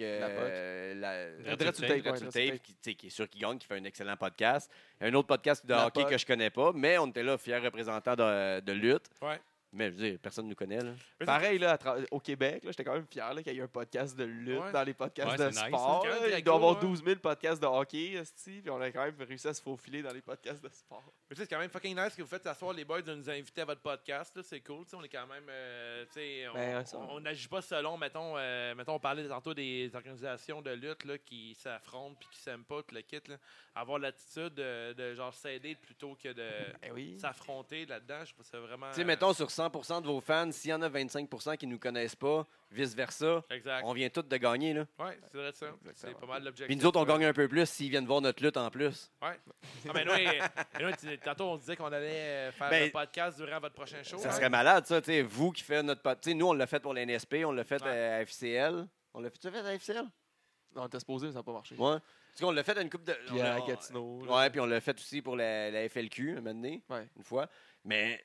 Dread Dread to to Tape, Tape, ouais, Dread to Dread to Tape, qui est sûr qu'il gagne, qui fait un excellent podcast. Un autre podcast de La hockey Pod. que je connais pas, mais on était là, fiers représentants de lutte. Ouais. Mais je veux dire, personne ne nous connaît. Là. Pareil, là, au Québec, là, j'étais quand même fier là, qu'il y ait eu un podcast de lutte Ouais. dans les podcasts Ouais, de c'est nice, sport. c'est quand même là. très Il doit y cool, avoir ouais. 12 000 podcasts de hockey, esti, puis on a quand même réussi à se faufiler dans les podcasts de sport. Mais tu sais, c'est quand même fucking nice que vous faites s'asseoir les boys de nous inviter à votre podcast. là. C'est cool. tu sais, On est quand même. Tu sais, Ben, ouais, ça. on n'agit pas selon, mettons, on parlait tantôt des organisations de lutte là, qui s'affrontent puis qui s'aiment pas, tout le kit. Là. Avoir l'attitude de genre s'aider plutôt que de Ben oui. s'affronter là-dedans. Je trouve ça vraiment. Tu sais, mettons, sur 100% de vos fans, s'il y en a 25% qui ne nous connaissent pas, vice-versa, Exact. on vient tous de gagner. Là. Ouais, c'est vrai de ça. C'est Exactement. pas mal l'objectif. Puis nous autres, on gagne un peu plus s'ils viennent voir notre lutte en plus. Ouais. Ah, mais tantôt, on disait qu'on allait faire Ben, le podcast durant votre prochain show. Ça hein? serait malade, ça. Tu sais, vous qui faites notre podcast. Nous, on l'a fait pour l'NSP, on l'a fait Ouais. à FCL. On l'a fait à FCL? Non, on était supposé, mais ça n'a pas marché. Ouais. Parce qu'on l'a fait à une coupe de. Puis à Gatineau. là. Ouais, puis on l'a fait aussi pour la FLQ, un moment donné, Ouais. une fois. Mais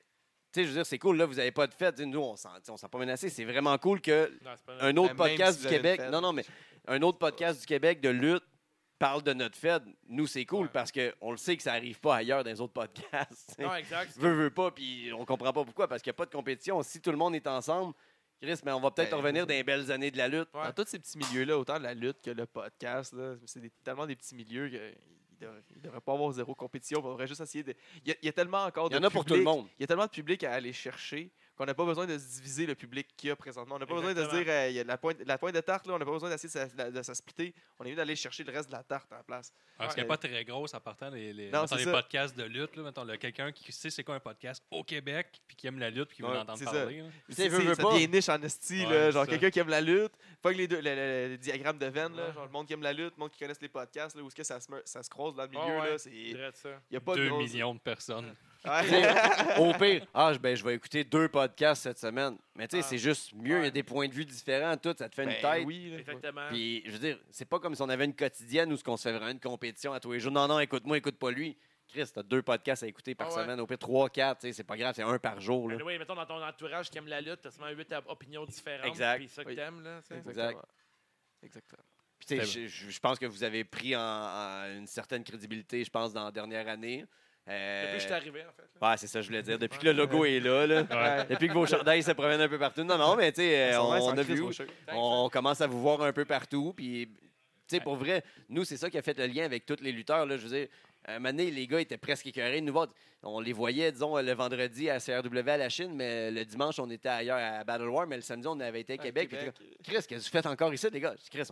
sais, je veux dire, c'est cool, là, vous n'avez pas de fête. Nous, on ne sent pas menacé. C'est vraiment cool que Non, c'est pas un autre Même podcast si du vous avez une Québec. fête. Non, mais un autre podcast du Québec de lutte parle de notre fête. Nous, c'est cool Ouais. parce qu'on le sait que ça n'arrive pas ailleurs dans les autres podcasts. Non, exact. Veut pas, puis on comprend pas pourquoi, parce qu'il n'y a pas de compétition. Si tout le monde est ensemble, Chris, mais on va peut-être Ben, revenir dans les belles années de la lutte. Ouais. Dans tous ces petits milieux-là, autant la lutte que le podcast, là, c'est tellement des petits milieux qu'il ne devrait pas avoir zéro compétition. On devrait juste essayer de. Il y a tellement encore Il y de en a pour tout le public. monde. Il y a tellement de public à aller chercher qu'on n'a pas besoin de se diviser le public qu'il y a présentement. On n'a pas besoin de se dire il y a la pointe de tarte, là, on n'a pas besoin d'essayer de se splitter. On est mieux d'aller chercher le reste de la tarte à la place. Parce qu'il n'y a pas très grosse en partant les Non, mettons, c'est les ça. podcasts de lutte. Là, mettons, quelqu'un qui sait c'est quoi un podcast au Québec puis qui aime la lutte puis qui veut Ouais, l'entendre c'est parler. là. sais, veut Ça pas. devient niche en esti, Ouais, là, genre c'est ça. quelqu'un qui aime la lutte. Pas que les deux, le diagramme de veine, là, Ouais. genre le monde qui aime la lutte, le monde qui connaisse les podcasts, là, où est-ce que ça se croise dans le milieu. Ouais, ouais. Là, Je il dirais ça. n'y a pas de 2 grosse- millions de personnes. Ouais. Tu sais, au pire, je vais écouter 2 podcasts cette semaine. Mais tu sais, Ah. c'est juste mieux. Il y a Ouais. des points de vue différents. Tout, ça te fait une Ben tête. oui, là. Exactement. Puis, je veux dire, c'est pas comme si on avait une quotidienne où on se fait vraiment une compétition à tous les jours. Non, écoute-moi, écoute pas lui. Chris, t'as 2 podcasts à écouter par Ah ouais. semaine. Au pire, 3, 4, c'est pas grave, c'est 1 par jour. Là. Ben oui, mettons dans ton entourage qui aime la lutte, t'as seulement 8 opinions différentes. Exact. Puis ça que Oui. t'aimes, là. tu sais. Exact. Exactement. Puis, tu sais, C'était je pense que vous avez pris en une certaine crédibilité, je pense, dans la dernière année. Depuis que je suis arrivé, en fait. là. Ouais, c'est ça, je voulais dire. Depuis que le logo est là, Ouais. depuis que vos chandails se promènent un peu partout. Non, mais tu sais, Son nom, on c'est a Chris vu. Rocher. On commence à vous voir un peu partout. Puis, tu sais, pour vrai, nous, c'est ça qui a fait le lien avec tous les lutteurs. Là. Je veux dire, à un moment donné, les gars étaient presque écœurés de nous voir. On les voyait, disons, le vendredi à CRW à la Chine, mais le dimanche, on était ailleurs à Battle War, mais le samedi, on avait été à Québec. Puis, Chris, qu'est-ce que vous faites encore ici, les gars? Je dis, Chris,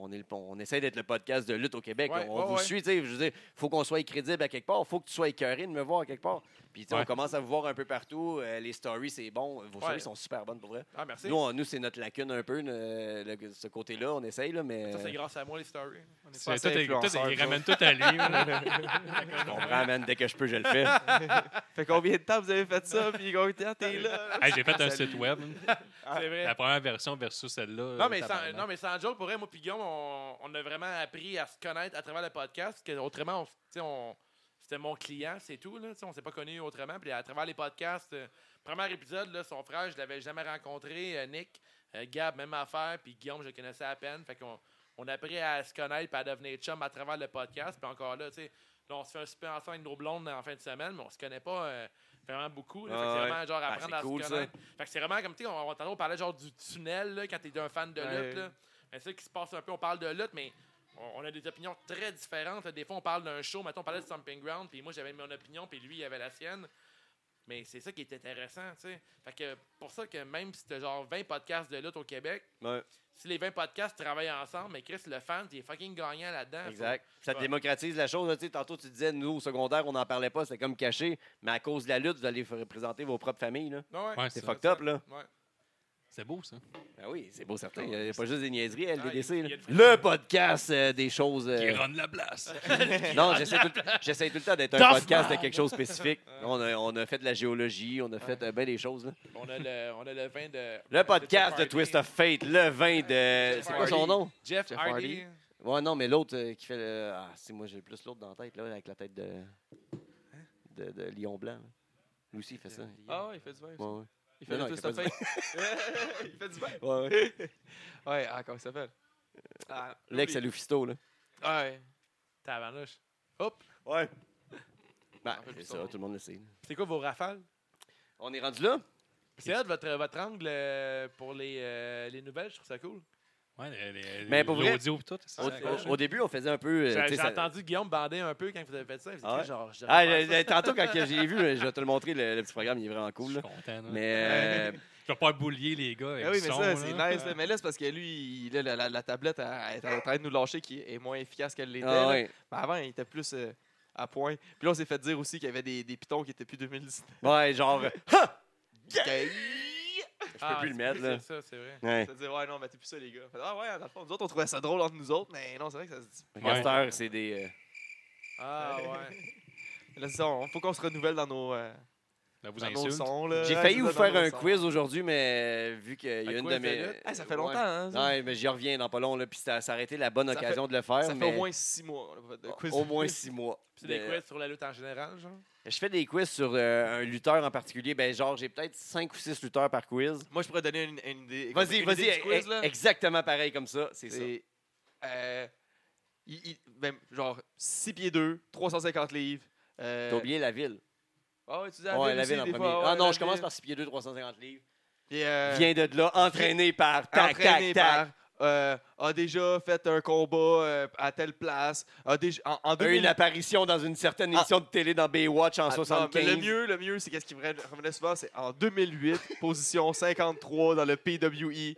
on essaie d'être le podcast de lutte au Québec. Ouais, On vous ouais. suit, tu sais. Je veux dire, faut qu'on soit crédible à quelque part. Faut que tu sois écœuré de me voir à quelque part. Puis, tu sais, Ouais. on commence à vous voir un peu partout. Les stories, c'est bon. Vos stories Ouais. sont super bonnes pour vrai. Ah, merci. Nous, c'est notre lacune un peu, ce côté-là. On essaye, là, mais. Ça, c'est grâce à moi, les stories. On est C'est- pas assez influenceurs, il nous ramène tout à lui. là. Je comprends, man. Dès que je peux, je le fais. Fait combien de temps vous avez fait ça? Puis combien de temps t'es là? Hey, j'ai fait un Salut. site web. C'est vrai. La première version versus celle-là. Non mais, tabarnak. sans joke, pour vrai, moi et Guillaume, on a vraiment appris à se connaître à travers le podcast. Que, autrement, c'était mon client, c'est tout. Là, on s'est pas connus autrement. Puis à travers les podcasts, premier épisode, là, son frère, je l'avais jamais rencontré. Nick, Gab, même affaire. Puis Guillaume, je le connaissais à peine. Fait qu'on on a appris à se connaître et à devenir chum à travers le podcast. Puis encore là, là, on se fait un super ensemble avec nos blondes en fin de semaine, mais on se connaît pas vraiment beaucoup. Là. Fait que c'est vraiment genre apprendre c'est à cool, se ça. connaître. Fait que c'est vraiment comme, on parlait genre du tunnel là, quand t'es un fan de Ouais. lutte. Là. Ben, c'est ça qui se passe un peu. On parle de lutte, mais on a des opinions très différentes. Là. Des fois, on parle d'un show. Mettons, on parlait de Stomping Ground, puis moi, j'avais mon opinion, puis lui, il avait la sienne. Mais c'est ça qui est intéressant, tu sais. Fait que pour ça que même si t'as genre 20 podcasts de lutte au Québec, Ouais, si les 20 podcasts travaillent ensemble, mais Chris, le fan, t'es fucking gagnant là-dedans. exact. Ça te Ouais. démocratise la chose. Là, tu sais, tantôt, tu disais, nous, au secondaire, on n'en parlait pas, c'était comme caché. Mais à cause de la lutte, vous allez représenter vos propres familles. Là. Faut... Ouais. Ouais, C'est ça. fucked up, là. Ouais. C'est beau, ça. Ben oui, c'est beau, certain. Il n'y a pas juste des niaiseries à Ah, LDDC. il y a là. une- Le podcast des choses. Qui run la place. Non, j'essaie tout le temps d'être un Duffman! podcast de quelque chose de spécifique. On a fait de la géologie, on a fait bien des choses. Là. On a le vin de. Le podcast de Jeff Twist Hardy. of Fate, le vin de. Jeff C'est quoi son Hardy. nom? Jeff Jeff Hardy. Hardy. Ouais, non, mais l'autre qui fait le. Ah, c'est moi, j'ai plus l'autre dans la tête, là, avec la tête de lion blanc. là. Lui aussi, il fait ça. Ah ouais, il fait du vin. aussi. Ouais, ouais. Il fait Non, le non, il twist fait of pas fate. Il fait du vin. Ouais, ouais. Ouais, comment il s'appelle? Ah, Lex à Lufisto, là. Ouais. Tabarnouche. Ouais. Ben, rappelle c'est plus ça, son nom. tout le monde le sait. C'est quoi vos rafales? On est rendu là? C'est hot, votre angle pour les nouvelles, je trouve ça cool. Ouais, Mais pour vrai, l'audio et tout. c'est ça, Au début, on faisait un peu. tu sais, J'ai ça- entendu Guillaume bander un peu quand vous avez fait ça. Ah ouais? Genre, je devrais Ah, faire ça. tantôt, quand j'ai vu, je vais te le montrer, le petit programme, il est vraiment Je cool. suis Là. content. là. Mais Je vais pas boulier les gars avec Ah oui, le mais son, ça, là. c'est nice. Là. Mais là, c'est parce que lui, la tablette elle est en train de nous lâcher qui est moins efficace qu'elle l'était. ah, là. ouais. Mais avant, il était plus à point. Puis là, on s'est fait dire aussi qu'il y avait des pitons qui étaient plus 2019. Ouais, genre. Je peux Ah, plus le c'est mettre, là. C'est ça, c'est vrai. Ouais. C'est-à-dire, ouais, non, mettez plus ça, les gars. Fait, ah ouais, dans le fond, nous autres, on trouvait ça drôle entre nous autres, mais non, c'est vrai que ça se dit. Ouais. Master, c'est des. Ah, ouais. Là, c'est ça, faut qu'on se renouvelle dans nos. Là, vous Dans nos insulte. sons, là. J'ai Ouais, failli c'est vous ça, dans faire nos un sons. quiz aujourd'hui, mais vu qu'il y a Un une quiz de de mes. lutte? Ça fait Ouais. longtemps, hein? ça? Ouais, mais j'y reviens dans pas long, là, puis ça a été la bonne Ça occasion de le faire. Ça fait mais... au moins 6 mois. on a pas fait de quiz. Au moins 6 mois. C'est des De- quiz sur la lutte en général, genre. Je fais des quiz sur un lutteur en particulier. Ben, genre, j'ai peut-être 5 ou 6 lutteurs par quiz. Moi, je pourrais donner une idée. Vas-y, une vas-y. idée du quiz, là. Exactement pareil comme ça. C'est ça. C'est. Genre 6 pieds 2, 350 livres. T'as oublié la ville. Ah ouais, tu dis Ouais, la aussi, ville en des premier. fois, ouais, Ah non, la je commence ville. par 6 pieds 2, 350 livres. Puis, Viens de là, entraîné par tac, entraîné tac, tac. a déjà fait un combat à telle place. A déjà, en A eu 2000... une apparition dans une certaine émission de télé dans Baywatch en Ah, non, 75. mais le mieux, c'est qu'est-ce qui revenait souvent, c'est en 2008, position 53 dans le PWI.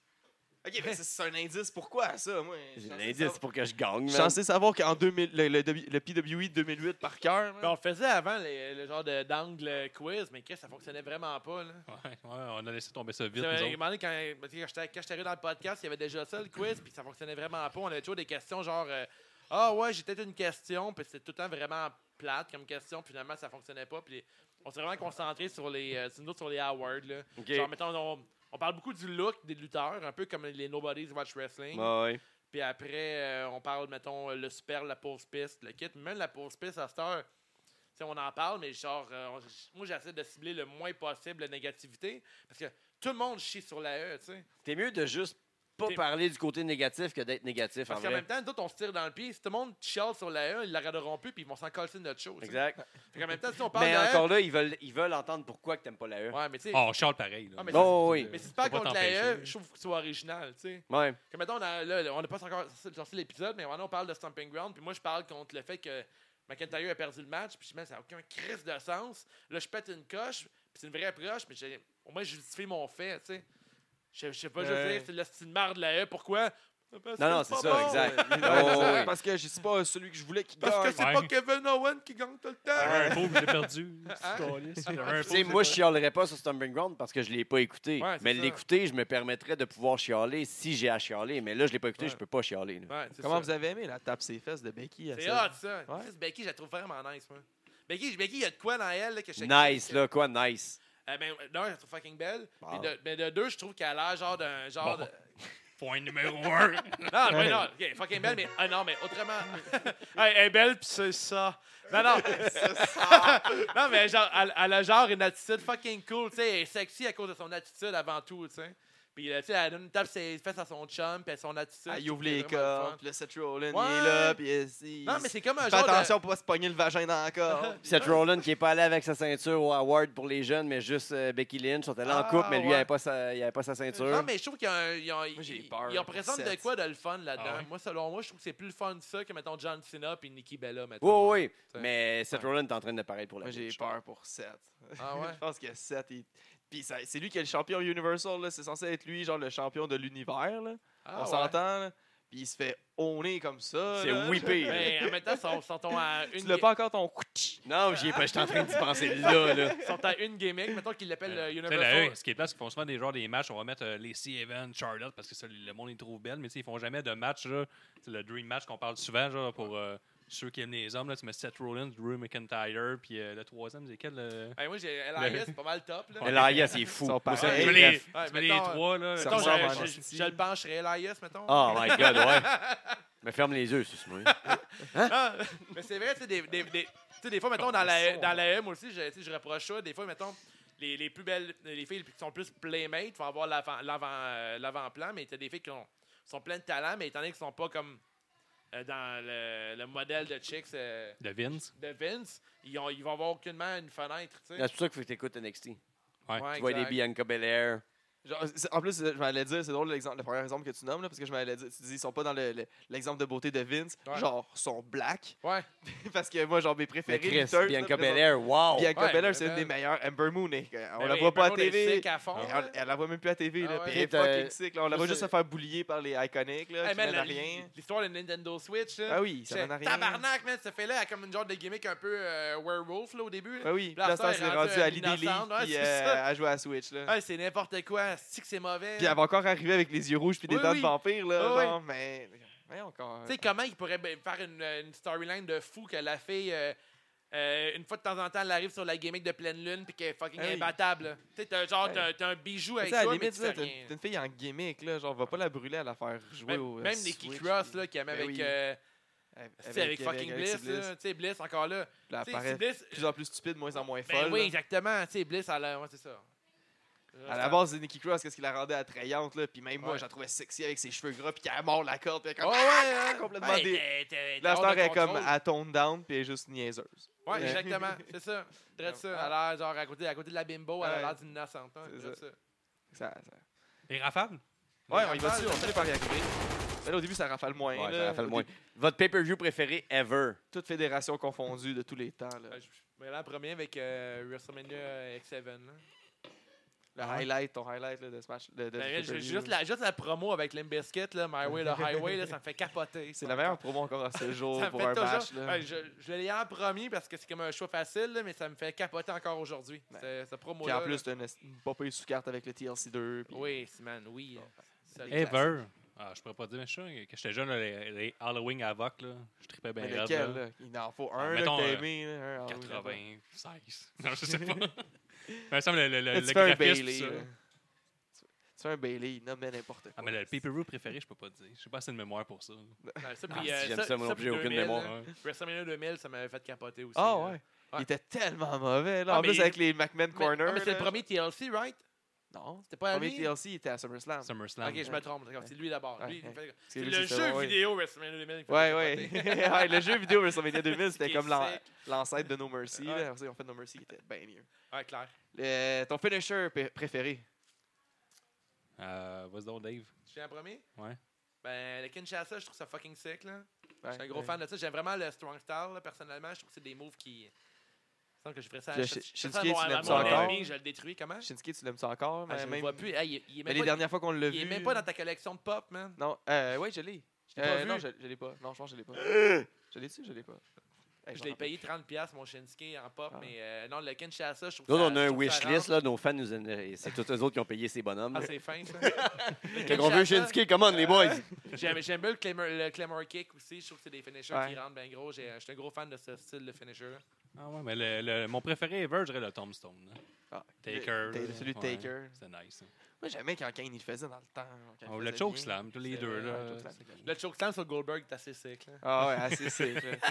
Ok, mais c'est un indice. Pourquoi ça, moi? J'ai l'indice pour que je gagne. Je suis man. censé savoir qu'en 2000, le PWI 2008 par cœur. Ben, on faisait avant le genre d'angle quiz, mais qu'est-ce ça fonctionnait vraiment pas, là. Ouais, on a laissé tomber ça vite, J'avais nous autres. demandé quand j'étais arrivé dans le podcast, il y avait déjà ça, le quiz, puis ça fonctionnait vraiment pas. On avait toujours des questions genre ah ouais, j'ai peut-être une question, puis c'était tout le temps vraiment plate comme question, puis finalement ça fonctionnait pas. Puis on s'est vraiment concentré sur sur les awards. Là. Ok. Genre, mettons, on parle beaucoup du look des lutteurs, un peu comme les Nobody's Watch Wrestling. Ouais. Puis après, on parle, mettons, le super, la pause piste, le kit. Même la pause piste, à cette heure, on en parle, mais genre, moi, j'essaie de cibler le moins possible la négativité. Parce que tout le monde chie sur la E, tu sais. T'es mieux de juste pas parler du côté négatif que d'être négatif, en Parce qu'en vrai. même temps, d'autres, on se tire dans le pied. Si tout le monde chiale sur la E, ils la regarderont plus, puis ils vont s'en coller de notre show. tu sais. Exact. Fait qu'en même temps, si on parle Mais de la encore E. là, ils veulent entendre pourquoi que t'aimes pas la E. Ouais, mais tu sais. Ah, on chiale pareil. Là. Ah, mais Oh, oui. Mais si tu parles Faut pas contre la E, t'empêcher. je trouve que c'est original, tu sais. Ouais. Comme mettons, on n'a pas encore sorti l'épisode, mais maintenant on parle de Stomping Ground, puis moi je parle contre le fait que McIntyre a perdu le match, puis je me dis, ça n'a aucun crise de sens. Là, je pète une coche, puis c'est une vraie approche, mais au moins je justifie mon fait, tu sais. Je sais pas, je veux dire, c'est le style marre de la E, pourquoi? Parce Non, que non, c'est pas ça, bon. exact. Ouais, Oh, oui. parce que c'est pas celui que je voulais qui Parce que gagne. c'est Ouais. pas Kevin Owen qui gagne tout le J'avais un temps. faux que j'ai perdu. Hein? J'avais un Tu faux. sais, moi, je chialerais pas sur Stomping Ground parce que je l'ai pas écouté. Ouais, c'est Mais ça. l'écouter, je me permettrais de pouvoir chialer si j'ai à chialer. Mais là, je l'ai pas écouté, Ouais. je peux pas chialer. là. Ouais, c'est Comment ça. vous avez aimé la tape ses fesses de Becky? C'est hot, ça. Ouais. Chris, Becky, je la trouve vraiment nice, moi. Becky, il y a de quoi dans elle là, que je Nice, là, quoi, nice. Ben, d'un, je la trouve fucking belle. Bon. Mais de deux, je trouve qu'elle a l'air genre d'un genre Bon. de. Point numéro 1. Non, mais non, ok, fucking belle, mais non, mais autrement. Hey, elle est belle, pis c'est ça. Non, non. Non, mais genre, elle a genre une attitude fucking cool, tu sais, elle est sexy à cause de son attitude avant tout, tu sais. Puis, tu sais, elle donne une tape ses fesses à son chum, puis son attitude. Il ouvre c'est les vraiment le fun. cordes, puis le Seth Rollins, Ouais. il est là, puis Non, mais c'est comme un Fais genre attention pour pas se pogner le vagin dans la corde. Seth Rollins qui est pas allé avec sa ceinture au Award pour les jeunes, mais juste Becky Lynch. Sont allés en Ah, couple, mais lui, ouais. il avait pas sa ceinture. Non, mais je trouve qu'il y a Moi, j'ai peur il y a pour présente de Seth. quoi de le fun là-dedans. Ah ouais? Moi, selon moi, je trouve que c'est plus le fun de ça que, mettons, John Cena puis Nikki Bella, mettons. Oui, oui. T'sais. Mais Seth Rollins est en train de paraître pour la Moi, j'ai Lynch. peur pour Seth. Ah ouais? Je pense que Seth, puis c'est lui qui est le champion Universal, là. C'est censé être lui, genre le champion de l'univers, là. Ah, On ouais. s'entend, là. Puis il se fait honner comme ça. C'est là. whippé. Mais en même temps, ils sont à Tu une l'as pas encore ton couch. Non, j'y ai pas. J'étais en train d'y penser là, là. Ils sont à une gimmick, mettons qu'ils l'appellent le Tu sais, Universal. ce qui est plate, c'est qu'ils font souvent des matchs. On va mettre Lacey Evans, Charlotte, parce que ça, le monde les trouve belles. Mais tu sais, ils font jamais de match. Là. C'est le Dream Match qu'on parle souvent genre, pour ceux qui aiment les hommes. Là. Tu mets Seth Rollins, Drew McIntyre, puis le troisième, c'est quel Hey, moi, j'ai LIS, c'est pas mal top. Là. Elias, il est fou. Ils sont Moi, ça, pareils. Tu mets bref. les, Ouais, tu mets les mettons, trois. Là, ça Mettons, ressemble je, en je, esti. je le pencherais LIS, mettons. Oh my God, ouais. Mais ferme les yeux, c'est moi. Ah, mais c'est vrai, tu sais, tu sais, des fois, mettons, dans la M aussi, je reproche ça. Des fois, mettons, les plus belles, les filles qui sont plus playmates vont avoir l'avant-plan, mais tu as des filles qui sont pleines de talent, mais étant donné qu'ils sont pas comme dans le modèle de chicks de Vince. de Vince, ils vont avoir aucunement une fenêtre, tu sais. C'est pour ça qu'il faut que tu écoutes NXT. Ouais. Ouais, Tu vois des exact. Bianca Belair. Genre, en plus, je m'allais dire, c'est drôle le premier exemple que tu nommes, là, parce que je m'allais dire, tu dis, ils sont pas dans l'exemple de beauté de Vince, Ouais. genre, sont black. Ouais. Parce que moi, genre, mes Mais préférés. Chris, lutteuses, Bianca là, Belair, wow! Bianca Ouais, Belair, c'est une mais des meilleures. Amber Moon, on Mais la voit pas à Ember Moon est TV. sick à fond, là. Elle la voit même plus à TV. Ah Là, ouais. puis elle est Puis t'as- fucking sick. Là. On la voit juste, juste se faire boulier par les iconiques là, Hey, qui man, mènent à rien. l'histoire de Nintendo Switch, là. Ah oui, ça C'est mène à rien. tabarnak, man, cette fille-là a comme une genre de gimmick un peu werewolf là, au début. là. Ah oui, Puis là, là, ça, c'est elle est rendu rendue à l'idée innocente, ouais, puis c'est ça. à jouer à la Switch. Là. Ah, c'est n'importe quoi, c'est que c'est mauvais. Puis elle va encore arriver avec les yeux rouges puis des Oui, dents oui. de vampire. Là, Oui, genre, mais. Voyons encore. Tu sais comment il pourrait faire une storyline de fou que la fille une fois de temps en temps, elle arrive sur la gimmick de pleine lune puis qu'elle est fucking Ah oui. imbattable. Tu sais, t'as un bijou avec à la toi, mais limite, tu fais ça, t'as rien. une fille en gimmick, là. Genre, va pas la brûler à la faire jouer au. Même Nikki Switch, Cross, là, qui aime Ben avec, oui. tu sais, avec fucking Alexis Bliss, là. Tu sais, Bliss, encore là. Puis elle Tu sais, paraît si Bliss. de plus en plus stupide, moins en moins Ben folle. oui, là. exactement. Tu sais, Bliss, ouais, c'est ça. À la base, c'est Nikki Cross, qu'est-ce qui la rendait attrayante, là. Puis même moi, Ouais. je la trouvais sexy avec ses cheveux gras, puis qu'elle mord la corde, puis elle est Oh, comme. ouais, Ah, hein. complètement Ouais, dé- t'es La hors star de est comme contrôle. à tone down, puis elle est juste niaiseuse. Ouais, exactement. C'est ça. Drette ça. Elle a l'air, genre, à côté de la bimbo, elle a Ouais. l'air d'une innocente. Hein, C'est drette ça. ça. Les rafales? Ouais, on y va dessus, on finit par y arriver. Mais là, au début, ça rafale moins. Ouais, là. ça rafale Au moins. début, Votre pay-per-view préféré ever? Toute fédération confondue de tous les temps. Là. Mais là, en premier avec WrestleMania X7. Là. Le highlight, ton highlight là, de ce match. De Ben, pay-per-view. juste la promo avec Limp Bizkit, là, My Way, the Highway, là, ça me fait capoter. C'est la meilleure promo encore à ce jour Ça me pour fait un toujours- match. Là. Ouais, je l'ai en premier parce que c'est comme un choix facile, là, mais ça me fait capoter encore aujourd'hui. Ouais. Cette promo Puis en plus, t'as une pas payée sous carte avec le TLC 2. Puis... oui, man, oui. Ça, les Ever. Ah, je pourrais pas dire, mais je suis sûr que j'étais jeune, là, les Halloween Avoc, là, je tripais bien Mais raide, lequel, là. là? Il en faut Ah, un là, mettons, que t'as aimé. Là, un, 96. Non, je sais pas. Mais ça me semble Là, le tu fais un graphisme, Bailey. ça. là. Tu fais un Bailey, il nomme n'importe quoi. Ah, mais le pay-per-view préféré, je peux pas te dire. J'ai pas assez de mémoire pour ça. Ouais, ça, Ah, puis, si, j'aime ça, moi non plus, j'ai aucune 2000, mémoire. là. Ouais. WrestleMania 2000, ça m'avait fait capoter aussi. Ah là. ouais. Ouais. Il était tellement mauvais. Là. Ah, En plus, mais- avec les McMahon Corner. Ah, mais c'est le là. premier TLC, right? Non. C'était pas Le à premier lui? TLC, il était à SummerSlam. SummerSlam. Ok, je me trompe. D'accord, c'est lui d'abord. Ouais, Lui, il ouais. fait- Parce que C'est lui, le c'est jeu ça, ouais. vidéo WrestleMania 2000. qui fait Ouais, capoter. ouais. Ouais, le jeu vidéo WrestleMania 2000, c'était Qui est comme sick. l'ancêtre de No Mercy. Ouais. Là. Après ça, ils ont fait No Mercy qui était bien mieux. Ouais, clair. Ton finisher préféré? Vas-y donc, Dave. Je viens en premier? Ouais. Ben, le Kinshasa, je trouve ça fucking sick, là. Ouais, Je suis un gros ouais. fan de ça. J'aime vraiment le Strong Style, là, personnellement. Je trouve que c'est des moves qui... Il semble que je ferais ça Le je ferais Shinsuke, ça à tu mon l'aimes ça ennemi, encore? je le détruis. Comment? Shinsuke, tu l'aimes-tu encore? Ah, je le vois plus. Hey, il est Mais même les pas, dernières fois qu'on l'a vu. il est même pas dans ta collection de pop, man. Non, oui, je l'ai. Je l'ai pas Non, vu. je l'ai pas. Non, je pense que je l'ai pas. Je l'ai-tu? Je l'ai pas. Hey, Je l'ai m'en payé 30$ mon Shinsuke en pop, Ah. mais non, le Kinshasa, je trouve Nous, ça... on a un je trouve ça wishlist, rare. là. Nos fans, c'est tous eux autres qui ont payé ces bonhommes. Ah, c'est fin, ça. Quand on veut Shinsuke, come on, les boys! J'aime bien le Claymore Kick aussi. Je trouve que c'est des finishers Ouais. qui rentrent bien gros. Je suis un gros fan de ce style de finisher. Ah ouais, mais mon préféré ever, je dirais le Tombstone. là. Ah, Taker. Celui de Ouais, Taker. C'est nice. hein. Moi, j'aimais quand Kane il le faisait dans le temps. quand il Oh, le faisait chokeslam, tous les bien. deux. Ouais, Là. le chokeslam, c'est bien. Le chokeslam sur Goldberg est assez sick. Là. Ah ouais, assez sick. là.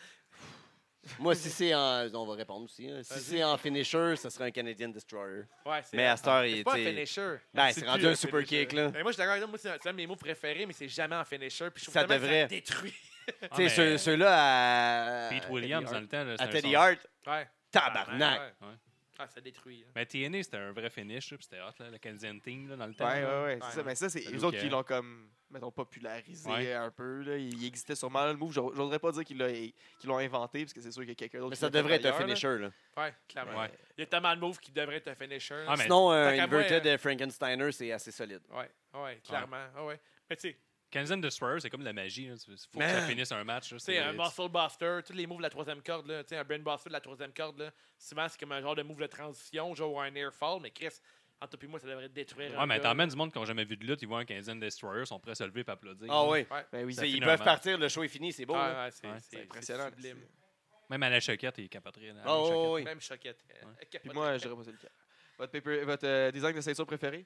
Moi, si c'est en. On va répondre aussi. Hein. Si Vas-y. c'est en finisher, ce serait un Canadian Destroyer. Ouais, c'est Mais à cette heure, c'est il pas un était. finisher. Ben, C'est c'est rendu plus un un super finisher. kick, là. Mais moi, je suis d'accord avec toi. Moi, c'est un de mes mots préférés, mais c'est jamais en finisher. Puis je trouve Ça tellement que devrait. ça détruit. Ah, Tu sais, mais ceux-là à. Pete Williams, dans le temps, là, À c'était un Teddy son- Hart, Ouais. tabarnak! Ouais. Ouais. Ah, ça détruit. Hein. Mais TNA, c'était un vrai finish, là, puis c'était hot, là, le Canadian Team, là, dans le temps. Ouais, là. ouais, ouais. C'est Ouais. ça. Mais ça, c'est Ça eux look, autres qui l'ont comme, mettons, popularisé Ouais. un peu. Là. Il existait sûrement le move. J'oserais pas dire qu'ils l'ont inventé, parce que c'est sûr qu'il y a quelqu'un d'autre Mais qui ça l'a fait devrait être un ailleurs, là. finisher, là. Ouais, clairement. Ouais. Il y a tellement de moves qui devraient être un finisher. là. Ah, mais- Sinon, un Tant qu'à moi, inverted Frankensteiner, c'est assez solide. Ouais, clairement. Ah ouais. Mais tu sais, Canadian Destroyer, c'est comme de la magie. Il faut que ça Man. finisse un match. là, tu sais, un muscle buster, tous les moves de la troisième corde, là, tu sais, un brain buster de la troisième corde, là, souvent c'est comme un genre de move de transition, genre un air fall, mais Chris, entre toi et moi, ça devrait détruire. Ouais, un mais gars, t'emmènes du monde qui n'ont jamais vu de lutte, ils voient un Canadian Destroyer, ils sont prêts à se lever et applaudir. Ah là. oui. Ben oui, Ça Ils finit un peuvent match. partir, le show est fini, c'est beau. Ah, là. ouais, c'est Ouais, c'est impressionnant. sublime. Même à la choquette, il capoterait. là, à la Ah choquette. oui. Même choquette. Puis moi, je dirais pas c'est le cas. Votre design de ceinture préféré?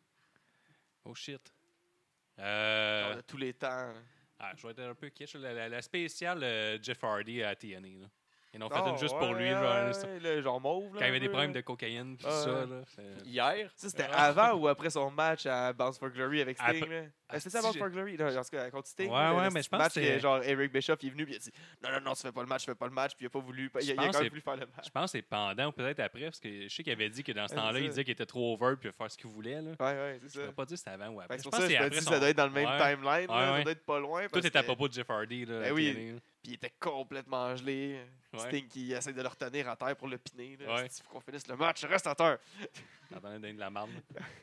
Oh shit. Genre de tous les temps. là. Je vais être un peu kitsch. La spéciale Jeff Hardy à TNA. Là. Ils en ont fait Ah, une juste ouais, pour lui. ouais, le genre mauve. Quand il y avait des problèmes de cocaïne, tout Ah, ça. ouais. Là, c'est- Hier, Ça, c'était avant ou après son match à Bounce for Glory avec Sting? Après- là? C'était ça, si Bounce j'ai- for Glory? Non, en tout cas, contre Sting. Ouais, là, ouais, le mais petit je pense match que c'est- genre Eric Bischoff il est venu, puis il a dit non, tu fais pas le match, puis il a pas voulu. Il a pense quand que même voulu faire le match. Je pense que c'est pendant ou peut-être après, parce que je sais qu'il avait dit que dans ce Ouais, temps-là, c'est il ça. disait qu'il était trop over puis il faire ce qu'il voulait. Là. Ouais, c'est Je ça. ne pourrais pas dire si c'était avant ou Fait après. que Je c'est pour pense ça que que c'est je me après dis son- ça doit être dans le même Ouais. timeline. là, Ouais. Ça doit être pas loin. Tout parce était à que- propos de Jeff Hardy. Là, Ben à oui. TNA, là. Puis il était complètement gelé. Ouais. Sting qui essaie de le retenir à terre pour le piner. Il Ouais. faut qu'on finisse le match, reste à terre. T'entendais donner de la marde.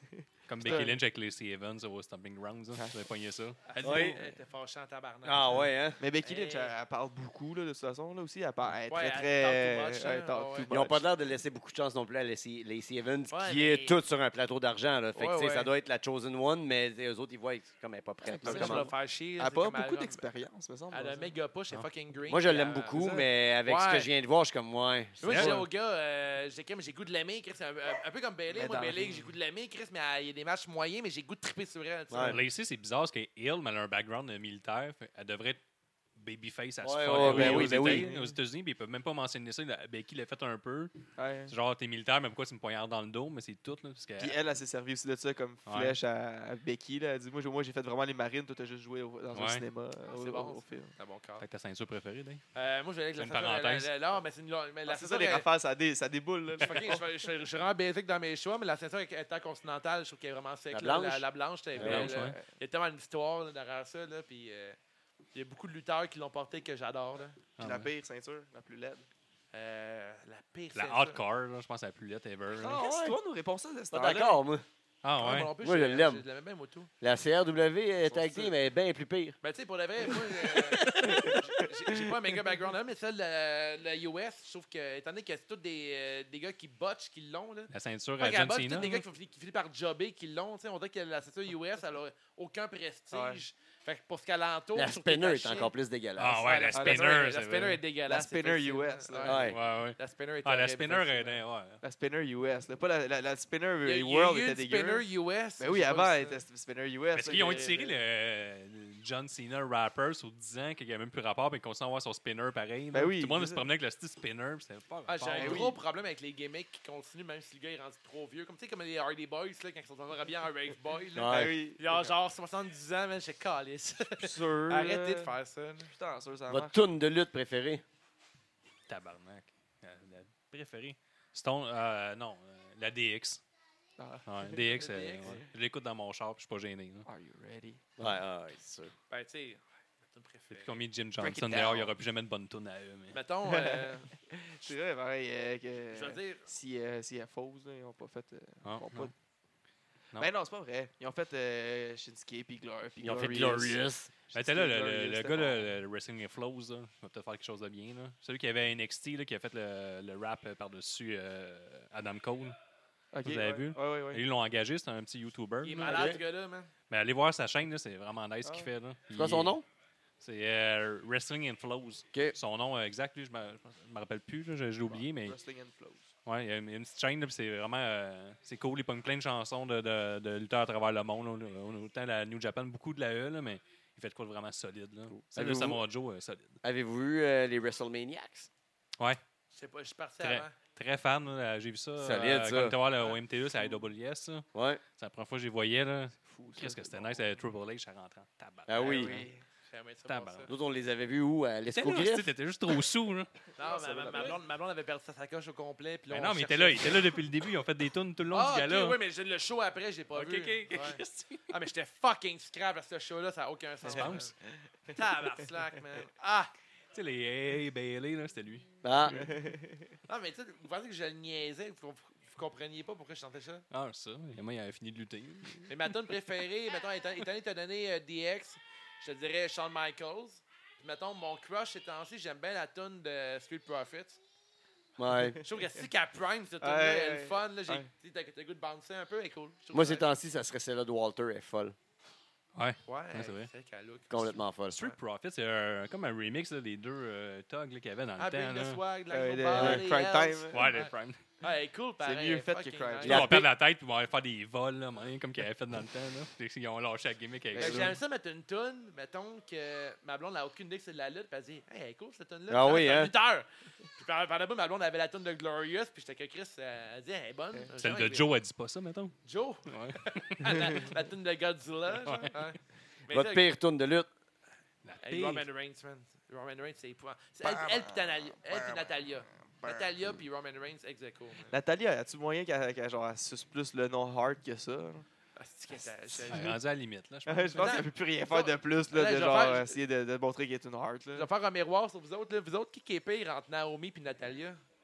Comme Becky Lynch avec Lacey Evans au Stomping Grounds. Vous avez pogné ça. Elle Oui. était fâchée en tabarnak. Ah ouais, hein? Mais Becky Lynch, Hey. elle parle beaucoup là, de toute façon là, aussi. Elle est Ouais, très, elle talk too much, elle hein. talk Ouais, too ouais. Ils n'ont much. pas l'air de laisser beaucoup de chance non plus à Lacey Evans, Ouais, qui mais- est toute sur un plateau d'argent. Là. Fait que, Ouais, tu sais, ouais. ça doit être la chosen one, mais eux autres, ils voient comme elle n'est pas prête. Ça, là, je comment- vais faire chier. Elle a c'est pas comme beaucoup elle- d'expérience, me semble. Elle a un méga push, c'est Non. fucking green. Moi, je puis l'aime elle- beaucoup, ça. mais avec ce que Ouais. je viens de voir, je suis comme, ouais. Moi, je c'est- dis au gars, j'ai goût de l'aimer, Chris. Un peu comme Bailey. Mais Moi, dans le Bailey, ring. j'ai goût de l'aimer, Chris, mais il y a des matchs moyens, mais j'ai goût de triper sur elle. tu sais. Ouais. Lacey, c'est bizarre parce qu'elle est Hill, mais elle a un background militaire. Elle devrait être babyface à ce Ouais, fuck. ouais, ben aux oui, ben oui. Aux États-Unis, puis ils peuvent même pas mentionner ça. Becky l'a fait un peu. Ouais. C'est genre, t'es militaire, mais pourquoi tu me poignardes dans le dos? Mais c'est tout. Là, parce que, Puis elle s'est servie aussi de ça comme Ouais. flèche à Becky. Là. Elle dit moi, j'ai fait vraiment les marines, toi, t'as juste joué dans un Ouais. cinéma c'est bon, au film. C'est un bon corps. Fait que ta ceinture préférée, Dave? Moi, je vais avec C'est la une ceinture. parenthèse. Non, mais c'est une. Mais la C'est ça, ceinture les est- rafales, ça déboule. Là. Fucking, je suis vraiment basic dans mes choix, mais la ceinture intercontinentale, je trouve qu'elle est vraiment sec. La là. blanche? La blanche, c'était La belle. blanche, là. ouais. Il y a tellement d'histoire là, derrière ça. Là, puis, il y a beaucoup de lutteurs qui l'ont porté que j'adore. Là. Puis la pire ceinture, la plus laide. La pire La ceinture. hardcore, là, je pense, c'est la plus laide ever. là. Ah, ouais? toi, nous répond ça de cette Pas heure-là. d'accord, moi. Ah ouais. moi non plus, Moi, je l'aime. Je l'aimais bien, moi, tout. La CRW est Son tag style. team, mais bien plus pire. Ben, tu sais, pour le vrai, moi, j'ai pas un méga background là, mais celle de la US, je trouve que, étant donné que c'est tous des gars qui botchent, qui l'ont, là. La ceinture Pas à qu'elle John botche, c'est Cena. tous des là. gars qui finissent par jobber, qui l'ont, tu sais. On dirait que la ceinture US, elle a aucun prestige. Ouais. Fait que pour ce qu'elle entoure, La je trouve qu'elle spinner est chier. encore plus dégueulasse. Ah ouais, la la spinner. la c'est spinner vrai. est dégueulasse. La spinner effectivement. US, là. Ouais. Ouais, ouais. La spinner est Ah, la terrible, spinner, effectivement. ouais. La spinner US. Là. Pas la spinner Il y a World eu était une dégueu. spinner US. Ben j'ai oui, pas avant, vu elle ça. était spinner US. Parce là, qu'ils ont que- étiré le John Cena rapper sur 10 ans, qu'il n'y a même plus rapport, mais il continue à avoir son spinner pareil. Ben là. oui, Tout le monde c'est se ça. promenait avec le style spinner, puis c'était pas Ah, j'ai rapport. un oui. gros problème avec les gimmicks qui continuent, même si le gars est rendu trop vieux. Comme tu sais, comme les Hardy Boys, là, quand ils sont encore bien en Rave Boy. Là. Ouais. Ben oui. Il a genre 70 ans, man, j'ai calisse. Sûr. Arrêtez de faire ça. là. Putain, sûr, ça Votre marche. toune de lutte préférée? Tabarnak. La préférée. Stone, non, la DX. Ah. Ouais, DX, La ouais. DX. Je l'écoute dans mon char, puis je suis pas gêné. Là. Are you ready? Ouais, c'est sûr. Ben, tu sais, c'est une Depuis préférée. combien de Jim Break it Johnson, d'ailleurs, down. il n'y aura plus jamais de bonne tune à eux. Mais... Mettons, C'est vrai, pareil, que je veux dire, si elle fausse, là, ils n'ont pas fait. Ah, ils ont non. pas... Non. Ben non, c'est pas vrai. Ils ont fait Shinsuke puis Glorious. Ils ont fait Glorious. Ben, t'es là, le Glorious, gars, le Wrestling Flows, là, il va peut-être faire quelque chose de bien. Là. Celui qui avait NXT, là, qui a fait le rap par-dessus Adam Cole. Ok, Vous avez vu? Ouais, ouais. Et ils l'ont engagé, c'est un petit YouTuber. il est là. malade, ok. ce gars-là, man. Mais allez voir sa chaîne, là, c'est vraiment nice ce qu'il Ah. fait. Là. C'est quoi son nom? C'est Wrestling and Flows. OK. Son nom exact, lui, je me rappelle plus, là, je l'ai oublié, mais Wrestling and Flows. ouais, il y a une petite chaîne, là, puis c'est vraiment c'est cool. Il pogne plein de chansons de lutteurs à travers le monde. Là. On a autant la New Japan, beaucoup de la E, là, mais il fait de quoi de vraiment solide. Là. Celle de Avez-vous- Samoa Joe, solide. Avez-vous vu les WrestleManiacs? Ouais, Je sais pas, je suis parti Très. avant. très fan. Là. J'ai vu ça. Solide, ça. Quand on était voir le OMTE, c'est à IWS. ça. Ouais. C'est la première fois que je les voyais. Là. Fou. Qu'est-ce que c'était nice, Triple H, ça rentrait en tabac. Ah oui. J'aimerais ça Tabarnak. voir ça. Nous autres, on les avait vus où? À T'étais l'Escogriffe? t'étais juste trop sous. Là. Non, ma blonde avait perdu sa sacoche au complet. Puis là, Mais on non, mais cherchait- il était là depuis le début. Ils ont fait des tunes tout le long Ah, du gala. ok, oui, mais j'ai le show après, j'ai pas Ok, vu. ok, Ouais. qu'est-ce que tu- Ah, mais j'étais fucking scrap à ce show-là, ça n'a aucun sens. Tu penses? Tabarnak, man. Ah! Tu sais, les Hey Bailey, là, c'était lui. Ah, Non, mais tu sais, vous pensez que je le niaisais, vous compreniez pas pourquoi je chantais ça? Ah, ça. Et moi, il avait fini de lutter. Mais ma tune préférée, mettons, étant donné que t'as donné DX, je te dirais Shawn Michaels. Puis mettons, mon crush ces temps-ci, j'aime bien la tune de Street Profits. ouais. Je trouve que si qu'à Prime, cette tune-là, Ouais, elle est ouais. fun. Là, Ouais. t'as le goût de bouncer un peu, elle est cool. Je trouve Moi, que ces temps-ci, ça serait celle-là de Walter, elle est folle. Ouais. Ouais, c'est vrai. qu'elle look. Complètement folle. Street Profits, c'est comme un remix là, des deux thugs là, qu'il y avait dans le Ah, temps. bring the Là. swag, like Ouais, nobody Crime else. Time. Ouais, les Prime. Ah, elle est cool, pareil. mieux elle est fait que fucking Crime nice. Ils La vont paix- perdre la tête puis ils vont aller faire des vols, là, comme qu'ils avaient fait dans le temps. Là. Ils ont lâché la gimmick avec Fait que ça. J'aime ça mettre une toune, mettons que ma blonde n'a aucune idée que c'est de la lutte, puis elle dit hey, elle est cool cette toune-là. Ah oui, c'est un hein? lutteur. Puis par là-bas, ma blonde avait la toune de Glorious, puis j'étais que Chris, elle dit elle est bonne. Celle Genre, de Joe, elle dit pas ça, mettons. Joe, Ouais. la toune de Godzilla. Genre, ouais. Mais Votre ça, pire toune de lutte? La hey, pire. Roman Reigns, man. Roman Reigns, c'est épouvant. C'est elle puis Natalia. Natalia puis Roman Reigns, ex aequo, man. Nathalie, as-tu moyen qu'elle genre, elle suce plus le nom Hart que ça? là? Ah, c'est qu'elle Elle est rendue à la limite, là, je pense. Je pense qu'elle peut plus rien faire de plus, là, Attends, de je vais genre faire- essayer de montrer qu'elle est une Hart. Je Là. vais faire un miroir sur vous autres. Là. Vous autres, qui est pire entre Naomi puis Natalia?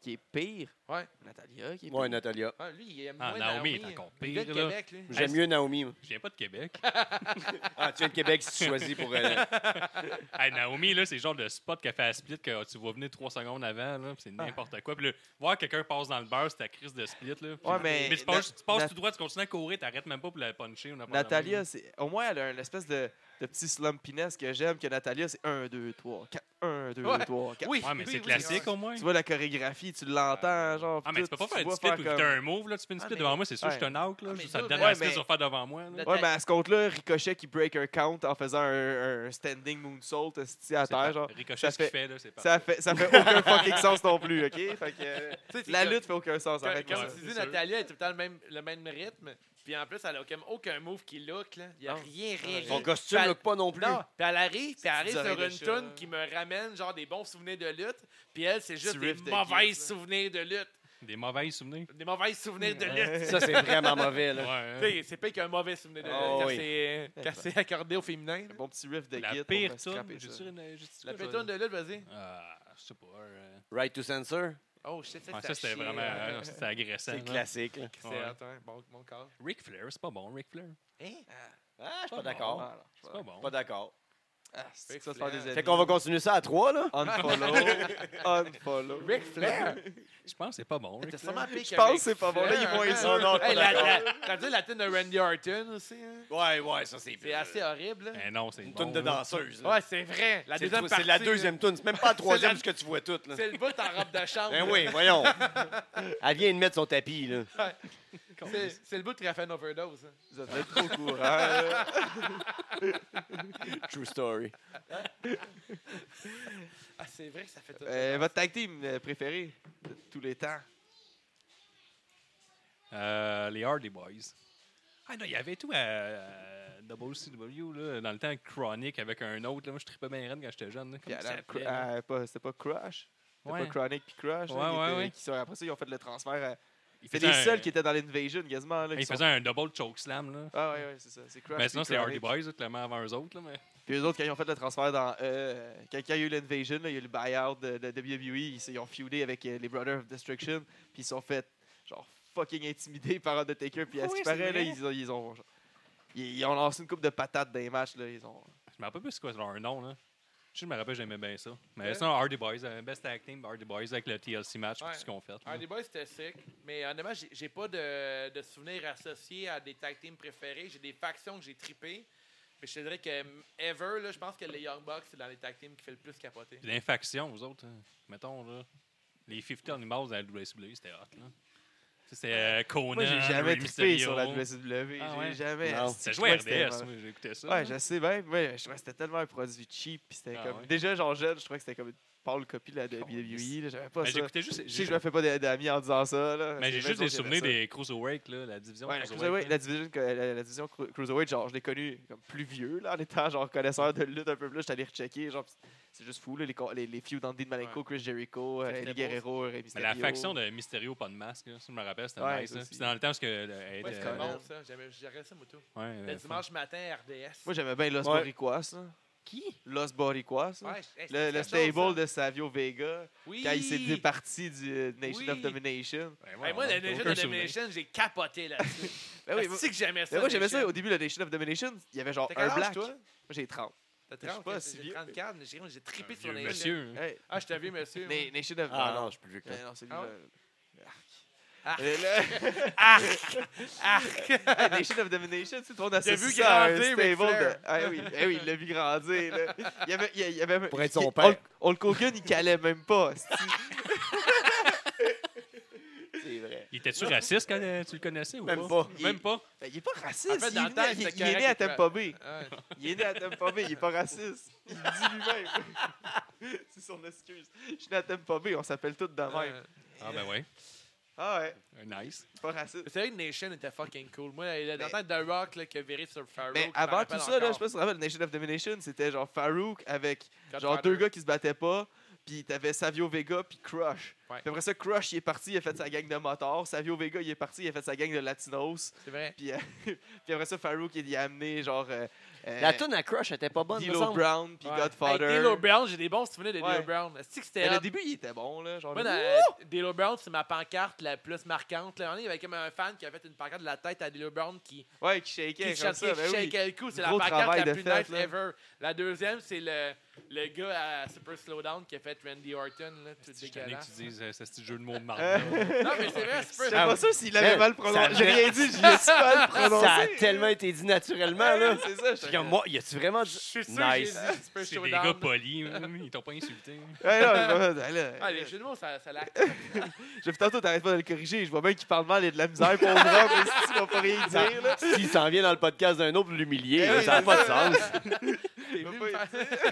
qui est pire. Ouais. Natalia qui est Ouais, pire. Natalia. Ah, lui, il aime Ah, moins Naomi est encore Il vient de pire, là. Québec, lui. J'aime mieux Naomi. moi. Je viens pas de Québec. Ah, tu viens de Québec si tu choisis pour. Hey, Naomi, là, c'est le genre de spot qu'elle fait à Split que tu vas venir 3 secondes avant. Là, c'est n'importe quoi. Puis là, voir quelqu'un passe dans le beurre, c'est ta crise de Split. Là. Ouais, mais tu passes tout droit, tu continues à courir, t'arrêtes même pas pour la puncher. Ou n'importe Natalia, quoi. au moins, elle a une espèce de petit slumpiness que j'aime, que Natalia, c'est 1, 2, 3, 4, 1, 2, Ouais. 3, 4. Oui, Ouais, mais oui, c'est oui, classique ouais. au moins. Tu vois la chorégraphie, tu l'entends, genre. Ah, mais tu peux pas faire tu une vois split ou comme- t'as un move, là. Tu fais une Ah, split mais- devant moi, c'est sûr que je suis un out. Là. Ah, mais Ça te ça, donne ouais, la split mais- de faire devant moi. Là. Ouais, mais à ce compte-là, Ricochet qui break un count en faisant un standing moonsault esti, à terre, genre. Ricochet, ça ce qu'il fait- fait, là, c'est pas. Ça fait aucun fucking sens non plus, OK? Fait que, Tu sais, c'est la comme- lutte fait aucun sens. Comme, Arrête comme ça. tu dis, c'est sûr. Natalia est tout le temps le même rythme. Puis en plus, elle a comme aucun move qui look. Là. Il n'y a Non. rien. Son Puis costume elle- look pas non plus. Non, puis elle arrive, sur oreilles de une chat. tune qui me ramène genre des bons souvenirs de lutte. Puis elle, c'est juste Petit des riff de mauvais Gibbs, là. souvenirs de lutte. Des mauvais souvenirs. Des mauvais souvenirs de lutte. Ça, c'est vraiment mauvais. Là. Ouais. Tu sais, c'est pas qu'un mauvais souvenir de lutte Oh, quand oui. c'est accordé au féminin. Un bon petit riff de La Git. pire on va tune. scraper J'ai ça. sûr une. La pire tune de lutte, vas-y. Je sais pas. Right to Censor. Oh shit, Ouais, ça, c'était vraiment. C'était agressant. C'est là. classique. Là. C'est Ouais. attends, bon corps. Ric Flair, c'est pas bon, Ric Flair. Hein? Ah, je suis Pas pas d'accord. Ah, non, je C'est sais pas bon. Pas d'accord. Ah, c'est que ça se fait des Fait ennemis. qu'on va continuer ça à 3, là. Unfollow. Unfollow. Ric Flair? Je pense que c'est pas bon. Ric T'as Flair. sûrement pire Je pense que c'est pas bon. Là, il est moins Non, sûr. non, pas Hey, d'accord. t'as dit la tune de Randy Orton aussi? Hein? Ouais, ça, c'est C'est assez horrible. Là. Eh non, c'est une bon, toune de là. danseuse. là. Ouais, c'est vrai. La C'est deuxième c'est partie. la deuxième toune. C'est même pas la troisième la- ce que tu vois toute. Là. C'est le bout en robe de chambre. Ben là. oui, voyons. Elle vient de mettre son tapis. Là. C'est le bout qui a fait une overdose. Hein. Vous êtes peut-être trop au courant. là. True story. Ah, c'est vrai que ça fait tout Votre tag team préféré de tous les temps? Les Hardy Boys. Ah non, il y avait tout à WCW, là, dans le temps Chronic avec un autre. Là. Moi, je trippais bien raide quand j'étais jeune. Là. Puis Comment ça Adam, s'appelait, là? c'était pas Crush? C'était Ouais. pas Chronic puis Crush? là, Ouais, qui ouais, étaient- ouais. qui sont, après ça, ils ont fait le transfert. Il C'est faisait les un- seuls qui étaient dans l'Invasion, quasiment. Là, Il qui sont- faisait un double chokeslam. Là. Ah ouais, c'est ça. C'est Crush. Mais sinon, puis c'est Hardy Chronic. Boys, là, clairement avant eux autres. Là, mais... Puis eux autres, quand ils ont fait le transfert dans. Quand il y a eu l'Invasion, là, il y a eu le buyout de WWE, ils ont feudé avec les Brothers of Destruction, puis ils sont fait genre fucking intimidés par Undertaker. Puis à ce Oui, qui c'est paraît, là, vrai. ils ont lancé une coupe de patates dans les matchs. Là, ils ont... Je me rappelle plus c'est quoi leur nom. Là. Je me rappelle, j'aimais bien ça. Mais Ouais. sinon, Hardy Boys, Best Tag Team, Hardy Boys avec le TLC match, Ouais. tout ce qu'on fait. là. Hardy Boys, c'était sick. Mais honnêtement, j'ai pas de souvenirs associés à des tag teams préférés. J'ai des factions que j'ai trippées. Mais je te dirais que ever, là, je pense que les Young Bucks, c'est dans les tag teams qui fait le plus capoter. Puis l'infaction, vous autres, hein. Mettons, là, les 50 Animals à la WCW, c'était hot. Là. Ça, c'était Conan, Moi, j'ai jamais Rey trippé Mysterio. sur la WCW. Ah j'ai ouais? jamais. Non. Asti, Ça je jouait à trouvais que c'était RDS, moi, j'écoutais ça. Ouais, là. je sais bien, mais je trouvais que c'était tellement un produit cheap. Puis c'était Ah comme. ouais? Déjà, genre jeune, je trouvais que c'était comme une pâle copie de la WWE. là, J'avais pas Mais ça. j'écoutais juste. Je sais que je me fais pas d'amis en disant ça. Là. Mais j'ai C'est juste bien des sûr que souvenirs j'aimais ça. des Cruiserweight, là, la division Ouais, Cruiserweight. la division Cruiserweight, genre, je l'ai connu comme plus vieux, là, en étant genre connaisseur de lutte un peu plus. J'étais allé rechecker, genre, c'est juste fou, là, les feuds dans Dean Malenko, Ouais. Chris Jericho, C'était Eddie beau, Guerrero, Rey Mais Mysterio. la faction de Mysterio, pas de masque, là, ça, je me rappelle, c'était Ouais, nice. ça Là. aussi. Puis c'était dans le temps parce que. Ouais, c'est bon, ça. J'aurais ça, Moutou. Le dimanche matin, RDS. Moi, j'aimais bien Los Ouais. Boricuas, là. Qui? Los Boricuas, là. Ouais, hey, Le c'était stable quelque chose, de Savio Vega, ça. Oui. quand il s'est départi du Nation Oui. of Domination. Hey, moi, la Nation of Domination, j'ai capoté là-dessus. Ben oui, C'est que j'aimais ça. moi, j'aimais ça. Nation. Au début, le Nation of Domination, il y avait genre T'as quel un âge, black. toi? Moi, j'ai 30. T'as Je suis 30, pas j'ai si vieux. 34, mais j'ai trippé sur les Monsieur. hein. Hey, Ah, je t'ai vu, monsieur. Nation of... Ah non, je suis plus vieux que toi. Non, c'est lui, Ah ouais? là. Ah. Hey, Nation of Domination, tu sais, tout le monde associe vu ça à un grandir, Ric stable de... Flair. Ah oui, eh oui, il l'a vu grandir, là. Il y avait Pour être son père. Hulk Hogan, il calait même pas. c'est-tu. C'est vrai. Il était-tu raciste quand tu le connaissais ou Même pas? pas. Même pas. Ben, il est pas raciste. En fait, dans le temps, il c'était est né correct à qu'il Tampa Bay. Ouais. Il est né à Tampa Bay, il est pas raciste. Il le dit lui-même. C'est son excuse. Je suis né à Tampa Bay, on s'appelle tous de même. Ah, ben ouais. Ah ouais, Nice. pas raciste. C'est vrai que Nation était fucking cool. Moi, dans le temps de The Rock là, qui a viré sur Farouk. Mais avant tout ça, là, je sais pas si tu te rappelles, Nation of Domination, c'était genre Farouk avec genre deux gars qui se battaient pas, puis t'avais Savio Vega puis Crush. Ouais. Puis après ça, Crush, il est parti, il a fait sa gang de motards. Savio Vega, il est parti, il a fait sa gang de Latinos. C'est vrai. Puis, puis après ça, Farouk, il a amené genre. La tune à Crush était pas bonne, me D'Lo semble. Brown, puis Ouais. Godfather. Hey, D'Lo Brown, j'ai des bons souvenirs de Ouais. D'Lo Brown. C'est que c'était Mais hot. le début, il était bon, là. Genre, Moi, D'Lo Brown, c'est ma pancarte la plus marquante. Là, il y avait comme un fan qui avait fait une pancarte de la tête à D'Lo Brown qui ouais, qui shakeait comme ça. Ben oui. shakeait le cou. C'est la Gros pancarte travail la de plus fait, nice là. ever. La deuxième, c'est le gars à Super Slowdown qui a fait Randy Orton. Là, tout Je tenais que dégueulasse. tu dises ce petit jeu de mots de marde. Non, mais c'est vrai, Super J'étais Ah, pas sûr s'il avait man, mal prononcé. ça- J'ai rien dit, j'ai su mal prononcé. Ça a tellement été dit naturellement, là. C'est ça, Puis comme moi, y a-tu vraiment Je dit... suis sûr que j'ai Nice. dit Super C'est des Showdown. gars polis, ils t'ont pas insulté. Ouais, non, Ah, les jeux de mots, ça l'a. J'ai vu tantôt, t'arrêtes pas de le corriger. Je vois bien qu'il parle mal et de la misère pour moi, mais si tu vas pas rien dire, là. S'il s'en vient dans le podcast d'un autre pour l'humilier, Eh oui, ça n'a pas de sens. Il va pas y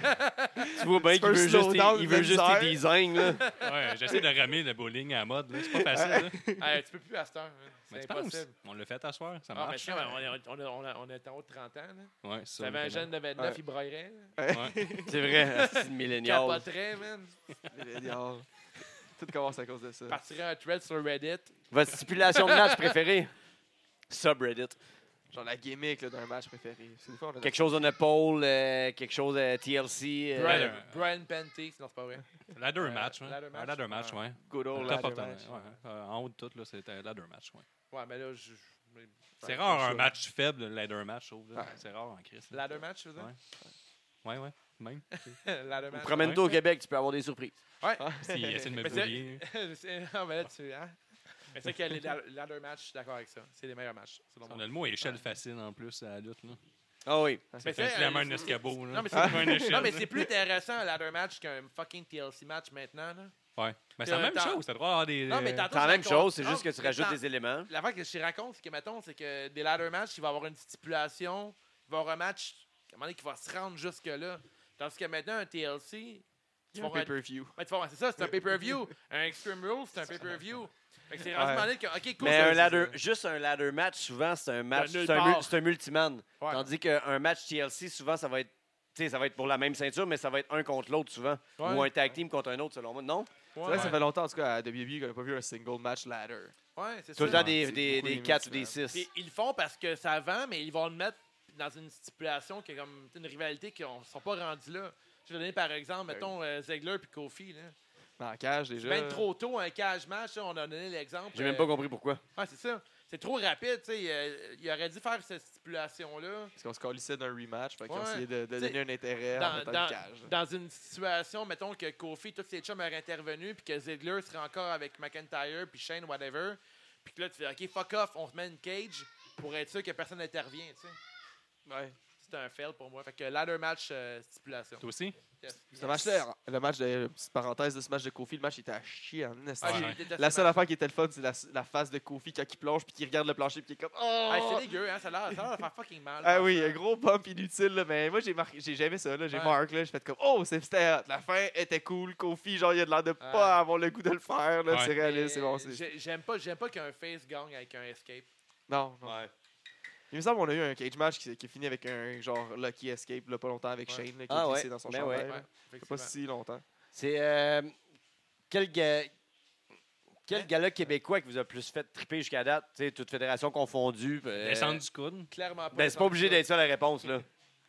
Tu vois bien qu'il Super veut juste, slowdown, il veut juste misère. tes designs, là. Ouais, j'essaie de ramener le bowling à la mode. là. C'est pas facile. Là. Hey, tu peux plus à cette heure. hein. Mais C'est tu penses? impossible. On l'a fait à soir, ça Ah, mais marche. tiens, on est en haut de 30 ans. Là. Ouais, ça. Si t'avais un jeune de 29, Ouais. il braillerait. là. Ouais. C'est vrai, c'est une millénial. Capoterait, man. Millénial. Tout commence à cause de ça. Partirait un thread sur Reddit. Votre stipulation de match préférée? Subreddit. Genre la gimmick là, d'un match préféré. C'est des fois, on a Quelque chose on a pole, quelque chose TLC. Brian- Brian Penty, sinon c'est pas vrai. Ladder match, ouais. ladder match. Un ladder match, ouais. good old Top ladder of the- match. ouais. En haut de tout, là, c'était ladder match, ouais. Ouais, mais là, C'est rare un match faible, le ladder match, je trouve. là. Ouais. C'est rare en crise. Ladder match, tu veux dire? Ouais, ouais, même. Ladder match. Promène-toi au Québec, tu peux avoir des surprises. Ouais. S'il essaie de me Mais c'est- brouiller. Non, mais là, tu. Hein? Mais c'est que les ladder match, je suis d'accord avec ça. C'est les meilleurs matchs, selon On moi. a le mot échelle facile en plus à la lutte. Là. Ah oui. C'est c'est- clairement un escabeau. Là. Non, mais C'est pas une Non, échelle. mais c'est plus intéressant un ladder match qu'un fucking TLC match maintenant. Là. Ouais. Mais c'est la même T'as- chose. Ça doit avoir des. Non, mais tantôt, C'est la je même raconte- chose, c'est Non, juste que tu mais rajoutes tant- des éléments. L'affaire que je te raconte, c'est que, mettons, c'est que des ladder matchs, il va y avoir une stipulation, il va y avoir un match à un moment donné, qui va se rendre jusque-là. Tandis que maintenant, un TLC, Il y a un pay-per-view. ouais, tu vas voir, c'est ça, c'est un pay-per-view. Un Extreme Rules, c'est un pay-per-view. Fait que c'est rendu à un moment donné que, OK, cool. Mais ça, un ladder, c'est- juste un ladder match, souvent, c'est un match, nulle c'est un, part. c'est un multiman. Ouais. Tandis qu'un match TLC, souvent, ça va être. Tu sais, ça va être pour la même ceinture, mais ça va être un contre l'autre souvent. Ouais. Ou un tag team contre un autre, selon moi. Non? Ouais, C'est vrai que ça ouais. fait longtemps, en tout cas, à WWE, qu'on n'a pas vu un single match ladder. Ouais, c'est Tout le ça. temps des, c'est des, beaucoup des les 4 ou des multimans. 6. Puis ils le font parce que ça vend, mais ils vont le mettre dans une stipulation qui est comme une rivalité qui ne sont pas rendus là. Je vais donner par exemple, mettons, Ziggler puis Kofi. Là. Dans la cage, C'est déjà. bien trop tôt, un cage match, là, on a donné l'exemple. J'ai même pas compris pourquoi. Ouais, c'est ça. C'est trop rapide, tu sais. Il aurait dû faire cette stipulation-là Parce qu'on se colissait d'un rematch. Fait qu'ils ont Ouais. essayé de T'sais, donner un intérêt en dans, mettant dans- une cage. dans une situation, mettons que Kofi, tous ses chums auraient intervenu, puis que Ziggler serait encore avec McIntyre, puis Shane, whatever. Puis que là, tu fais, OK, fuck off, on se met une cage pour être sûr que personne n'intervient, tu sais. Ouais. C'est un fail pour moi. Fait que ladder match, stipulation. Toi aussi? Yes. Ce match-là, le match de. Petite parenthèse de ce match de Kofi, le match était à chier en esti. Ah, Ouais. j'ai détesté La ce seule match. affaire qui était le fun, c'est la face de Kofi quand il plonge puis qu'il regarde le plancher puis qu'il est comme. Oh! Ah, c'est dégueu, hein? Ça a l'air de faire fucking mal. Ah oui, un gros bump inutile, là, mais moi j'ai jamais ça, là, j'ai Ouais. marqué, là, j'ai fait comme oh, c'était hot. La fin était cool, Kofi, genre il a de l'air de pas avoir le goût de le faire, là, Ouais. c'est réaliste, Mais c'est bon. J'aime pas qu'un face gagne avec un escape. Non, non. Ouais. Il me semble qu'on a eu un cage match qui est fini avec un genre Lucky Escape, là, pas longtemps avec Ouais. Shane, là, qui Ah a ouais, glissé dans son ben chandail. ouais. là. Ouais, Pas effectivement. si longtemps. C'est. Quel gala québécois qui vous a plus fait triper jusqu'à date? Tu sais, toute fédération confondue. Descendre du coude. Clairement pas. Ben, c'est pas obligé d'être ça la réponse, là.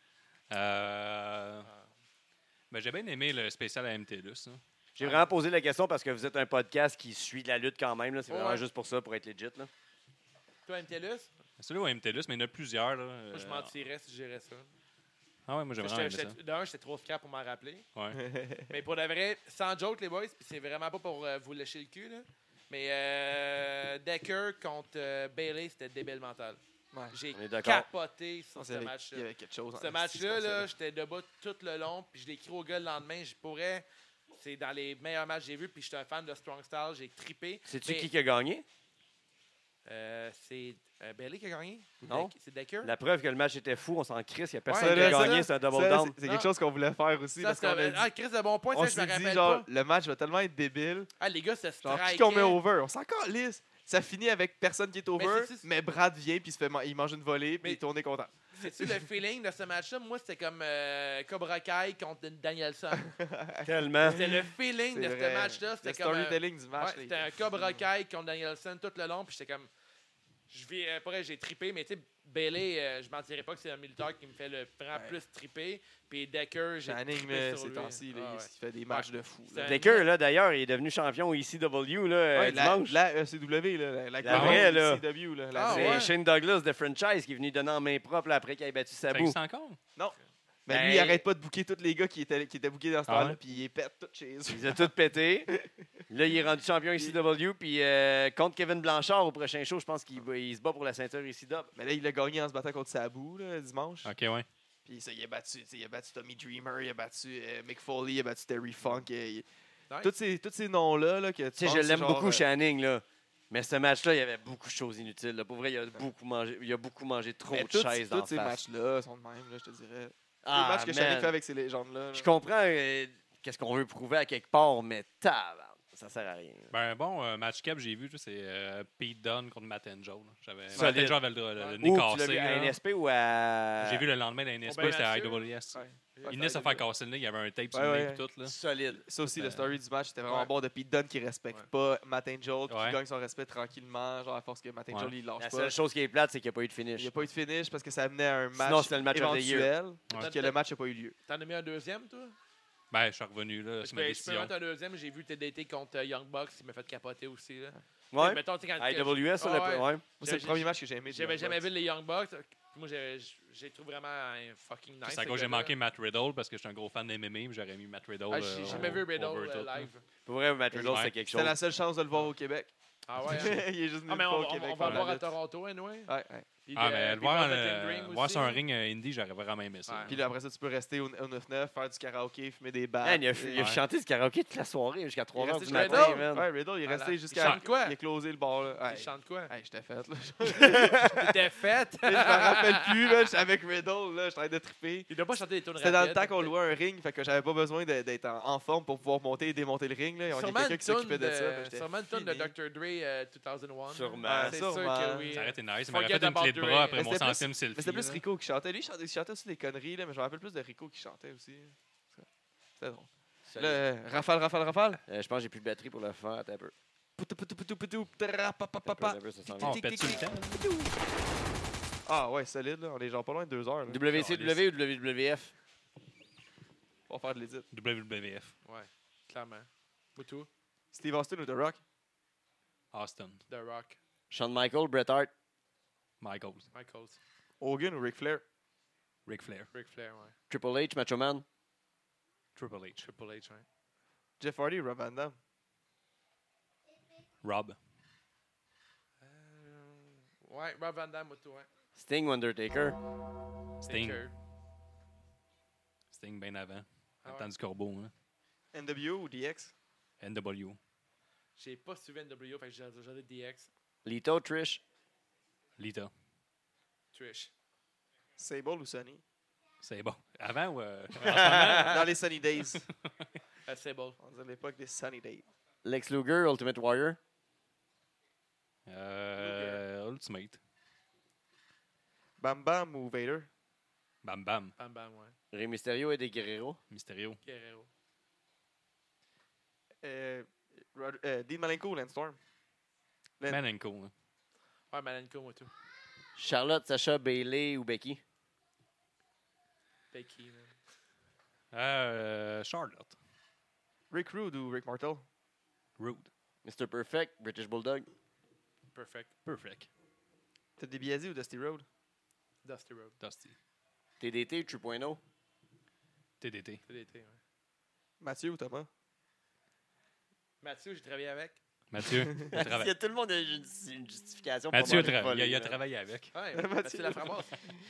Ben, j'ai bien aimé le spécial à MTLUS. Hein. J'ai vraiment posé la question parce que vous êtes un podcast qui suit la lutte quand même. Là. C'est Ouais. vraiment juste pour ça, pour être legit. Là. Toi, MTLUS, Celui au MTLUS, mais il y en a plusieurs. Là. moi, je mentirais si je gérais ça. Ah ouais, moi j'aimerais aimé ça. D'un, j'étais trop scrap pour m'en rappeler. Ouais. Mais pour de vrai, sans joke, les boys, puis c'est vraiment pas pour vous lécher le cul, là. Mais Decker contre Bailey, c'était débile mental. Ouais. J'ai On est d'accord. capoté sur Non, ce il y match-là. avait quelque chose. Ce match-là, là, j'étais debout tout le long, puis je l'ai écrit au gars le lendemain. Je pourrais. C'est dans les meilleurs matchs que j'ai vus, puis j'étais un fan de Strong Style, j'ai trippé. Sais-tu Mais- qui a gagné? C'est Bailey qui a gagné? Non. C'est Decker? La preuve que le match était fou, on s'en crisse. Il n'y a personne Ouais, qui a là, gagné, ça, c'est un double Ça, down. c'est quelque chose qu'on voulait faire aussi. Ça, Parce qu'on a dit, Ah, Chris de bon point, on ça, je me s'est dit, rappelle genre, pas. le match va tellement être débile. Ah, les gars, ça se Genre, qui strike. qu'on met over? On s'en calisse. Ça finit avec personne qui est over, c'est- mais Brad vient, puis il mange une volée, puis Mais- il tourne content. C'est-tu le feeling de ce match-là? Moi, c'était comme Cobra Kai contre Danielson. Tellement. C'était le feeling de C'est ce vrai. match-là. Le C'était comme. storytelling du match. Ouais, c'était un Cobra Kai contre Danielson tout le long. Puis j'étais comme. J'ai trippé, mais tu sais, Bailey, je mentirais pas que c'est un militaire qui me fait vraiment plus tripper. Puis Decker, j'ai Channing, trippé mais sur ces lui. temps-ci, là, Ah, ouais. il fait des matchs de fou. C'est un- Decker, là, d'ailleurs, il est devenu champion au ECW là, Ouais, dimanche. la ECW, là, la La vraie, là. ECW, là. Ah, C'est ouais. Shane Douglas de Franchise qui est venu donner en main propre là, après qu'il ait battu Ça Sabu. existe encore? Mais lui, Hey. il arrête pas de booker tous les gars qui étaient bookés dans ce Ah temps-là, ouais? puis il les pète tous chez eux. Il les a tous pétés. Là, il est rendu champion ECW. Puis contre Kevin Blanchard au prochain show, je pense qu'il se bat pour la ceinture ECW. Mais là, il a gagné en se battant contre Sabu, là, dimanche. Ok, ouais. Puis ça, il a battu Tommy Dreamer, il a battu Mick Foley, il a battu Terry Funk. Tous ces noms-là, là, que tu Tu sais, penses, je l'aime genre, beaucoup, Channing, là. Mais ce match-là, il y avait beaucoup de choses inutiles. Là. Pour vrai, il a beaucoup mangé trop mais de tous chaises dans tous ces la face. matchs-là sont de même, là, je te dirais. Ah, Les matchs que man. Channing fait avec ces légendes-là. Je comprends qu'est-ce qu'on veut prouver à quelque part, mais ça sert à rien. Ben, un bon match cap, j'ai vu, c'est Pete Dunne contre Matt Angel. Matt Solide. Angel avait le nez Où, tu cassé. l'as vu à là. NSP ou à... J'ai vu le lendemain de la NSP, ben c'était à Mathieu. IWS. Ouais. Il venait de se faire casser le nez, il y avait un tape sur Ouais, le nez ouais. et tout. Là. Solide. Ça aussi, le Ben, story du match, c'était vraiment ouais. bon de Pete Dunne qui respecte Ouais. pas Matt Angel, qui Ouais. gagne son respect tranquillement, genre à force que Matt Angel Ouais. il lâche La pas. seule chose qui est plate, c'est qu'il n'y a pas eu de Il finish. n'y a pas eu de finish parce que ça amenait à un match Sinon, c'était le match of the year. éventuel, Ouais. puis que le match n'a pas eu lieu. T'en as mis un deuxième, toi? Ben, je suis revenu là, Je sur ma peux décision. mettre un deuxième. J'ai vu TDT contre Young Bucks. Il m'a fait capoter aussi. Là. Ouais. Mettons, tu sais, quand IWS, ça, Ah, ouais. ouais. Moi, c'est le J'ai- premier match que j'ai aimé. du j'avais Young jamais Bucks. vu les Young Bucks. Moi, j'ai trouvé vraiment un fucking nice. C'est à ce cause j'ai gars-là. manqué Matt Riddle parce que je suis un gros fan d'MMA, mais j'aurais mis Matt Riddle. Ah, j'ai jamais vu Riddle over tout, là. live. Pour vrai, Matt Riddle, Ouais. c'est quelque C'était chose. la seule chance de le voir au Québec. Ah ouais? Hein? Il est juste venu Ah, mais le on, voir au Québec. on va faire le la voir à lutte. Toronto, anyway. Ouais, ouais. Puis, Ah, mais le puis voir, Velvet Dream voir aussi. sur un ring indie, j'aurais vraiment aimé ça. Ouais. Puis là, après ça, tu peux rester au 9-9, faire du karaoké, fumer des battes. Man, il a Ouais. chanté ce karaoké toute la soirée jusqu'à 3 Il est h resté du jusqu'à matin, Riddle? man. Ouais, Riddle, il est Voilà. resté Il jusqu'à. chante quoi? Il a closé le bar, là. Il chante quoi? Hey, j'étais fait, là. T'étais fait. Je me rappelle plus, là. J'étais avec Riddle, là. Je train de triper. Il doit pas chanter des tunes C'était dans le rapides. temps qu'on louait un ring, fait que j'avais pas besoin d'être en forme pour pouvoir monter et démonter le ring, là. Il y a Sûrement quelqu'un une qui s'occupait tune de ça. fait que j'étais sûrement une tune de fini. Dr. Dre 2001. Sûrement. C'est Sûrement. sûr que oui. Ça aurait été nice. Il m'aurait Forget fait une about clé de Dre. bras après Mais mon c'était plus- centième selfie. Mais c'était plus là. Rico qui chantait. Lui, il chantait aussi des conneries, là, mais je me rappelle plus de Rico qui chantait aussi. C'était drôle. Solide. Là, rafale. Je pense que j'ai plus de batterie pour le faire. Attends un peu. Poutou, poutou, poutou, poutou, Attends un trapapapapa. peu, ça s'en Oh, vient. on pète sur le temps. Ah ouais, solide, là. On est genre pas loin de 2 heures. Là. WCW ou WWF? On va faire de l'édit. WWF. Ouais, clairement. Moutou, Steve Austin ou The Rock? Austin. The Rock, Shawn Michaels, Bret Hart. Michaels. Michaels, Hogan ou Ric Flair? Ric Flair. Ric Flair, ouais. Triple H, Macho Man. Triple H. Triple H, ouais. Jeff Hardy ou Rob Van Dam? Rob. Ouais, Rob Van Dam, Moutou, ouais. Sting, Undertaker. Sting. Taker. Sting bien avant. Ah Le ouais. temps du corbeau. Hein. NWO ou DX? NW. J'ai pas suivi NWO, fait que j'ai regardé DX. Lito, Trish. Lita. Trish. Sable ou Sonny? C'est bon. Avant ou en ce moment? Dans les Sunny Days. Sable. On dit à l'époque des Sunny Days. Lex Luger, Ultimate Warrior. Ultimate. Bam Bam ou Vader? Bam Bam. Bam Bam, ouais. Rey Mysterio et des Guerrero. Mysterio. Guerrero. Dean Malenko ou Lance Storm? Manenko. Hein. Ouais, Malenko, Moutou. Charlotte, Sacha, Bailey ou Becky. Becky, man. Charlotte. Rick Rude ou Rick Martel? Rude. Mr. Perfect, British Bulldog. Perfect. Perfect. Ted DiBiase ou Dusty Road? Dusty Road. Dusty. TDT, 3.0. TDT. TDT, ouais. Mathieu ou Thomas? Mathieu, j'ai travaillé avec. Mathieu. il Il travaille. y a tout le monde a une justification pour Mathieu, manger de voler, il a là. travaillé avec. Ouais, Mathieu. Mathieu Laframboise.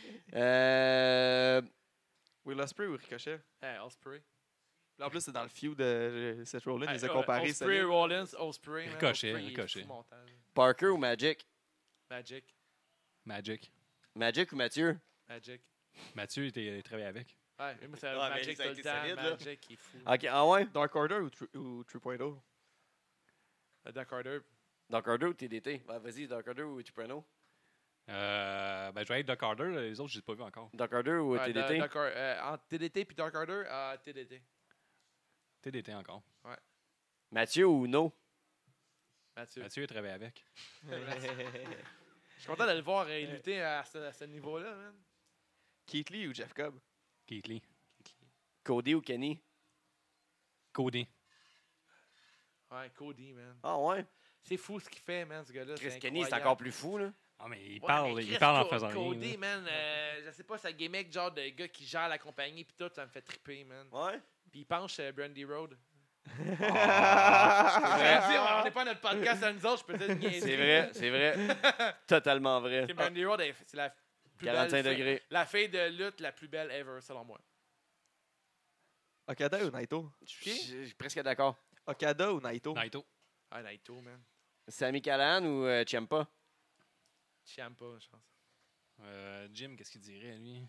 Will Ospreay ou Ricochet? Hey, Osprey. Là, en plus, c'est dans le feud de Seth Rollins. Ils les a Ouais, comparés. Osprey, Rollins, Osprey. man. Ricochet, Osprey, il est Ricochet. fou montage. Parker ou Magic. Magic. Magic. Magic ou Mathieu. Magic. Mathieu, il travaillé avec. Ouais, mais moi, c'est Ouais, mais Magic ça a tout le été temps. solide, là. Magic, il est fou. Ok, ah ouais. Dark Order ou 3.0? Dark Order. Dark Order ou TDT. Ouais, vas-y, Dark Order ou 2.0. Ben, je vais être Doc Harder. Les autres, je ne les ai pas vus encore. Doc Harder ou Ouais, TDT? Entre TDT puis Dark Harder, TDT. TDT encore. Mathieu ou No? Mathieu. Mathieu est travaillé avec. Je suis content de le voir lutter à ce niveau-là, man. Keith Lee ou Jeff Cobb? Keith Lee. Cody ou Kenny? Cody. Ouais, Cody, man. Ah ouais? C'est fou ce qu'il fait, man, ce gars-là. Chris c'est Kenny, c'est incroyable. encore plus fou, là. Ah, mais il Ouais, parle, mais il Chris parle en faisant rien. Cody, là. man, je sais pas, sa gimmick, genre de gars qui gère la compagnie, pis tout, ça me fait triper, man. Ouais? Puis il penche Brandy Road. Ah, On n'est pas à notre podcast à nous autres, je peux te niaiser. c'est vrai. Totalement vrai. Brandy Road, c'est la plus 45 belle degrés. la fille de lutte la plus belle ever, selon moi. Okada ou Naito? Je suis presque d'accord. Okada ou Naito? Naito. Ah, Naito, man. Sami Callihan ou Ciampa? Ciampa, je pense. Jim, qu'est-ce qu'il dirait, lui?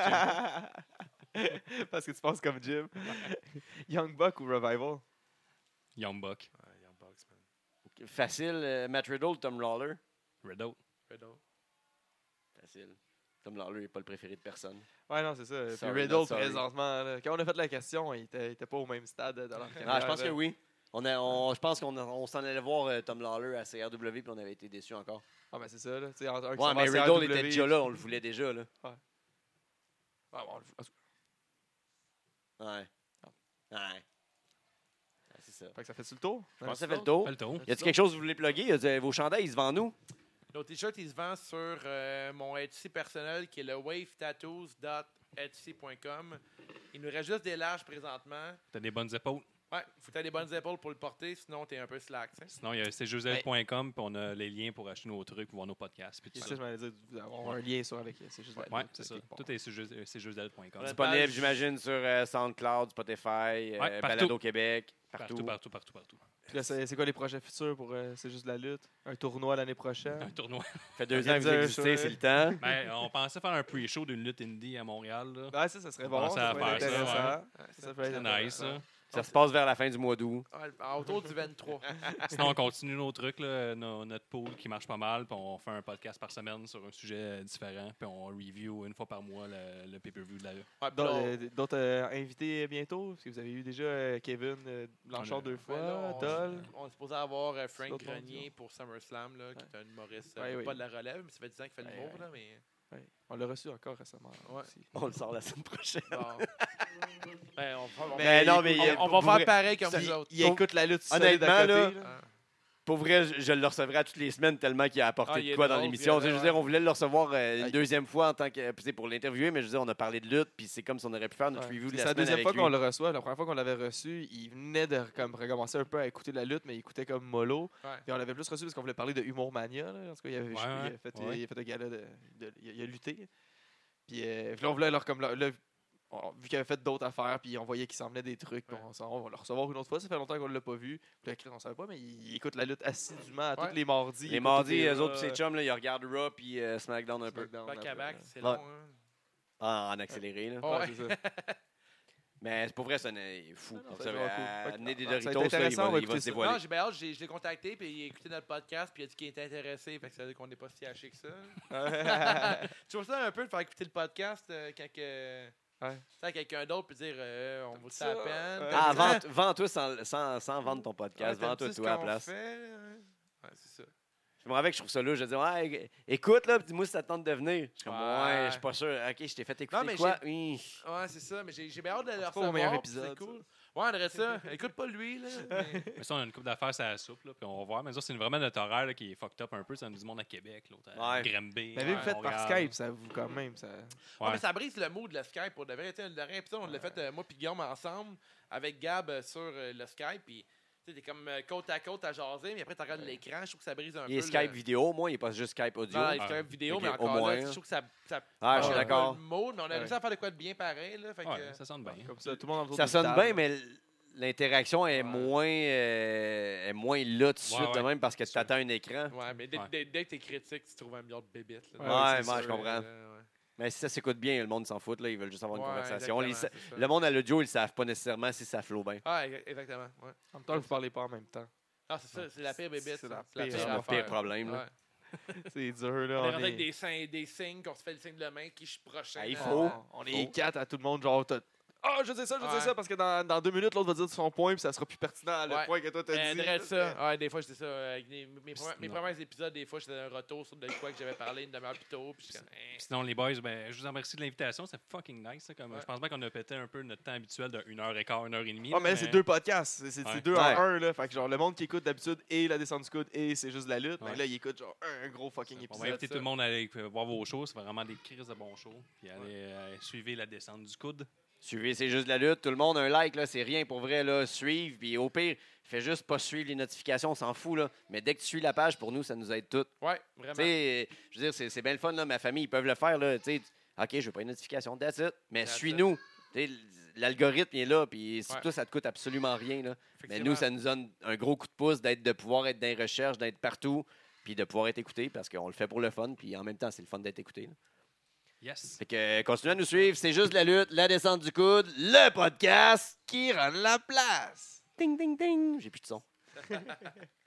Parce que tu penses comme Jim. Young Buck ou Revival? Young Buck. Ouais, Young Bucks, man. Facile, Matt Riddle, Tom Lawler? Red Oak. Riddle. Facile. Tom Lawler n'est pas le préféré de personne. Ouais, non, c'est ça. Puis Sorry, Riddle, not sorry. présentement, là, quand on a fait la question, il était pas au même stade dans leur carrière. Ah, je pense que là. oui. Je pense qu'on s'en allait voir Tom Lawler à CRW puis on avait été déçus encore. Ah, ben c'est ça. Là. Tu sais, entre un qui Ouais, s'en mais va à Riddle CRW, était déjà là, on le voulait déjà. Là. Ah, bon, Ouais. Ouais. C'est ça. fait que ça fait-tu le tour? Je pense que ça fait le tour. Fais le tour. Y a-t-il quelque chose que vous voulez plugger? Vos chandails, ils se vendent où? Nos t-shirts, ils se vendent sur mon Etsy personnel qui est le wavetattoos.etsy.com. Il nous reste juste des larges présentement. T'as des bonnes épaules. Ouais, il faut que tu aies des bonnes épaules pour le porter, sinon t'es un peu slack. Tu sais. Sinon, il y a cjosel.com, puis on a les liens pour acheter nos trucs, voir nos podcasts. Puis tout C'est ça. ça, je m'allais dire, vous allez avoir un lien sur avec. C'est juste Ouais, c'est ça. Tout est cjosel.com. Ouais. Disponible, page- j'imagine, sur SoundCloud, Spotify, partout. Balado Québec, partout. Partout. Puis là, c'est quoi les projets futurs pour C'est juste de la lutte? Un tournoi l'année prochaine? Un tournoi. Ça fait 2 ans que vous Organiser un existez, show. c'est le temps. Ben, on pensait faire un pre-show d'une lutte indie à Montréal. Là. Ouais, ça serait bon. commencer à Ça pourrait être faire ça, intéressant. Ouais, Ça peut être C'est nice, intéressant. ça. Ça se passe vers la fin du mois d'août. Ouais, autour du 23. Sinon, on continue nos trucs, là, notre pool qui marche pas mal, puis on fait un podcast par semaine sur un sujet différent, puis on review une fois par mois le pay-per-view de la lutte. Ouais, puis là, D'autres invités bientôt? Parce que vous avez eu déjà Kevin Blanchard On a- 2 ben fois, là, Toll. on est supposé avoir Frank L'autre monde, Grenier pour SummerSlam, là, qui est un humoriste, Ouais, oui. pas de la relève, mais ça fait 10 ans qu'il fait de Ouais, l'humour, ouais. là, mais... Ouais. On l'a reçu encore récemment. Ouais. aussi. On le sort la semaine prochaine. Bon. Ben, Mais non, mais on va faire pareil comme ça- vous autres. Il écoute la lutte solide Honnêtement, à côté. là, Là. Pour vrai, je le recevrai à toutes les semaines tellement qu'il a apporté Ah, il de est quoi dans drôle, l'émission. il est Tu sais, Je veux drôle. dire, on voulait le recevoir Ah, une deuxième fois en tant que tu sais, pour l'interviewer, mais je veux dire, on a parlé de lutte, puis c'est comme si on aurait pu faire notre Ouais. review de C'est la la semaine deuxième avec fois lui. qu'on le reçoit. La première fois qu'on l'avait reçu, il venait de comme, recommencer un peu à écouter de la lutte, mais il écoutait comme mollo. Ouais. Et on l'avait plus reçu parce qu'on voulait parler de Humour Mania. Là. En tout cas, il a fait un gala il a lutté. Puis là, on voulait leur, comme, là, vu qu'il avait fait d'autres affaires, puis on voyait qu'il s'en venait des trucs. Puis on va le recevoir une autre fois. Ça fait longtemps qu'on ne l'a pas vu. Puis là, on savait pas, mais il écoute la lutte assidûment à Ouais. tous les mardis. Il Les écoute mardis, tous eux autres, puis ses chums, là, ils regardent Raw puis SmackDown un peu. SmackDown Back après, à back, là. c'est Ouais. long. Hein. Ah, en accéléré, là. Ouais. Ouais, c'est ça. Mais c'est pour vrai, c'est fou. Non, non, Donc, ça ça va va cool. amener des Ça va être Doritos, là, il intéressant, on va va écouter se ça. dévoiler. Non, j'ai bien hâte, je l'ai contacté, puis il a écouté notre podcast, puis il a dit qu'il était intéressé, fait que ça veut dire qu'on n'est pas si haché que ça. Tu vois ça un peu de faire écouter le podcast quand que. Ouais. Tu sais, à quelqu'un d'autre, puis dire on vaut ça Ça, la peine. ouais. Ah, vends-toi sans vendre ton podcast. Vends-toi toi à la place. Ouais, c'est ça. Je me rappelle que je trouve ça là. Je dis, ouais, écoute, là, puis dis-moi si ça te tente de venir. Je suis comme, Ouais. ouais, je suis pas sûr. Ok, je t'ai fait écouter mais quoi? Oui. Ouais, c'est ça, mais j'ai bien hâte de le pas au recevoir. meilleur puis c'est épisode, cool. Ouais, on dirait ça. Écoute pas lui, là. mais- Mais ça, on a une coupe d'affaires, c'est à la soupe, là, puis on va voir. Mais ça, c'est vraiment notre horaire là, qui est fucked up un peu. Ça nous du monde à Québec, l'autre à Ouais. Granby. Mais vu que vous à faites par Montréal. Skype, ça vous quand même. Ça... Ouais, Ouais. mais ça brise le mood de le Skype pour de vrai. Tu sais, le dernier épisode, on l'a fait moi et Guillaume ensemble avec Gab sur le Skype. Puis tu sais, t'es comme côte à côte à jaser, mais après tu regardes l'écran. Je trouve que ça brise un peu. Il est Skype vidéo, moi, il est pas juste Skype audio. Non, il est Ah. Skype vidéo, Ok, mais au encore moins, là, hein. je trouve que ça Ah, je suis change un peu d'accord. le mood, mais on a réussi Ouais. à faire de quoi de bien pareil. Là, fait que, Ouais, ça sonne bien. Comme ça, tout le monde autour Ça d'une sonne table. bien, mais l'interaction est Ouais. moins là tout de suite, Ouais, de ouais. même, parce que tu Sûr. attends un écran. ouais, mais dès, Ouais. dès que t'es critique, tu trouves un million de bébites. là. Ouais, c'est ouais, je sûr, comprends. Ouais. Mais si ça s'écoute bien, le monde s'en fout, là, ils veulent juste avoir une Ouais, conversation. exactement, c'est ça. Le monde à l'audio, ils savent pas nécessairement si ça flow bien. Ah, exactement. Ouais. En même temps, vous parlez pas en même temps. Ah, c'est ça, c'est la pire bébite. C'est ça. la C'est la pire pire C'est mon affaire. pire problème. là. Ouais. C'est dur, là. On est On rendu avec est... des signes, qu'on se fait le signe de la main, qui je suis prochain. Il là. faut. On est 4 à tout le monde, genre... Ah, je sais ça, parce que dans 2 minutes, l'autre va dire son point, puis ça sera plus pertinent le Ouais. point que toi t'as dit. Dirais ça. Ouais, des fois, je dis ça. Avec mes Non. premiers épisodes, des fois, je faisais un retour sur de quoi que j'avais parlé une demi-heure plus tôt. Puis je suis comme, Sinon, les boys, ben, je vous remercie de l'invitation. C'est fucking nice. Hein, comme, Ouais. Je pense bien qu'on a pété un peu notre temps habituel de 1h15, 1h30. Ah, mais là, c'est 2 podcasts. C'est Ouais. 2 Ouais. en 1, là. Fait que genre, le monde qui écoute d'habitude et la descente du coude et c'est juste la lutte, Ouais. mais là, il écoute genre un gros fucking On va épisode. inviter ça. tout le monde à aller voir vos shows. C'est vraiment des crises de bons shows. Puis allez suivre la descente du coude. Suivez, c'est juste la lutte. Tout le monde, un like, là, c'est rien pour vrai. Là, suivre, puis au pire, fais juste pas suivre les notifications, on s'en fout. Là. Mais dès que tu suis la page, pour nous, ça nous aide tout. ouais, vraiment. Tu sais, je veux dire, c'est bien le fun. Là. Ma famille, ils peuvent le faire. Là. Tu sais, OK, je veux pas une notification, that's it. Mais That's suis-nous. Tu sais, l'algorithme est là, puis Ouais. toi, ça te coûte absolument rien. Là. Mais Effectivement. nous, ça nous donne un gros coup de pouce de pouvoir être dans les recherches, d'être partout, puis de pouvoir être écouté parce qu'on le fait pour le fun, puis en même temps, c'est le fun d'être écouté. Là. Yes. Fait que continuez à nous suivre. C'est juste la lutte, la descente du coude, le podcast. Qui rend la place? Ding, ding, ding. J'ai plus de son.